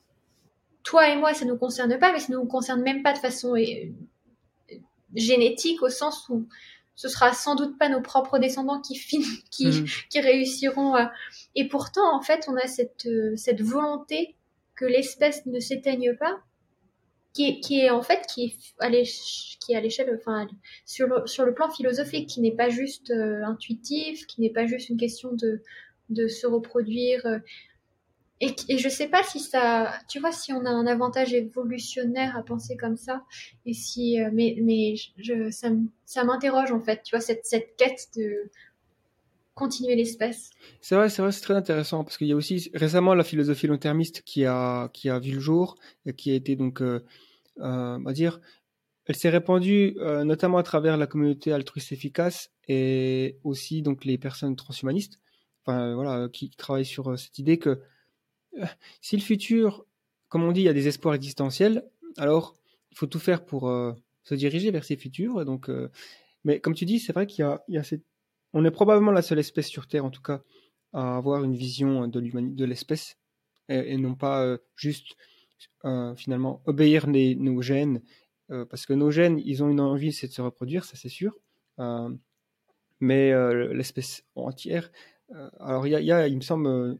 toi et moi, ça ne nous concerne pas, mais ça ne nous concerne même pas de façon euh, génétique, au sens où ce sera sans doute pas nos propres descendants qui, fin- qui,
Mhm.
qui réussiront à... Et pourtant, en fait, on a cette, euh, cette volonté que l'espèce ne s'éteigne pas, qui est, qui est en fait qui est à l'échelle, qui est à l'échelle, enfin sur le, sur le plan philosophique, qui n'est pas juste euh, intuitif, qui n'est pas juste une question de de se reproduire. Euh, et, et je sais pas si ça, tu vois, si on a un avantage évolutionnaire à penser comme ça, et si, euh, mais mais je, ça, ça m'interroge en fait, tu vois, cette cette quête de continuer l'espèce.
C'est vrai, c'est vrai, c'est très intéressant, parce qu'il y a aussi récemment la philosophie long-termiste qui a, qui a vu le jour, et qui a été donc, euh, euh, on va dire, elle s'est répandue euh, notamment à travers la communauté altruiste efficace, et aussi donc les personnes transhumanistes, enfin euh, voilà, qui travaillent sur euh, cette idée que euh, si le futur, comme on dit, il y a des espoirs existentiels, alors il faut tout faire pour euh, se diriger vers ces futurs. Et donc, euh, mais comme tu dis, c'est vrai qu'il y a, il y a cette... on est probablement la seule espèce sur Terre, en tout cas, à avoir une vision de l'humanité, de l'espèce, et, et non pas euh, juste euh, finalement obéir les, nos gènes, euh, parce que nos gènes, ils ont une envie, c'est de se reproduire, ça c'est sûr, euh, mais euh, l'espèce entière. Euh, alors il y a, il y a, il me semble, euh,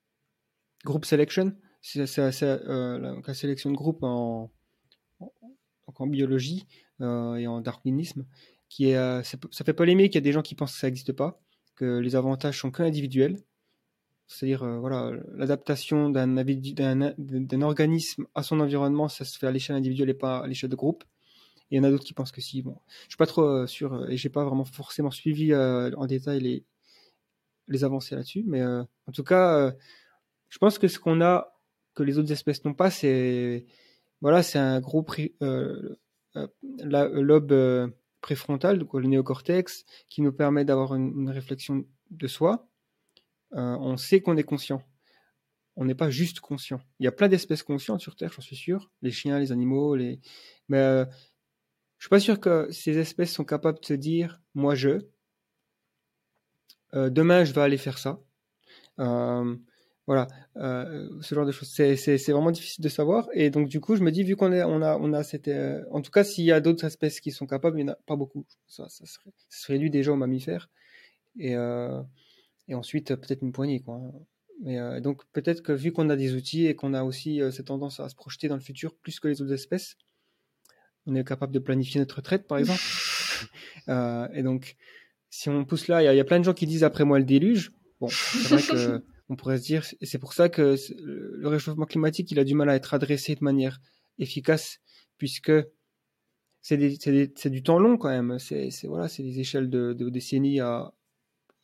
group selection, c'est, c'est, c'est euh, la, la sélection de groupe en, en, en biologie euh, et en darwinisme, qui est, euh, ça, ça fait polémique. Il y a des gens qui pensent que ça n'existe pas, que les avantages sont que individuels. C'est-à-dire, euh, voilà, l'adaptation d'un, d'un, d'un organisme à son environnement, ça se fait à l'échelle individuelle et pas à l'échelle de groupe. Et il y en a d'autres qui pensent que si. Bon, je suis pas trop euh, sûr, et j'ai pas vraiment forcément suivi euh, en détail les, les avancées là-dessus, mais euh, en tout cas, euh, je pense que ce qu'on a que les autres espèces n'ont pas, c'est voilà, c'est un gros pri- euh, euh, la, lobe euh, préfrontal, donc le néocortex, qui nous permet d'avoir une, une réflexion de soi. Euh, on sait qu'on est conscient. On n'est pas juste conscient. Il y a plein d'espèces conscientes sur Terre, j'en suis sûr. Les chiens, les animaux, les. Mais euh, je suis pas sûr que ces espèces sont capables de se dire, moi je, euh, demain je vais aller faire ça. Euh, voilà, euh, ce genre de choses. C'est, c'est, c'est vraiment difficile de savoir. Et donc, du coup, je me dis, vu qu'on est, on a, on a cette, euh, en tout cas, s'il y a d'autres espèces qui sont capables, il n'y en a pas beaucoup. Ça, ça serait, ça serait réduit déjà aux mammifères. Et, euh, et ensuite, peut-être une poignée, quoi. Mais euh, donc, peut-être que vu qu'on a des outils et qu'on a aussi euh, cette tendance à se projeter dans le futur plus que les autres espèces, on est capable de planifier notre retraite, par exemple. euh, et donc, si on pousse là, il y, y a plein de gens qui disent après moi le déluge. Bon, c'est vrai que on pourrait se dire, et c'est pour ça que le réchauffement climatique, il a du mal à être adressé de manière efficace, puisque c'est, des, c'est, des, c'est du temps long quand même. C'est, c'est voilà, c'est des échelles de, de décennies à,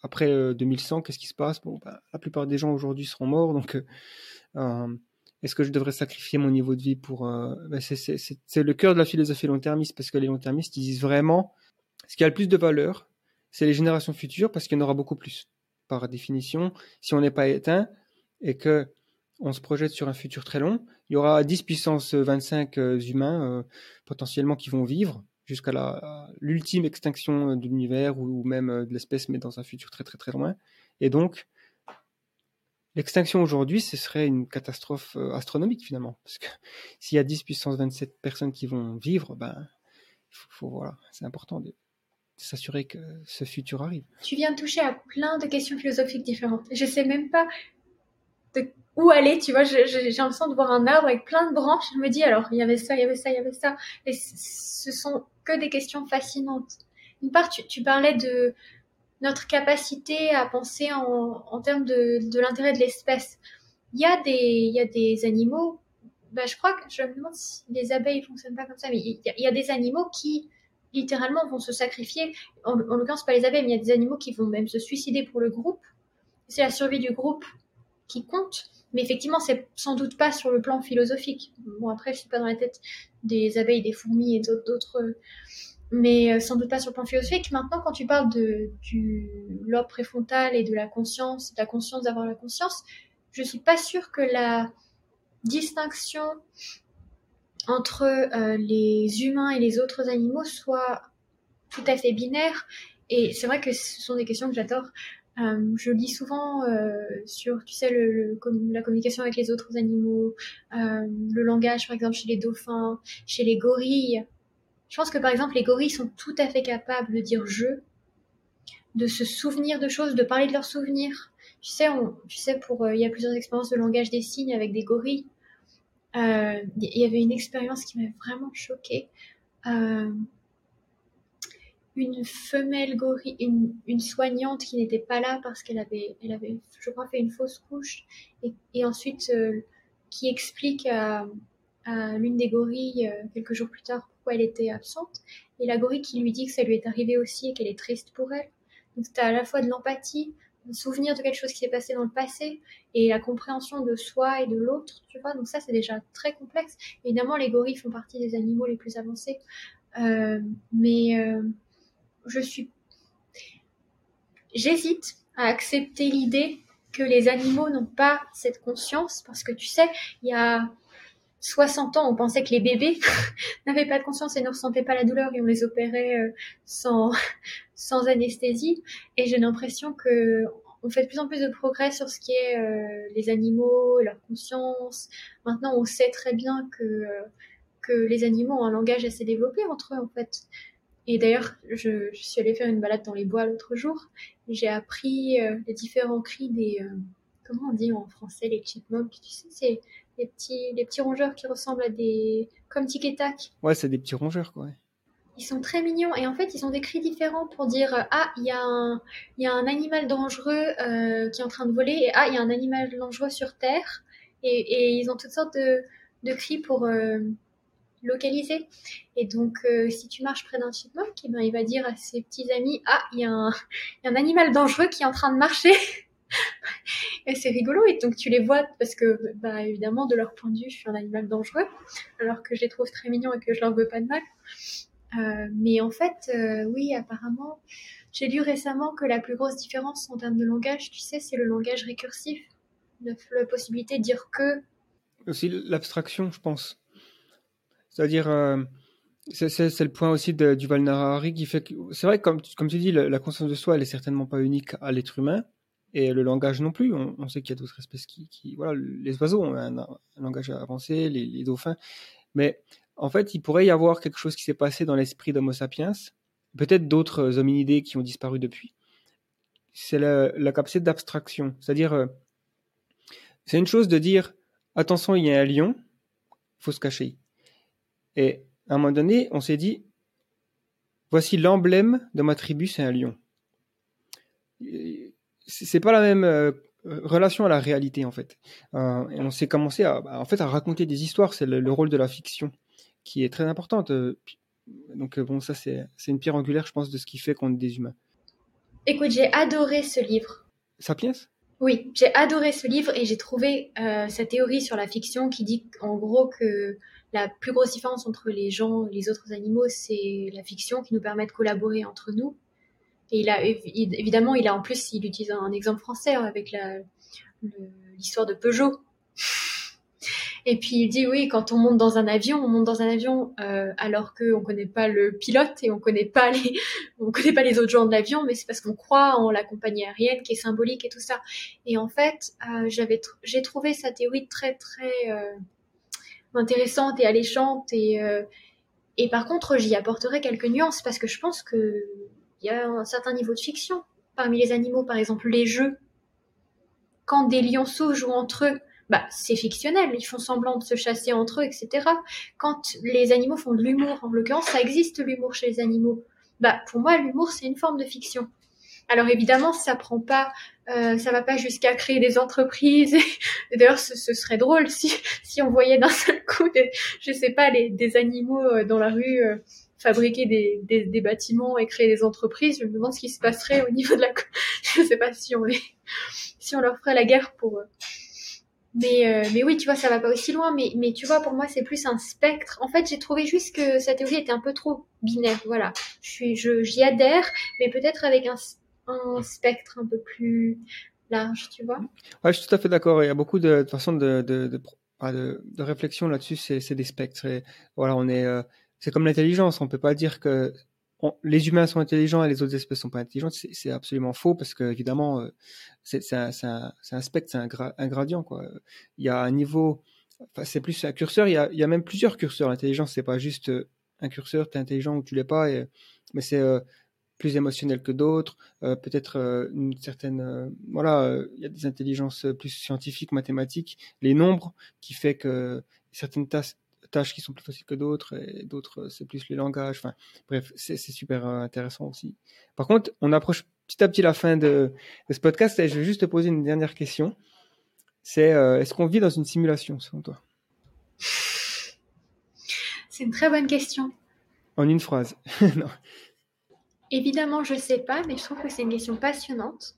après euh, deux mille cent, qu'est-ce qui se passe? Bon, bah, la plupart des gens aujourd'hui seront morts, donc euh, euh, est-ce que je devrais sacrifier mon niveau de vie pour... Euh, bah, c'est, c'est, c'est, c'est le cœur de la philosophie long-termiste, parce que les long-termistes, ils disent vraiment, ce qui a le plus de valeur, c'est les générations futures, parce qu'il y en aura beaucoup plus. Par définition, si on n'est pas éteint, et que on se projette sur un futur très long, il y aura dix puissance vingt-cinq euh, humains euh, potentiellement qui vont vivre jusqu'à la, l'ultime extinction de l'univers ou, ou même euh, de l'espèce, mais dans un futur très très très loin. Et donc, l'extinction aujourd'hui, ce serait une catastrophe euh, astronomique finalement, parce que s'il y a dix puissance vingt-sept personnes qui vont vivre, ben, faut, faut, voilà, c'est important de, de s'assurer que ce futur arrive.
Tu viens de toucher à plein de questions philosophiques différentes. Je sais même pas de où aller, tu vois, j'ai, j'ai l'impression de voir un arbre avec plein de branches. Je me dis, alors, il y avait ça, il y avait ça, il y avait ça. Et ce sont que des questions fascinantes. D'une part, tu, tu parlais de notre capacité à penser en, en termes de, de l'intérêt de l'espèce. Il y a des, il y a des animaux, bah, je crois que je me demande si les abeilles fonctionnent pas comme ça, mais il y a, il y a des animaux qui, littéralement, vont se sacrifier. En, en l'occurrence, pas les abeilles, mais il y a des animaux qui vont même se suicider pour le groupe. C'est la survie du groupe qui compte, mais effectivement, c'est sans doute pas sur le plan philosophique. Bon, après, je suis pas dans la tête des abeilles, des fourmis et d'autres, d'autres mais sans doute pas sur le plan philosophique. Maintenant, quand tu parles de du lobe préfrontal et de la conscience, de la conscience d'avoir la conscience, je suis pas sûre que la distinction entre euh, les humains et les autres animaux soit tout à fait binaire. Et c'est vrai que ce sont des questions que j'adore. Euh, je lis souvent euh, sur, tu sais, le, le, la communication avec les autres animaux, euh, le langage, par exemple, chez les dauphins, chez les gorilles. Je pense que, par exemple, les gorilles sont tout à fait capables de dire « je », de se souvenir de choses, de parler de leurs souvenirs. Tu sais, on, tu sais pour, euh, il y a plusieurs expériences de langage des signes avec des gorilles. Euh, il y avait une expérience qui m'avait vraiment choquée. Euh, une femelle gorille, une, une soignante qui n'était pas là parce qu'elle avait, elle avait, je crois, fait une fausse couche, et, et ensuite euh, qui explique à, à l'une des gorilles euh, quelques jours plus tard pourquoi elle était absente, et la gorille qui lui dit que ça lui est arrivé aussi et qu'elle est triste pour elle. Donc c'est à la fois de l'empathie, un souvenir de quelque chose qui s'est passé dans le passé, et la compréhension de soi et de l'autre, tu vois. Donc ça, c'est déjà très complexe. Évidemment, les gorilles font partie des animaux les plus avancés, euh, mais euh, je suis, j'hésite à accepter l'idée que les animaux n'ont pas cette conscience, parce que tu sais, il y a soixante ans, on pensait que les bébés n'avaient pas de conscience et ne ressentaient pas la douleur, et on les opérait euh, sans, sans anesthésie. Et j'ai l'impression que on fait de plus en plus de progrès sur ce qui est euh, les animaux, leur conscience. Maintenant, on sait très bien que, euh, que les animaux ont un langage assez développé entre eux, en fait. Et d'ailleurs, je, je suis allée faire une balade dans les bois l'autre jour, et j'ai appris euh, les différents cris des... Euh, comment on dit en français, les chipmunks, tu sais, c'est les petits, les petits rongeurs qui ressemblent à des... comme tic et tac.
Ouais, c'est des petits rongeurs, quoi.
Ils sont très mignons, et en fait, ils ont des cris différents pour dire euh, ah, il y, y a un animal dangereux euh, qui est en train de voler, et ah, il y a un animal dangereux sur Terre, et, et ils ont toutes sortes de, de cris pour... Euh, localisé. Et donc, euh, si tu marches près d'un chipmunk, eh ben, il va dire à ses petits amis, ah, il y, y a un animal dangereux qui est en train de marcher. Et c'est rigolo. Et donc, tu les vois parce que, bah, évidemment, de leur point de vue, je suis un animal dangereux, alors que je les trouve très mignons et que je leur veux pas de mal. Euh, mais en fait, euh, oui, apparemment, j'ai lu récemment que la plus grosse différence en termes de langage, tu sais, c'est le langage récursif. La, la possibilité de dire que.
Aussi l'abstraction, je pense. C'est-à-dire, euh, c'est, c'est, c'est le point aussi de, du Yuval Noah Harari qui fait que, c'est vrai que comme, comme tu dis, la, la conscience de soi, elle est certainement pas unique à l'être humain, et le langage non plus. On, on sait qu'il y a d'autres espèces qui, qui voilà, les oiseaux ont un, un langage avancé, les, les dauphins, mais en fait, il pourrait y avoir quelque chose qui s'est passé dans l'esprit d'Homo sapiens, peut-être d'autres hominidés qui ont disparu depuis. C'est la, la capacité d'abstraction, c'est-à-dire, euh, c'est une chose de dire, attention, il y a un lion, il faut se cacher. Et à un moment donné, on s'est dit, voici l'emblème de ma tribu, c'est un lion. C'est pas la même euh, relation à la réalité, en fait. Euh, et on s'est commencé à, en fait, à raconter des histoires. C'est le, le rôle de la fiction qui est très importante. Donc bon, ça, c'est, c'est une pierre angulaire, je pense, de ce qui fait qu'on est des humains.
Écoute, j'ai adoré ce livre.
Sapiens?
Oui, j'ai adoré ce livre et j'ai trouvé euh, cette théorie sur la fiction qui dit en gros que la plus grosse différence entre les gens et les autres animaux, c'est la fiction qui nous permet de collaborer entre nous. Et il a évidemment, il a en plus, il utilise un exemple français hein, avec la, le, l'histoire de Peugeot. Et puis il dit oui, quand on monte dans un avion, on monte dans un avion euh, alors qu'on connaît pas le pilote et on connaît pas les, on connaît pas les autres gens de l'avion, mais c'est parce qu'on croit en la compagnie aérienne qui est symbolique et tout ça. Et en fait, euh, j'avais, tr- j'ai trouvé sa théorie très très euh, intéressante et alléchante et euh, et par contre, j'y apporterai quelques nuances parce que je pense que il y a un certain niveau de fiction parmi les animaux, par exemple les jeux. Quand des lionceaux jouent entre eux, bah, c'est fictionnel, ils font semblant de se chasser entre eux, et cetera. Quand les animaux font de l'humour, en l'occurrence, ça existe l'humour chez les animaux. Bah, pour moi, l'humour, c'est une forme de fiction. Alors évidemment, ça prend pas, euh, ça va pas jusqu'à créer des entreprises. Et d'ailleurs, ce, ce serait drôle si, si on voyait d'un seul coup, des, je sais pas, les, des animaux dans la rue euh, fabriquer des, des, des bâtiments et créer des entreprises. Je me demande ce qui se passerait au niveau de la, je sais pas si on les, si on leur ferait la guerre pour. Euh, mais, euh, mais oui, tu vois, ça va pas aussi loin. Mais, mais tu vois, pour moi, c'est plus un spectre. En fait, j'ai trouvé juste que sa théorie était un peu trop binaire. Voilà, je suis, je, j'y adhère, mais peut-être avec un, un spectre un peu plus large, tu vois.
Ouais, je suis tout à fait d'accord. Il y a beaucoup de, de façons de, de, de, de, de réflexion là-dessus. C'est, c'est des spectres. Et voilà, on est. Euh, c'est comme l'intelligence. On peut pas dire que on, les humains sont intelligents et les autres espèces sont pas intelligentes. C'est, c'est absolument faux parce que évidemment, euh, c'est, c'est, un, c'est, un, c'est un spectre, c'est un, gra, un gradient quoi. Il y a un niveau. Enfin, c'est plus un curseur. Il y a, il y a même plusieurs curseurs. L'intelligence, c'est pas juste un curseur. T'es intelligent ou tu l'es pas. Et, mais c'est euh, plus émotionnel que d'autres, euh, peut-être euh, une certaine, euh, voilà, il euh, y a des intelligences plus scientifiques, mathématiques, les nombres, qui fait que certaines tâches, tâches qui sont plus faciles que d'autres, et d'autres c'est plus le langage. Enfin, bref, c'est, c'est super euh, intéressant aussi. Par contre, on approche petit à petit la fin de, de ce podcast et je vais juste te poser une dernière question. C'est euh, est-ce qu'on vit dans une simulation selon toi?
C'est une très bonne question.
En une phrase. Non.
Évidemment, je sais pas, mais je trouve que c'est une question passionnante.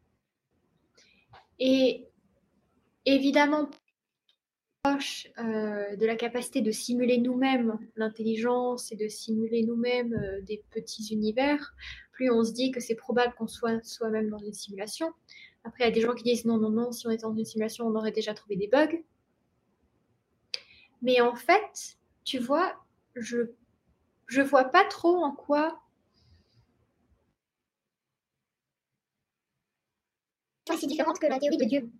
Et évidemment, proche euh, de la capacité de simuler nous-mêmes l'intelligence et de simuler nous-mêmes euh, des petits univers, plus on se dit que c'est probable qu'on soit soi-même dans une simulation. Après, il y a des gens qui disent non, non, non, si on était dans une simulation, on aurait déjà trouvé des bugs. Mais en fait, tu vois, je je vois pas trop en quoi
est si différente que la théorie de Dieu.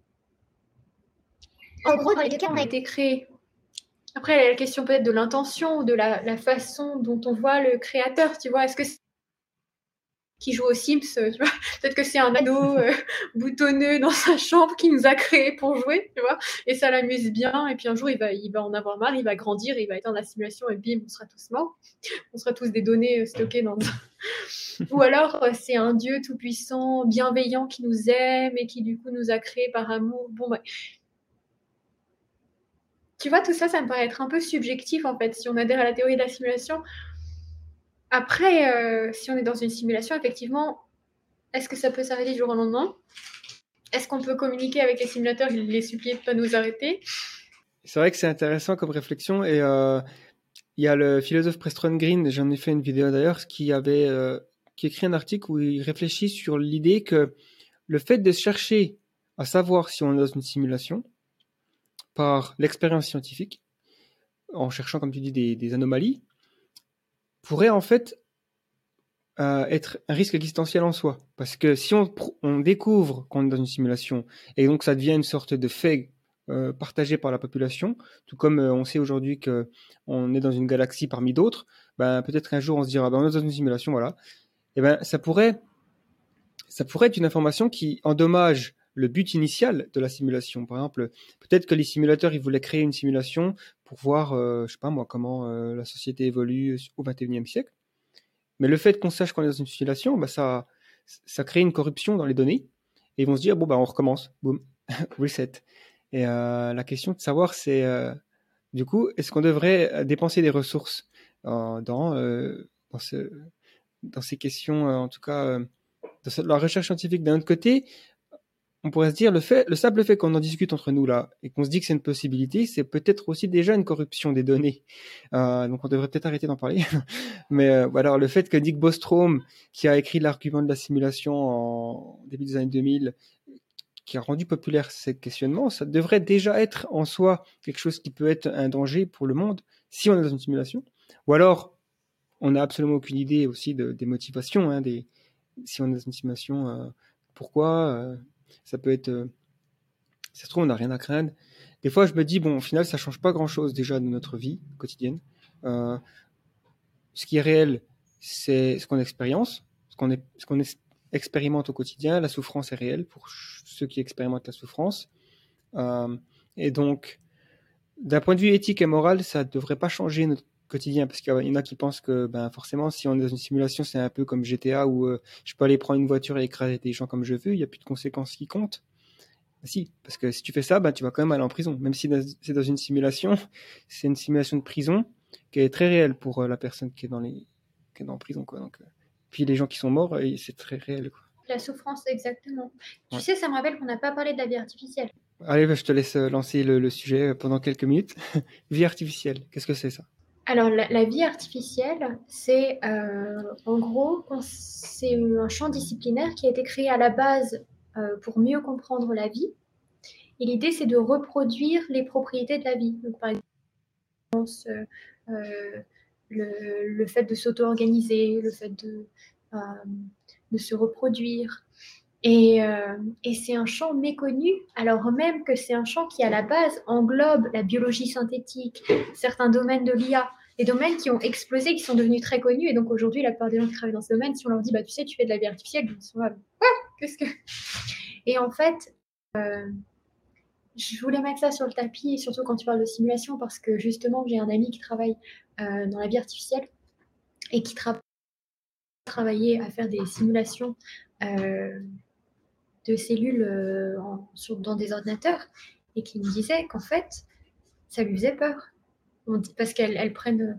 En gros, dans les deux cas, on a été
créé. Après, il y a la question peut-être de l'intention ou de la, la façon dont on voit le créateur, tu vois. Est-ce que c'est qui joue aux Sims, tu vois, peut-être que c'est un ado euh, boutonneux dans sa chambre qui nous a créé pour jouer, tu vois, et ça l'amuse bien, et puis un jour il va, il va en avoir marre, il va grandir, il va éteindre la simulation, et bim, on sera tous morts, on sera tous des données stockées dans... Ou alors c'est un Dieu tout-puissant, bienveillant, qui nous aime, et qui du coup nous a créés par amour, bon bah... Tu vois, tout ça, ça me paraît être un peu subjectif, en fait, si on adhère à la théorie de la simulation. Après, euh, si on est dans une simulation, effectivement, est-ce que ça peut s'arrêter du jour au lendemain? Est-ce qu'on peut communiquer avec les simulateurs et les supplier de ne pas nous arrêter?
C'est vrai que c'est intéressant comme réflexion et euh, il y a le philosophe Preston Green, j'en ai fait une vidéo d'ailleurs, qui avait euh, qui écrit un article où il réfléchit sur l'idée que le fait de chercher à savoir si on est dans une simulation par l'expérience scientifique, en cherchant, comme tu dis, des, des anomalies, pourrait en fait euh, être un risque existentiel en soi. Parce que si on, on découvre qu'on est dans une simulation et donc ça devient une sorte de fait euh, partagé par la population, tout comme euh, on sait aujourd'hui qu'on est dans une galaxie parmi d'autres, ben, peut-être qu'un jour on se dira ben, on est dans une simulation, voilà. Et ben ça pourrait, ça pourrait être une information qui endommage le but initial de la simulation. Par exemple, peut-être que les simulateurs ils voulaient créer une simulation pour voir, euh, je sais pas moi, comment euh, la société évolue au vingt et unième siècle. Mais le fait qu'on sache qu'on est dans une simulation, bah ça, ça crée une corruption dans les données. Et ils vont se dire, bon, bah, on recommence. Boum, reset. Et euh, la question de savoir, c'est, euh, du coup, est-ce qu'on devrait dépenser des ressources euh, dans, euh, dans, ce, dans ces questions, euh, en tout cas, euh, de la recherche scientifique. D'un autre côté, on pourrait se dire, le fait, le simple fait qu'on en discute entre nous là, et qu'on se dit que c'est une possibilité, c'est peut-être aussi déjà une corruption des données. Euh, donc on devrait peut-être arrêter d'en parler. Mais euh, alors le fait que Nick Bostrom, qui a écrit l'argument de la simulation en début des années deux mille, qui a rendu populaire ces questionnements, ça devrait déjà être en soi quelque chose qui peut être un danger pour le monde si on est dans une simulation. Ou alors, on n'a absolument aucune idée aussi de, des motivations, hein, des, si on est dans une simulation, euh, pourquoi euh, ça peut être... Euh, ça se trouve, on n'a rien à craindre. Des fois, je me dis, bon, au final, ça change pas grand-chose déjà de notre vie quotidienne. Euh, ce qui est réel, c'est ce qu'on expérience, ce qu'on, est, ce qu'on est, expérimente au quotidien. La souffrance est réelle pour ceux qui expérimentent la souffrance. Euh, et donc, d'un point de vue éthique et moral, ça ne devrait pas changer notre quotidien, parce qu'il y en a qui pensent que ben, forcément, si on est dans une simulation, c'est un peu comme G T A où euh, je peux aller prendre une voiture et écraser des gens comme je veux, il n'y a plus de conséquences qui comptent. Ben, si, parce que si tu fais ça, ben, tu vas quand même aller en prison. Même si c'est dans une simulation, c'est une simulation de prison qui est très réelle pour euh, la personne qui est dans les qui est dans la prison, quoi. Donc, euh, puis les gens qui sont morts, euh, c'est très réel, quoi.
La souffrance, exactement. Tu
Ouais.
sais, ça me rappelle qu'on n'a pas parlé de la vie artificielle.
Allez, ben, je te laisse lancer le, le sujet pendant quelques minutes. Vie artificielle, qu'est-ce que c'est ça?
Alors, la, la vie artificielle, c'est euh, en gros, c'est un champ disciplinaire qui a été créé à la base euh, pour mieux comprendre la vie. Et l'idée, c'est de reproduire les propriétés de la vie. Donc, par exemple, euh, le, le fait de s'auto-organiser, le fait de, euh, de se reproduire. Et, euh, et c'est un champ méconnu, alors même que c'est un champ qui, à la base, englobe la biologie synthétique, certains domaines de l'I A, des domaines qui ont explosé, qui sont devenus très connus. Et donc, aujourd'hui, la plupart des gens qui travaillent dans ce domaine, si on leur dit, bah, tu sais, tu fais de la vie artificielle, ils sont là, quoi? Qu'est-ce que... Et en fait, euh, je voulais mettre ça sur le tapis, surtout quand tu parles de simulation, parce que justement, j'ai un ami qui travaille euh, dans la vie artificielle et qui tra- travaillait à faire des simulations euh, de cellules euh, en, sur, dans des ordinateurs et qui me disait qu'en fait, ça lui faisait peur. On dit, parce qu'elles elles prennent,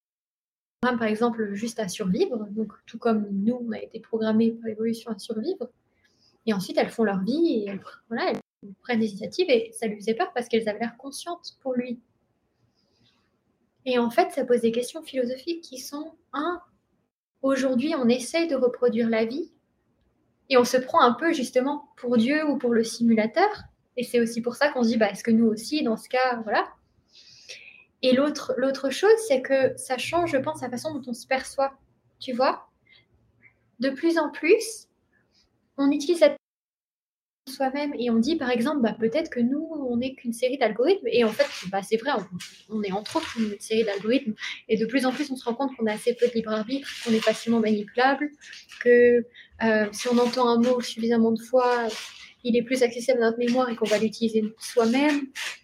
par exemple, juste à survivre, donc tout comme nous, on a été programmés par l'évolution à survivre, et ensuite elles font leur vie et elles, voilà, elles prennent des initiatives et ça lui faisait peur parce qu'elles avaient l'air conscientes pour lui. Et en fait, ça pose des questions philosophiques qui sont, un, aujourd'hui, on essaye de reproduire la vie et on se prend un peu justement pour Dieu ou pour le simulateur. Et c'est aussi pour ça qu'on se dit, bah, est-ce que nous aussi, dans ce cas, voilà. Et l'autre, l'autre chose, c'est que ça change, je pense, la façon dont on se perçoit. Tu vois, de plus en plus, on utilise cette soi-même et on dit, par exemple, bah, peut-être que nous, on n'est qu'une série d'algorithmes. Et en fait, bah, c'est vrai, on, on est entre autres une série d'algorithmes. Et de plus en plus, on se rend compte qu'on a assez peu de libre arbitre, qu'on est facilement manipulable, que euh, si on entend un mot suffisamment de fois, il est plus accessible à notre mémoire et qu'on va l'utiliser soi-même.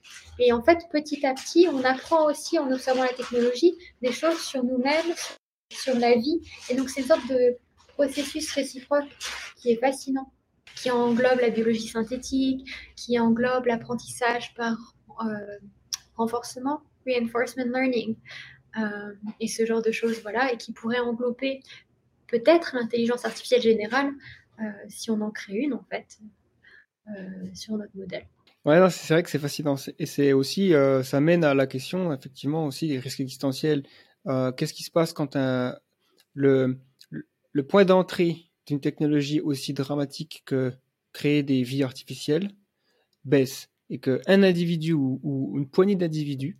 Et en fait, petit à petit, on apprend aussi, en observant la technologie, des choses sur nous-mêmes, sur la vie. Et donc, c'est une sorte de processus réciproque qui est fascinant, qui englobe la biologie synthétique, qui englobe l'apprentissage par euh, renforcement, reinforcement learning, euh, et ce genre de choses, voilà, et qui pourrait englober peut-être l'intelligence artificielle générale, euh, si on en crée une, en fait, euh, sur notre modèle.
Ouais, non, c'est vrai que c'est fascinant. Et c'est aussi, euh, ça mène à la question, effectivement, aussi des risques existentiels. Euh, qu'est-ce qui se passe quand un, le, le point d'entrée d'une technologie aussi dramatique que créer des vies artificielles baisse et qu'un individu ou, ou une poignée d'individus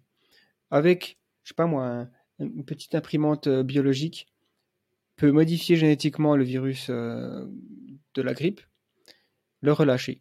avec, je sais pas moi, un, une petite imprimante biologique peut modifier génétiquement le virus euh, de la grippe, le relâcher.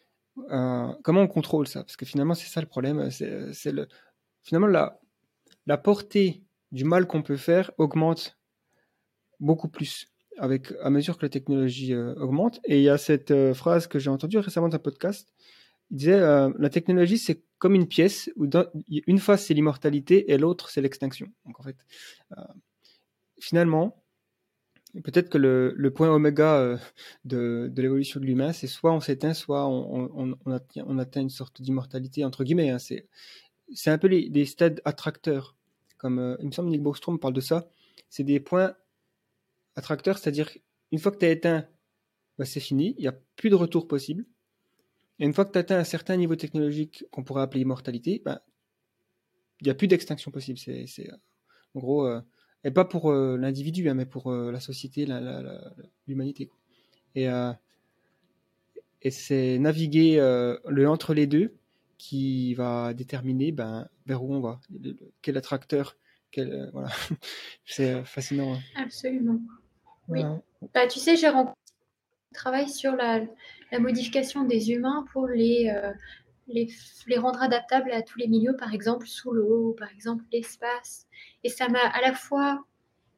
Euh, comment on contrôle ça? Parce que finalement, c'est ça le problème. C'est, c'est le, finalement, la, la portée du mal qu'on peut faire augmente beaucoup plus avec, à mesure que la technologie euh, augmente. Et il y a cette euh, phrase que j'ai entendue récemment dans un podcast. Il disait euh, la technologie, c'est comme une pièce où dans, une face, c'est l'immortalité et l'autre, c'est l'extinction. Donc en fait, euh, finalement, peut-être que le, le point oméga euh, de, de l'évolution de l'humain, c'est soit on s'éteint, soit on, on, on, atteint, on atteint une sorte d'immortalité, entre guillemets. Hein. C'est, c'est un peu les, les stades attracteurs. Comme euh, il me semble Nick Bostrom parle de ça. C'est des points attracteurs, c'est-à-dire une fois que tu as éteint bah, c'est fini, il n'y a plus de retour possible. Et une fois que tu atteins un certain niveau technologique qu'on pourrait appeler immortalité, bah, il n'y a plus d'extinction possible. C'est, c'est, en gros, euh, et pas pour euh, l'individu, hein, mais pour euh, la société, la, la, la, l'humanité. Quoi. Et, euh, et c'est naviguer euh, le entre les deux qui va déterminer ben, vers où on va, le, le, quel attracteur, quel, euh, voilà. C'est fascinant. Hein.
Absolument.
Voilà.
Oui. Bah, tu sais, j'ai rencontré un travail sur la, la modification des humains pour les, euh, les, les rendre adaptables à tous les milieux, par exemple sous l'eau, par exemple l'espace. Et ça m'a à la fois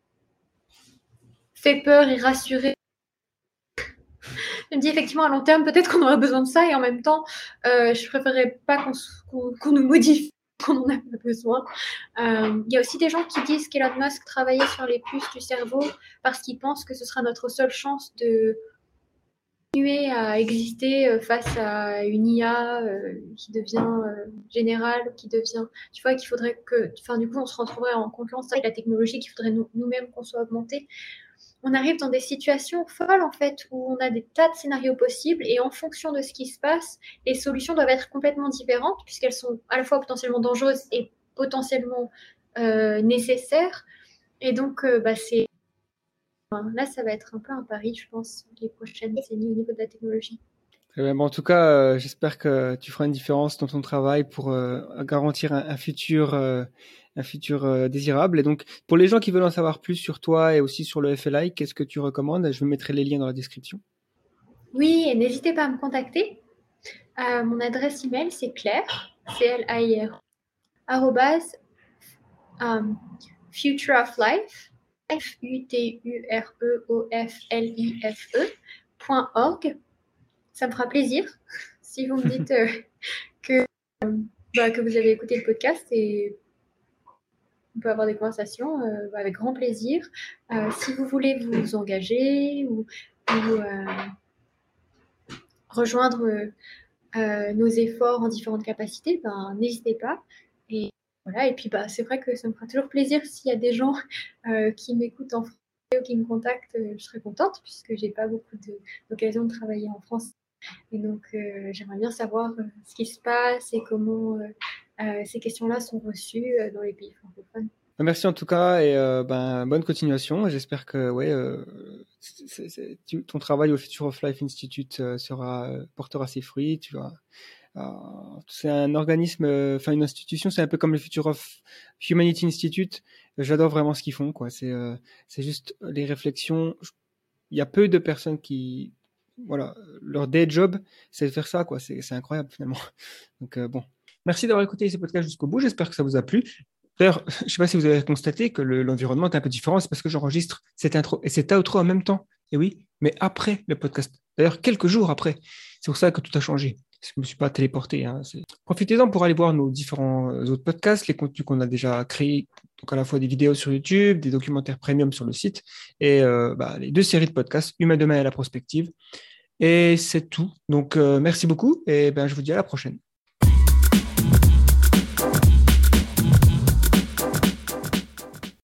fait peur et rassuré. Je me dis effectivement à long terme, peut-être qu'on aura besoin de ça et en même temps, euh, je préférerais pas qu'on, qu'on, qu'on nous modifie, qu'on en a pas besoin. Euh, il y a aussi des gens qui disent qu'Elon Musk travaillait sur les puces du cerveau parce qu'il pense que ce sera notre seule chance de continuer à exister face à une I A euh, qui devient euh, générale, qui devient, tu vois, qu'il faudrait que, enfin du coup, on se retrouverait en concurrence avec la technologie, qu'il faudrait nous, nous-mêmes qu'on soit augmentés. On arrive dans des situations folles en fait où on a des tas de scénarios possibles et en fonction de ce qui se passe, les solutions doivent être complètement différentes puisqu'elles sont à la fois potentiellement dangereuses et potentiellement euh, nécessaires. Et donc, euh, bah, c'est là, ça va être un peu un pari, je pense, les prochaines décennies au niveau de la technologie.
Bon, en tout cas, euh, j'espère que tu feras une différence dans ton travail pour euh, garantir un, un futur, euh, un futur euh, désirable. Et donc, pour les gens qui veulent en savoir plus sur toi et aussi sur le F L I, qu'est-ce que tu recommandes? Je vous mettrai les liens dans la description.
Oui, et n'hésitez pas à me contacter. Euh, mon adresse email, c'est Claire, C L A I R, arrobase, um, Future of Life, F U T U R E O F L I F E, point org. Ça me fera plaisir si vous me dites euh, que, euh, bah, que vous avez écouté le podcast et on peut avoir des conversations euh, avec grand plaisir. Euh, si vous voulez vous engager ou, ou euh, rejoindre euh, nos efforts en différentes capacités, ben, n'hésitez pas. Et voilà. Et puis bah, c'est vrai que ça me fera toujours plaisir s'il y a des gens euh, qui m'écoutent en français ou qui me contactent, euh, je serai contente puisque j'ai pas beaucoup de, d'occasion de travailler en France. Et donc, euh, j'aimerais bien savoir euh, ce qui se passe et comment euh, euh, ces questions-là sont reçues euh, dans les pays francophones.
Merci en tout cas et euh, ben, bonne continuation. J'espère que ouais, euh, c'est, c'est, tu, ton travail au Future of Life Institute euh, sera, euh, portera ses fruits. Tu vas, euh, c'est un organisme, enfin euh, une institution, c'est un peu comme le Future of Humanity Institute. J'adore vraiment ce qu'ils font. Quoi. C'est, euh, c'est juste les réflexions. Il y a peu de personnes qui... Voilà, leur day job, c'est de faire ça, quoi. C'est, c'est incroyable, finalement. Donc, euh, bon. Merci d'avoir écouté ce podcast jusqu'au bout. J'espère que ça vous a plu. D'ailleurs, je ne sais pas si vous avez constaté que le, l'environnement est un peu différent. C'est parce que j'enregistre cette intro et cette outro en même temps. Et oui, mais après le podcast. D'ailleurs, quelques jours après. C'est pour ça que tout a changé. Je ne me suis pas téléporté. Hein. C'est... Profitez-en pour aller voir nos différents autres podcasts, les contenus qu'on a déjà créés. Donc, à la fois des vidéos sur YouTube, des documentaires premium sur le site et euh, bah, les deux séries de podcasts, Humain demain et La Prospective. Et c'est tout. Donc, euh, merci beaucoup et ben, je vous dis à la prochaine.